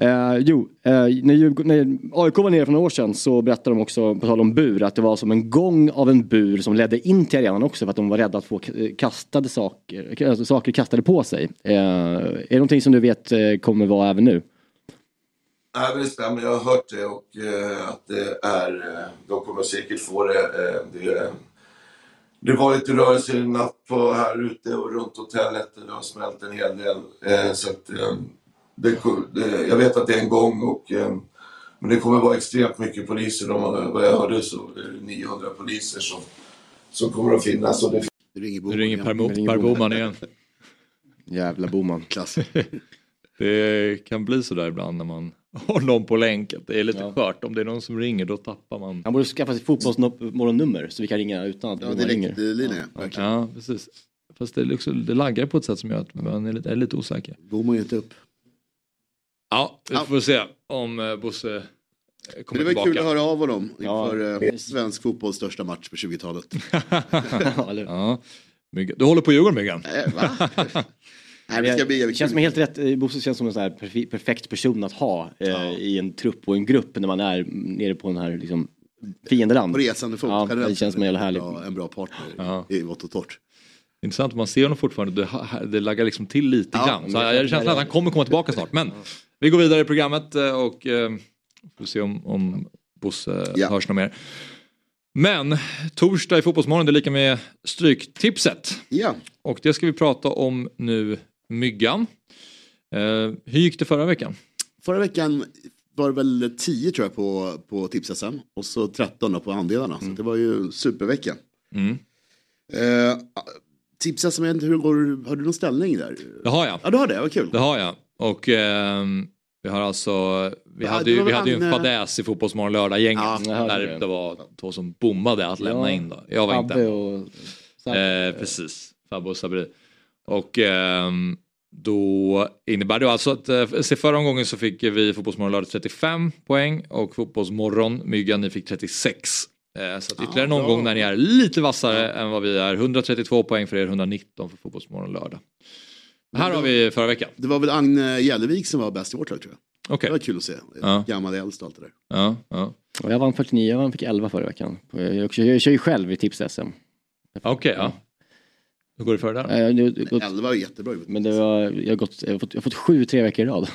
När AIK var nere för några år sedan så berättade de också på tal om bur att det var som en gång av en bur som ledde in till arenan också för att de var rädda att få kastade saker kastade på sig. Är det någonting som du vet kommer vara även nu? Nej, men det stämmer. Jag har hört det och att det är de kommer säkert få det. Det var lite rörelse i natt på här ute och runt hotellet. Det har smält en hel del. Så att, jag vet att det är en gång. Men det kommer vara extremt mycket poliser. Vad jag hörde så är det 900 poliser som kommer att finnas. Och det ringer Per Boman igen. Jävla Boman. Klass. Det kan bli så där ibland när man har någon på länk. Det är lite skört. Om det är någon som ringer då tappar man. Han borde skaffa sig fotbollsmorgonnummer så vi kan ringa utan att Boman ringer. Ja, precis. Fast det laggar på ett sätt som gör att man är lite osäker. Boman inte upp. Ja, vi får se om Bosse kommer det var tillbaka. Kul att höra av honom inför svensk fotbolls största match på 20-talet. Ja. Du håller på Djurgården, Myggan. Det känns som helt rätt. Bosse känns som en sån här perfekt person att ha i en trupp och en grupp när man är nere på den här liksom, fiendeland. På resande fot. Ja, det känns som en jävla härlig. En bra partner i vått och torrt. Intressant, man ser honom fortfarande. Det laggar liksom till lite grann. Så jag känner att han kommer komma tillbaka snart. Men vi går vidare i programmet och får se om Bosse hörs något mer. Men torsdag i Fotbollsmorgon, det är lika med stryktipset. Ja. Och det ska vi prata om nu, Myggan. Hur gick det förra veckan? Förra veckan var det väl 10 tror jag på tips-SM. Och så 13 på andelarna. Så det var ju en supervecka. Tips-SM, jag vet inte hur går. Har du någon ställning där? Det har jag. Ja, du har det, vad kul. Det har jag. Och vi har alltså vi hade ju en fadäs i Fotbollsmorgon lördag-gänget där det var 2 som bommade att lämna in då. Jag var inte. Och precis, Fabbe och Sabri. Och då innebär det alltså att förra omgången så fick vi Fotbollsmorgon lördag 35 poäng och Fotbollsmorgon Myggan ni fick 36. Så att ytterligare någon gång när ni är lite vassare än vad vi är. 132 poäng för er, 119 för Fotbollsmorgon lördag. Här har vi förra veckan. Det var väl Agne Gällevik som var bäst i vårt lag, tror jag. Okay. Det var kul att se. Gammal äldst och allt det där. Ja. Och jag vann 49, jag fick 11 förra veckan. Jag kör ju själv i tips-SM. Okej. Hur går det för det där? 11 var jättebra. Men det var, jag har fått 7 3 veckor i rad.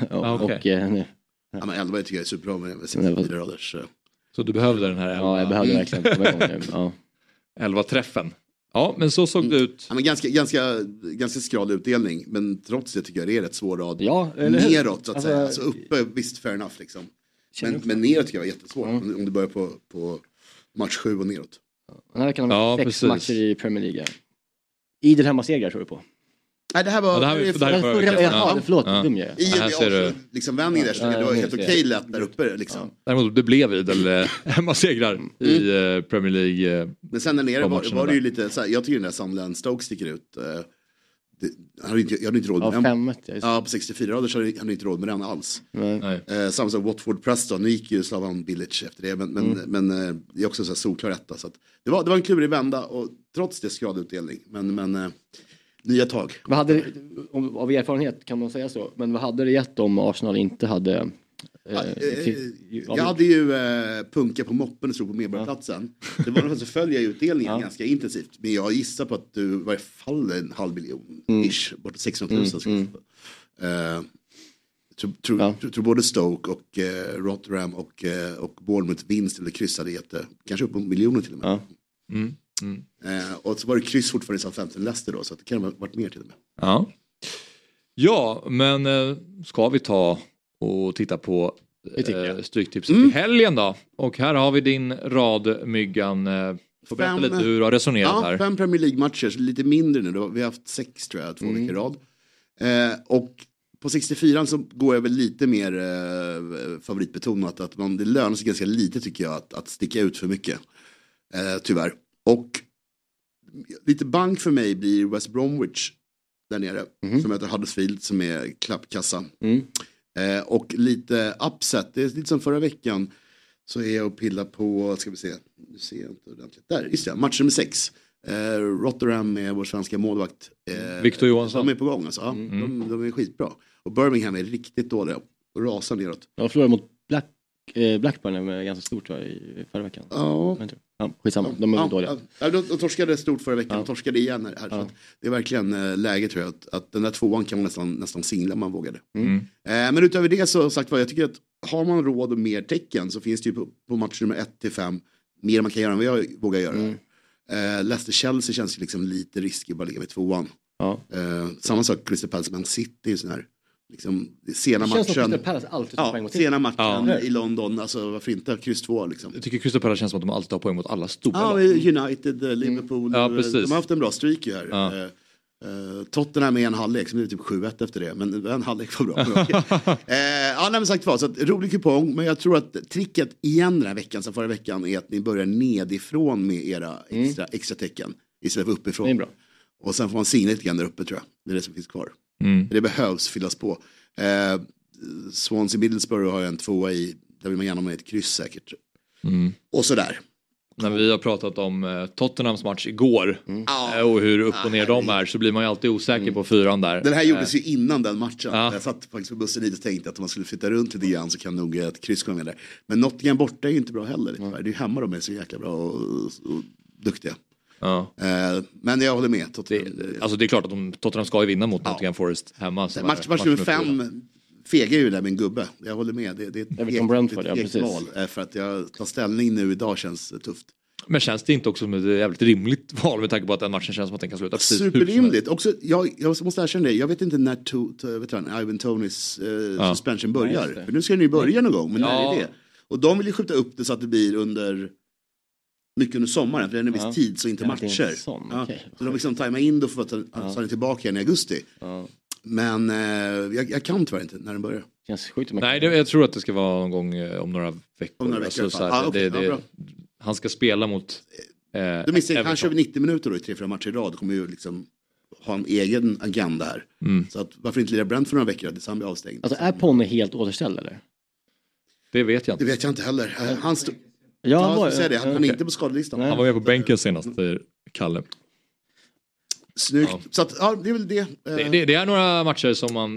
Men 11 tycker jag är superbra med 64 raders. Så du behövde den här 11? Ja, jag behövde verkligen. 11 träffen. Ja, men så såg det ut. Ja, men ganska skral utdelning. Men trots det tycker jag det är rätt svår rad. Ja, neråt så att säga. Alltså uppe, visst fair enough liksom. Men neråt tycker jag är jättesvårt. Om du börjar på match 7 och neråt. Den här kan ha 6 matcher i Premier League. Idel hemmasegrar tror du på? Nej, det här var... Förlåt, dum jag är. Här ser du. Liksom vändning där, så det var helt okej lätt där uppe liksom. Däremot det blev idel hemmasegrar i Premier League. Men sen där nere var det ju lite så här, jag tycker den där Sunderland Stoke sticker ut. Jag hade inte råd med den. Ja, på 64 rader så hade jag inte råd med den alls. Samma som Watford Preston, nu gick ju Slavan Bilic efter det. Men det är också så här solklar rätta. Så att det var en klurig vända och trots det skadutdelning. Men nya tag. Vad hade av erfarenhet kan man säga så. Men vad hade det gett om Arsenal inte hade... jag hade ju punka på moppen och stod på Medborgarplatsen. Det var något som följer utdelningen ganska intensivt. Men jag gissar på att du i varje fall 500 000 ish, bortåt 600 000. Tror både Stoke och Rotherham och Bournemouth vinst eller kryss hade gett kanske upp på miljoner till och med. Och så var det kryss fortfarande i Southampton Leicester då, så att det kan ha varit mer till och med. Ja, men ska vi ta och titta på stryktipset i helgen då? Och här har vi din rad, Myggan. Får berätta lite hur du har resonerat här. 5 Premier League-matcher, lite mindre nu. Vi har haft 6 tror jag, 2 veckor i rad. Och på 64 så går jag väl lite mer favoritbetonat. Att det lönar sig ganska lite tycker jag att sticka ut för mycket. Tyvärr. Och lite bank för mig blir West Bromwich där nere. Som heter Huddersfield som är klappkassa. Och lite upset. Det är lite som förra veckan. Så är jag och pillar på, ska vi se. Nu ser jag inte ordentligt. Där, just det. Match nummer 6. Rotherham med vår svenska målvakt. Victor Johansson. De är på gång alltså. De är skitbra. Och Birmingham är riktigt dåliga. Och rasar neråt. Jag förlorade mot Blackburn med ganska stort i förra veckan. Ja. Skitsamma, de är dåliga. De torskade stort förra veckan, de torskade igen här. Så det är verkligen läge tror jag att den där 2:an kan man nästan singla om man vågade. Men utöver det så sagt vad jag tycker att har man råd och mer tecken så finns det ju på match nummer 1-5 mer man kan göra än vad jag vågar göra. Leicester-Chelsea känns ju liksom lite riskig, bara ligga med 2-an. Ja. Samma sak Crystal Palace Man City, sån här liksom, sena matchen i London, alltså varför inte kryss 2 liksom. Jag tycker Crystal Palace känns som att de alltid har poäng mot alla stora lag. United, Liverpool, de har haft en bra streak här. Ja. Tottenham med en halvlek, som är typ 7-1 efter det, men en halvlek var bra. Men sagt var, så att, rolig kupong, men jag tror att tricket igen den här veckan, så förra veckan, är att ni börjar nedifrån med era extra tecken istället för uppifrån. Det är bra. Och sen får man signa lite grann där uppe, tror jag. Det är det som finns kvar. Det behövs fyllas på. Swansea Middlesbrough har jag en 2 i. Där vill man gärna med ett kryss säkert. Och sådär. När vi har pratat om Tottenhams match igår och hur upp och ner de är, så blir man ju alltid osäker på 4:an där. Den här gjordes ju innan den matchen. Jag satt faktiskt på bussen hit och tänkte att om man skulle flytta runt lite grann så kan nog ett kryss komma med där. Men Nottingham borta är ju inte bra heller. Det är ju hemma de är så jäkla bra och duktiga. Ja. Men jag håller med. Det är klart att Tottenham ska ju vinna mot Nottingham Forest hemma. Match nummer 5 fegar ju där med en gubbe. Jag håller med. Det är ett val. För att jag tar ställning nu idag känns tufft. Men känns det inte också som ett jävligt rimligt val med tanke på att den matchen känns som att den kan sluta precis superrimligt. Också, jag måste erkänna det. Jag vet inte när Ivan Tonys suspension börjar. För nu ska den ju börja någon gång. Men när är det? Och de vill ju skjuta upp det så att det blir mycket under sommaren. För det är en viss tid, så inte matcher. Så de liksom tajmar in då för att ta den tillbaka igen i augusti. Men jag kan tyvärr inte när den börjar. Nej, jag tror att det ska vara någon gång om några veckor. Han ska spela mot han kör 90 minuter då i 3-4 matcher i rad. Kommer ju liksom ha en egen agenda här. Så att, varför inte lira Brent för några veckor? Det blir avstängt. Alltså är Ponne helt återställd eller? Det vet jag inte. Det vet jag inte heller. Han är inte på skadelistan. Han var med på bänken senast, säger Kalle. Snyggt. Så att, det är väl det. Det är några matcher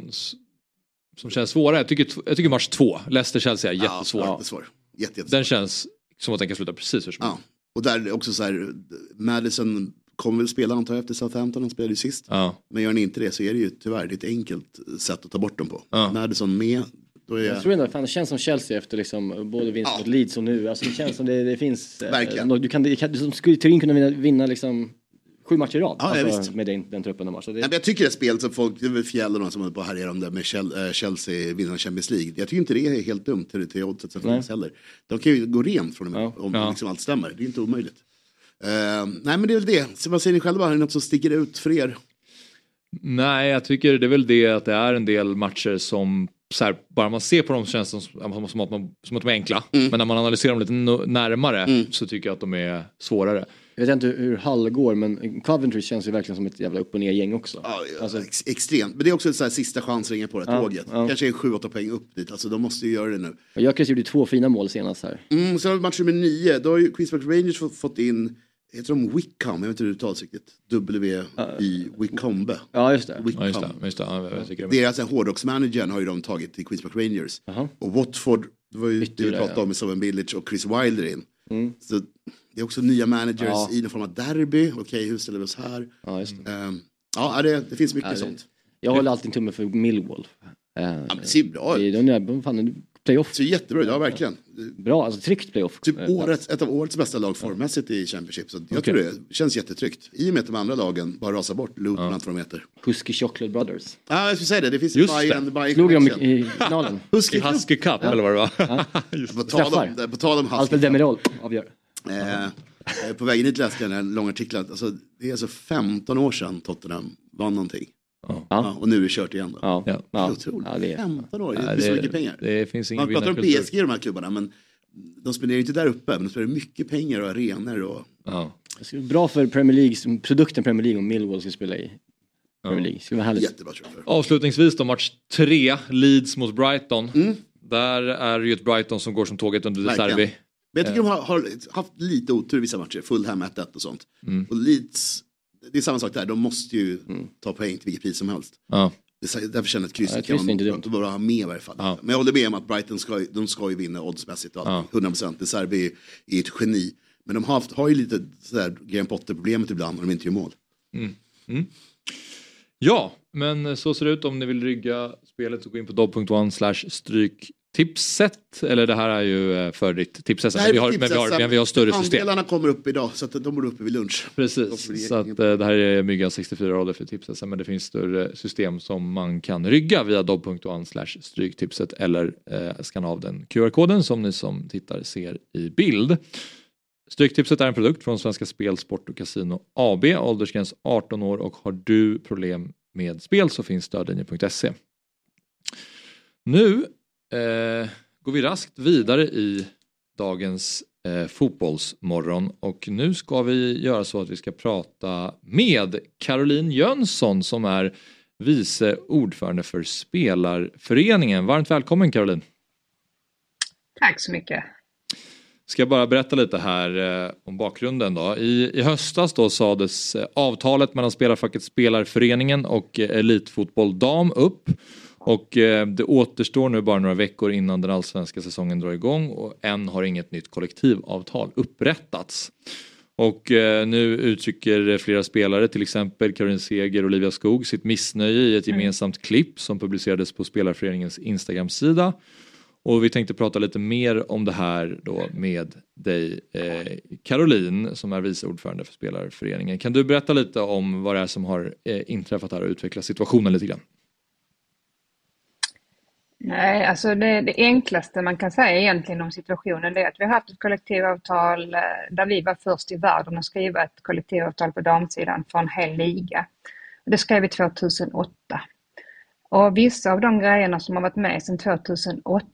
som känns svåra. Jag tycker match 2, Leicester-Chelsea, är jättesvår. Jättesvår. Den känns som att den kan sluta precis hur som helst. Och där också så här, Madison kommer väl spela antar jag efter Southampton, han spelade ju sist. Men gör ni inte det så är det ju tyvärr ett enkelt sätt att ta bort dem på. Madison med. Jag tror ändå, det känns som Chelsea efter liksom, både vinst mot Leeds och nu. Alltså, det känns som det finns... Verkligen. Du skulle kunna vinna liksom 7 matcher i rad med den truppen de har. Så jag tycker det är spel som folk, det är väl Fjäll som håller på här om det med Chelsea vinner Champions League. Jag tycker inte det är helt dumt till oddset som finns heller. De kan ju gå rent från dem om liksom allt stämmer. Det är inte omöjligt. Nej men det är väl det. Så vad säger ni själva? Är det något som sticker ut för er? Nej, jag tycker det är väl det att det är en del matcher som så här, bara man ser på dem känns som att de är enkla. Men när man analyserar dem lite närmare så tycker jag att de är svårare. Jag vet inte hur Hull går, men Coventry känns ju verkligen som ett jävla upp och ner gäng också. Extremt. Men det är också en sån här sista chans att ringa på det tåget. Kanske är 7-8 poäng upp dit. Alltså de måste ju göra det nu. Jag kanske gjorde 2 fina mål senast här. Så har match nummer 9. Då har ju Queens Park Rangers fått in, heter de Wickham? Jag vet inte hur det uttalas riktigt. W-I Wickham. Ja, just det. Deras hårdrocksmanagern har ju de tagit till Queens Park Rangers. Och Watford, det var ju det vi pratade om med Sloven Village och Chris Wilder in. Så det är också nya managers i någon form av derby. Okej, hur ställer vi oss här? Ja, just det. Det finns mycket sånt. Jag håller alltid en tumme för Millwall. Det ser bra ut. Playoff. Det ser jättebra ut, ja verkligen. Bra, alltså tryggt playoff. Typ ett av årets bästa lag formmässigt i Championship. Så jag tror det känns jättetryggt. I och med att de andra lagen bara rasar bort. Luton, allt vad de heter. Husky Chocolate Brothers. Ja, jag skulle säga det. Det finns Bayern. Slog de i finalen? Husky Cup, eller vad det var? På tal om Husky Alfred Demirol avgör. På vägen hit läste jag den här långa artikeln. Alltså, det är alltså 15 år sedan Tottenham vann någonting. Och nu är det kört igen då. Det är otroligt. 15 år, det är så mycket pengar. Det finns ingen man pratar om PSG i de här klubbarna, men de spenderar ju inte där uppe, men de spenderar mycket pengar och arenor och... Bra för Premier League, produkten Premier League, om Millwall ska spela i Premier League. Ska vara härligt. Jättebra, tror jag. Avslutningsvis då, match 3, Leeds mot Brighton. Där är ju ett Brighton som går som tåget under De Serbi. Men jag tycker de har haft lite otur i vissa matcher. Fulham 1-1 och sånt. Och Leeds, det är samma sak där. De måste ju ta poäng till vilket pris som helst. Därför känner jag att krysset kan man bara ha med i varje fall. Men jag håller med om att Brighton ska ju vinna oddsmässigt. 100%. De Serbi är ett geni. Men de har ju lite sådär Graham Potter-problemet ibland när de inte gör mål. Ja, men så ser det ut. Om ni vill rygga spelet så gå in på dobb.1/stryk Tipset, eller det här är ju för ditt tipset. Men vi har större system. Andelarna kommer upp idag så att de blir uppe vid lunch. Precis, så att det här är Myggan 64 rader för tipset. Men det finns större system som man kan rygga via dobb.one/stryktipset eller skanna av den QR-koden som ni som tittar ser i bild. Stryktipset är en produkt från Svenska Spel, Sport och Casino AB. Åldersgräns 18 år och har du problem med spel så finns stödlinjen.se. Nu går vi raskt vidare i dagens fotbollsmorgon och nu ska vi göra så att vi ska prata med Caroline Jönsson som är vice ordförande för Spelarföreningen. Varmt välkommen Caroline. Tack så mycket. Ska jag bara berätta lite här om bakgrunden då. I höstas då sades avtalet mellan Spelarfacket Spelarföreningen och Elitfotboll Dam upp. Och det återstår nu bara några veckor innan den allsvenska säsongen drar igång och än har inget nytt kollektivavtal upprättats. Och nu uttrycker flera spelare, till exempel Karin Seger och Olivia Skog, sitt missnöje i ett gemensamt klipp som publicerades på Spelarföreningens Instagram-sida. Och vi tänkte prata lite mer om det här då med dig Caroline som är vice ordförande för Spelarföreningen. Kan du berätta lite om vad det är som har inträffat här och utveckla situationen lite grann? Nej, alltså det enklaste man kan säga egentligen om situationen är att vi har haft ett kollektivavtal där vi var först i världen att skriva ett kollektivavtal på damsidan för en hel liga. Det skrev vi 2008. Och vissa av de grejerna som har varit med sedan 2008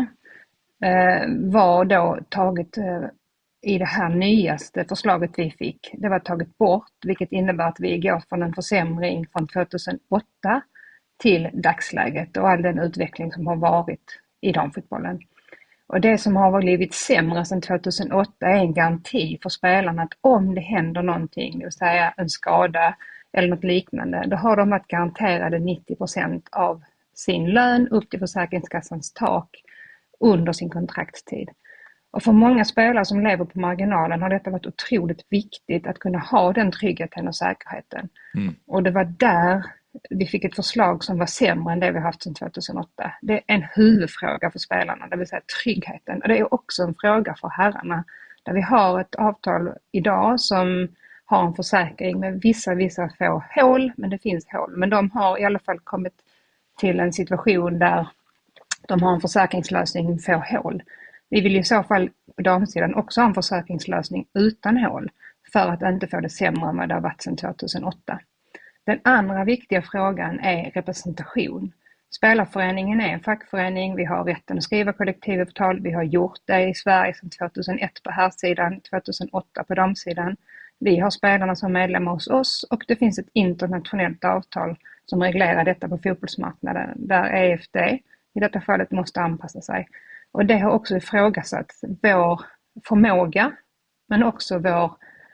var då taget i det här nyaste förslaget vi fick. Det var taget bort, vilket innebär att vi går från en försämring från 2008 till dagsläget och all den utveckling som har varit i damfotbollen. Och det som har blivit sämre sedan 2008 är en garanti för spelarna att om det händer någonting, det vill säga en skada eller något liknande, då har de varit garanterade 90% av sin lön upp till Försäkringskassans tak under sin kontraktstid. Och för många spelare som lever på marginalen har detta varit otroligt viktigt att kunna ha den tryggheten och säkerheten. Och det var där vi fick ett förslag som var sämre än det vi haft sedan 2008. Det är en huvudfråga för spelarna, det vill säga tryggheten. Och det är också en fråga för herrarna. Där vi har ett avtal idag som har en försäkring med vissa få hål, men det finns hål. Men de har i alla fall kommit till en situation där de har en försäkringslösning med få hål. Vi vill i så fall på damsidan också ha en försäkringslösning utan hål för att inte få det sämre än vad det har varit sedan 2008. Den andra viktiga frågan är representation. Spelarföreningen är en fackförening, vi har rätten att skriva kollektivavtal, vi har gjort det i Sverige sedan 2001 på här sidan, 2008 på damsidan. Vi har spelarna som medlemmar hos oss och det finns ett internationellt avtal som reglerar detta på fotbollsmarknaden där EFD i detta fallet måste anpassa sig. Och det har också ifrågasatt vår förmåga men också vår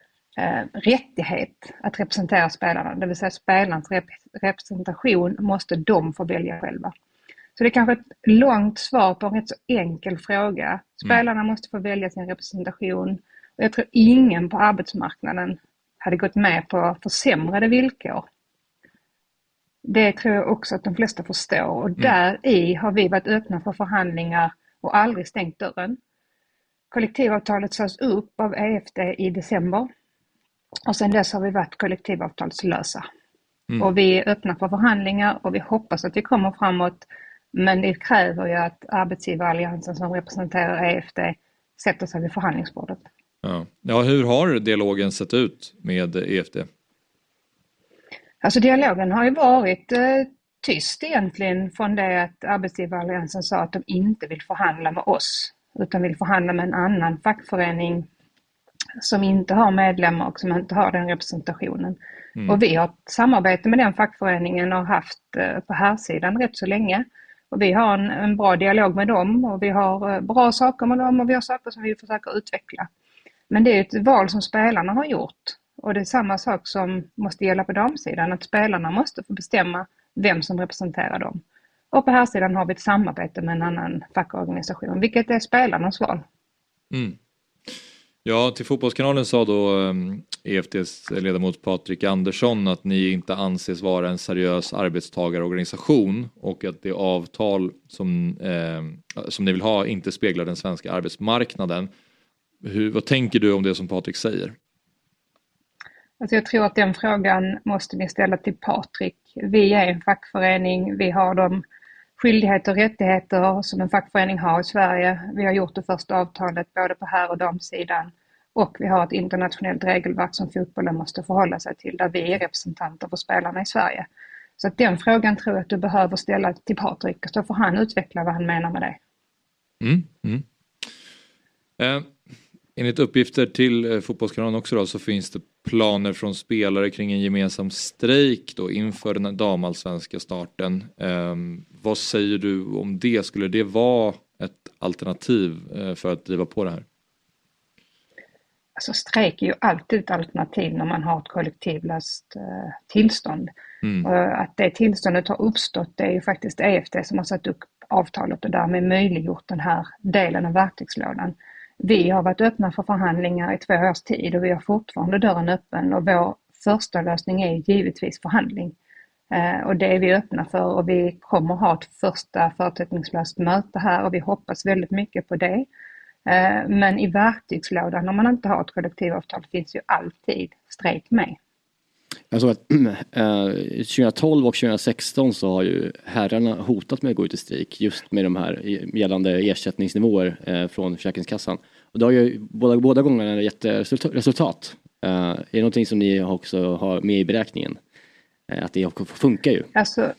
rättighet att representera spelarna. Det vill säga spelarnas representation måste de få välja själva. Så det är kanske ett långt svar på en rätt så enkel fråga. Spelarna måste få välja sin representation. Och jag tror ingen på arbetsmarknaden hade gått med på försämrade villkor. Det tror jag också att de flesta förstår. Och där i har vi varit öppna för förhandlingar och aldrig stängt dörren. Kollektivavtalet sades upp av EFD i december. Och sen dess har vi varit kollektivavtalslösa. Och vi är öppna för förhandlingar och vi hoppas att vi kommer framåt. Men det kräver ju att arbetsgivaralliansen som representerar EFD sätter sig vid förhandlingsbordet. Ja, hur har dialogen sett ut med EFD? Alltså dialogen har ju varit tyst egentligen från det att arbetsgivaralliansen sa att de inte vill förhandla med oss. Utan vill förhandla med en annan fackförening som inte har medlemmar och som inte har den representationen. Och vi har ett samarbete med den fackföreningen och haft på här sidan rätt så länge. Och vi har en bra dialog med dem och vi har bra saker med dem och vi har saker som vi försöker utveckla. Men det är ett val som spelarna har gjort. Och det är samma sak som måste gälla på damsidan, att spelarna måste få bestämma vem som representerar dem. Och på här sidan har vi ett samarbete med en annan fackorganisation, vilket är spelarnas val. Ja, till Fotbollskanalen sa då EFTs ledamot Patrik Andersson att ni inte anses vara en seriös arbetstagarorganisation och att det avtal som ni vill ha inte speglar den svenska arbetsmarknaden. Vad tänker du om det som Patrik säger? Alltså jag tror att den frågan måste ni ställa till Patrik. Vi är en fackförening, vi har de skyldigheter och rättigheter som en fackförening har i Sverige. Vi har gjort det första avtalet både på här- och damsidan. Och vi har ett internationellt regelverk som fotbollen måste förhålla sig till, där vi är representanter för spelarna i Sverige. Så att den frågan tror jag att du behöver ställa till Patrik, så får han utveckla vad han menar med det. Enligt uppgifter till Fotbollskanalen också då, så finns det planer från spelare kring en gemensam strejk då inför den damallsvenska starten. Vad säger du om det? Skulle det vara ett alternativ för att driva på det här? Alltså strejk är ju alltid ett alternativ när man har ett kollektivlöst tillstånd. Och att det tillståndet har uppstått, det är ju faktiskt EFT som har satt upp avtalet och därmed möjliggjort den här delen av verktygslådan. Vi har varit öppna för förhandlingar i 2 års tid och vi har fortfarande dörren öppen och vår första lösning är givetvis förhandling. Och det är vi öppna för och vi kommer ha ett första förutsättningslöst möte här och vi hoppas väldigt mycket på det. Men i verktygslådan, om man inte har ett kollektivavtal, finns ju alltid strejk med. Jag såg att 2012 och 2016 så har ju herrarna hotat med att gå ut i strejk just med de här gällande ersättningsnivåer från Försäkringskassan. Och det har ju båda gångerna gett resultat. Är det någonting som ni också har med i beräkningen? Att det funkar ju. Alltså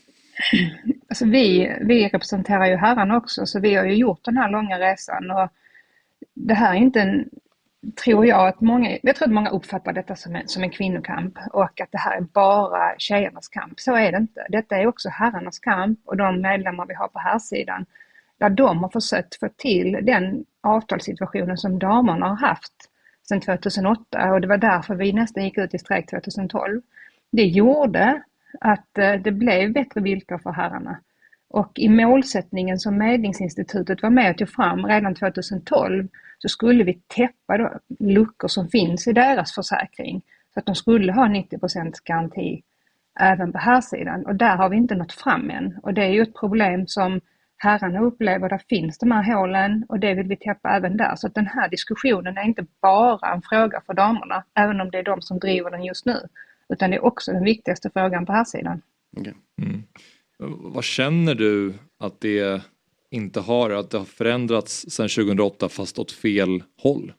vi representerar ju herrarna också, så vi har ju gjort den här långa resan och det här är inte jag tror att många uppfattar detta som en kvinnokamp och att det här är bara tjejernas kamp. Så är det inte. Detta är också herrarnas kamp och de medlemmar vi har på här sidan där de har försökt få till den avtalssituationen som damerna har haft sedan 2008 och det var därför vi nästan gick ut i strejk 2012. Det gjorde att det blev bättre villkor för herrarna. Och i målsättningen som Medlingsinstitutet var med och tog fram redan 2012 så skulle vi täppa då luckor som finns i deras försäkring så att de skulle ha 90% garanti även på här sidan. Och där har vi inte nått fram än. Och det är ju ett problem som herrarna upplever. Där finns de här hålen och det vill vi täppa även där. Så att den här diskussionen är inte bara en fråga för damerna, även om det är de som driver den just nu. Utan det är också den viktigaste frågan på här sidan. Okay. Vad känner du att det inte har, att det har förändrats sedan 2008 fast åt fel håll?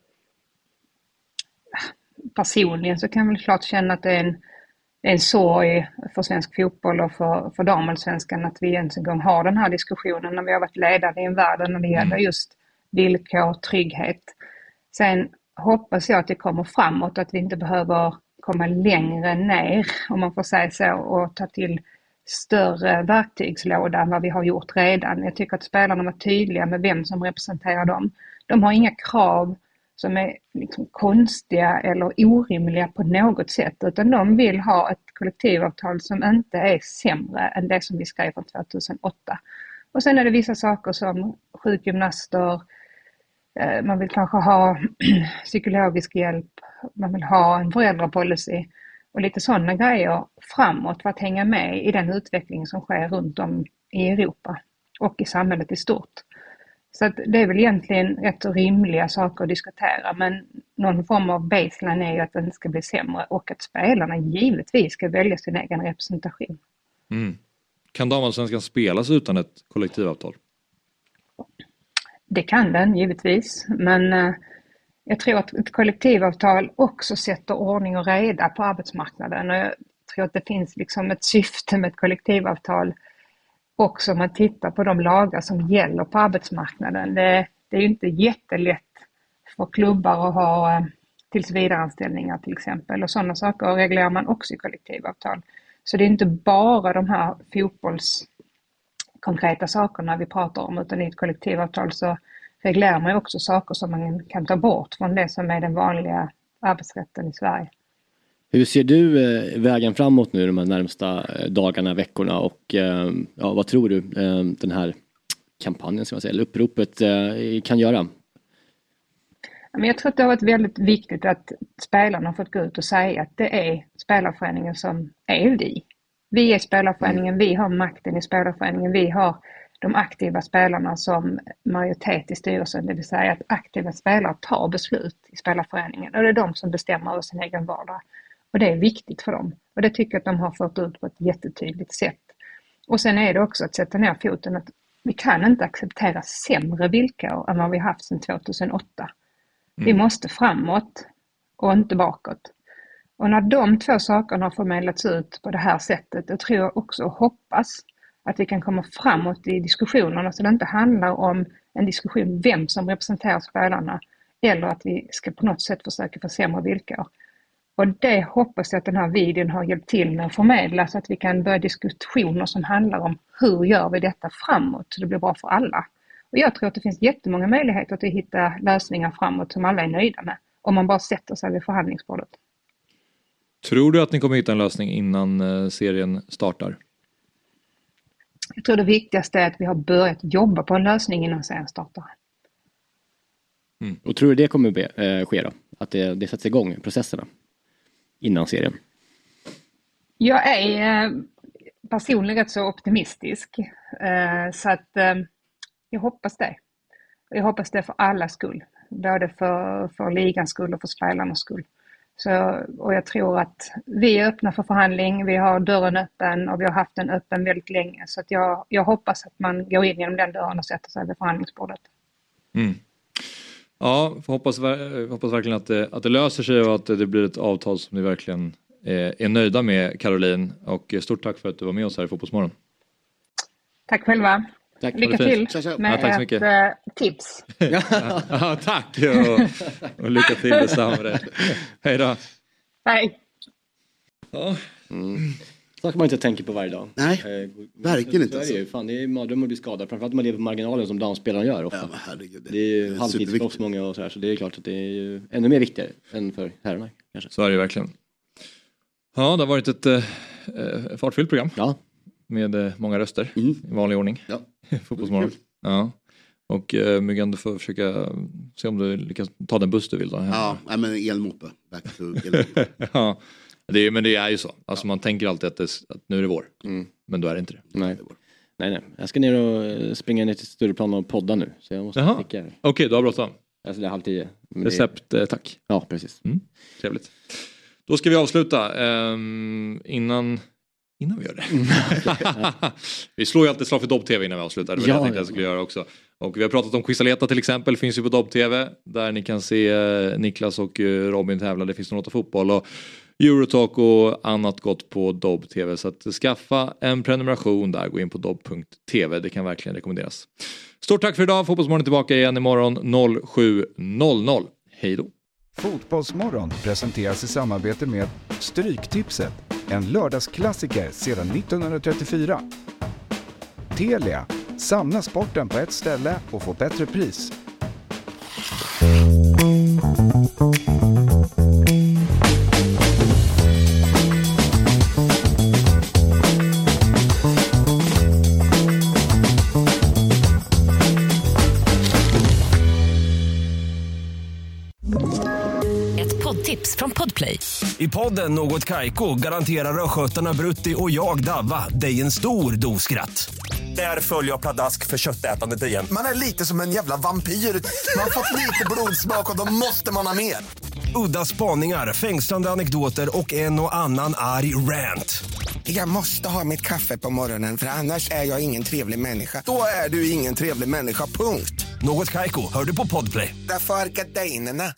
Personligen så kan jag väl klart känna att det är en sorg för svensk fotboll och för damallsvenskan att vi ens en gång har den här diskussionen när vi har varit ledare i en värld när det gäller just villkor, trygghet. Sen hoppas jag att det kommer framåt, att vi inte behöver komma längre ner, om man får säga så, och ta till större verktygslåda än vad vi har gjort redan. Jag tycker att spelarna var tydliga med vem som representerar dem. De har inga krav som är liksom konstiga eller orimliga på något sätt, utan de vill ha ett kollektivavtal som inte är sämre än det som vi skrev från 2008. Och sen är det vissa saker som sjukgymnaster, man vill kanske ha psykologisk hjälp, man vill ha en föräldrapolicy och lite sådana grejer framåt för att hänga med i den utveckling som sker runt om i Europa och i samhället i stort. Så att det är väl egentligen rätt rimliga saker att diskutera, men någon form av baseline är ju att den ska bli sämre och att spelarna givetvis ska välja sin egen representation. Kan damallsvenskan spelas utan ett kollektivavtal? Det kan den givetvis, men jag tror att ett kollektivavtal också sätter ordning och reda på arbetsmarknaden. Och jag tror att det finns liksom ett syfte med ett kollektivavtal också om man tittar på de lagar som gäller på arbetsmarknaden. Det är ju inte jättelätt för klubbar att ha tillsvidareanställningar till exempel. Och sådana saker reglerar man också i kollektivavtal. Så det är inte bara de här fotbollskonkreta sakerna vi pratar om, utan i ett kollektivavtal så reglerar man också saker som man kan ta bort från det som är den vanliga arbetsrätten i Sverige. Hur ser du vägen framåt nu de här närmsta dagarna, veckorna och vad tror du den här kampanjen, ska man säga, eller uppropet kan göra? Men jag tror att det har varit väldigt viktigt att spelarna har fått gå ut och säga att det är spelarföreningen som är vi. Vi är spelarföreningen, vi har makten i spelarföreningen, vi har de aktiva spelarna som majoritet i styrelsen, det vill säga att aktiva spelare tar beslut i spelarföreningen och det är de som bestämmer över sin egen vardag. Och det är viktigt för dem. Och det tycker jag att de har fått ut på ett jättetydligt sätt. Och sen är det också att sätta ner foten att vi kan inte acceptera sämre villkor än vad vi haft sedan 2008. Vi måste framåt och inte bakåt. Och när de två sakerna har förmedlats ut på det här sättet, då tror jag också och hoppas att vi kan komma framåt i diskussionerna så det inte handlar om en diskussion vem som representerar spelarna eller att vi ska på något sätt försöka försämra villkor. Och det hoppas jag att den här videon har hjälpt till med att förmedla så att vi kan börja diskussioner som handlar om hur gör vi detta framåt så det blir bra för alla. Och jag tror att det finns jättemånga möjligheter att hitta lösningar framåt som alla är nöjda med om man bara sätter sig vid förhandlingsbordet. Tror du att ni kommer hitta en lösning innan serien startar? Jag tror det viktigaste är att vi har börjat jobba på en lösning innan serien startar. Och tror du det kommer ske då? Att det sätts igång processerna innan serien? Jag är personligen rätt så optimistisk. Så att jag hoppas det. Jag hoppas det för alla skull. Både för ligans skull och för spelarnas skull. Och jag tror att vi är öppna för förhandling. Vi har dörren öppen och vi har haft den öppen väldigt länge. Så att jag hoppas att man går in genom den dörren och sätter sig vid förhandlingsbordet. Ja, hoppas verkligen att det löser sig och att det blir ett avtal som ni verkligen är nöjda med, Caroline. Och stort tack för att du var med oss här i Fotbollsmorgon. Tack själva. Tack. Lycka till med tack så mycket. ett tips. Ja, tack och lycka till detsamma. Hej då. Hej. Ja. Saker man inte tänker på varje dag. Nej, verkligen inte. Det är mardröm att bli skadad. Framförallt om man lever på marginalen som damspelarna gör ofta. Ja, herregud, det är ju halvtidsproffs många och sådär. Så det är klart att det är ju ännu mer viktigare än för herrarna kanske. Så är det verkligen. Ja, det har varit ett fartfyllt program. Ja. Med många röster i vanlig ordning. Ja. Fotbollsmorgon. Ja. Och Myggan, du får försöka se om du lyckas ta den buss du vill då. Ja, men elmoppe. Back to elmoppe. Ja. Men det är ju så. Alltså man tänker alltid att nu är det vår. Men då är det inte det. Nej. Jag ska ner och springa ner till Stureplan och podda nu. Så jag måste sticka. Okej, då har bråttom. Alltså det är 9:30. Recept, tack. Ja, precis. Trevligt. Då ska vi avsluta. Innan vi gör det. Vi slår ju alltid slag för Dobb-TV innan vi avslutar. Det var det jag tänkte jag skulle göra också. Och vi har pratat om Quizaleta till exempel. Finns ju på Dobb-TV. Där ni kan se Niklas och Robin tävla. Det finns något fotboll och Eurotalk och annat gott på Dobb-TV. Så att skaffa en prenumeration där. Gå in på dobb.tv. Det kan verkligen rekommenderas. Stort tack för idag. Fotbollsmorgon tillbaka igen imorgon 07:00. Hej då. Fotbollsmorgon presenteras i samarbete med Stryktipset. En lördagsklassiker sedan 1934. Telia. Samla sporten på ett ställe och få bättre pris. Tips från Podplay. I podden Något Kaiko garanterar röskötarna Brutti och jag Davva dig en stor doskratt. Där följer jag pladask för köttätandet igen. Man är lite som en jävla vampyr. Man har fått lite blodsmak och då måste man ha mer. Udda spaningar, fängslande anekdoter och en och annan arg rant. Jag måste ha mitt kaffe på morgonen för annars är jag ingen trevlig människa. Då är du ingen trevlig människa, punkt. Något Kaiko, hör du på Podplay. Därför är gardinerna.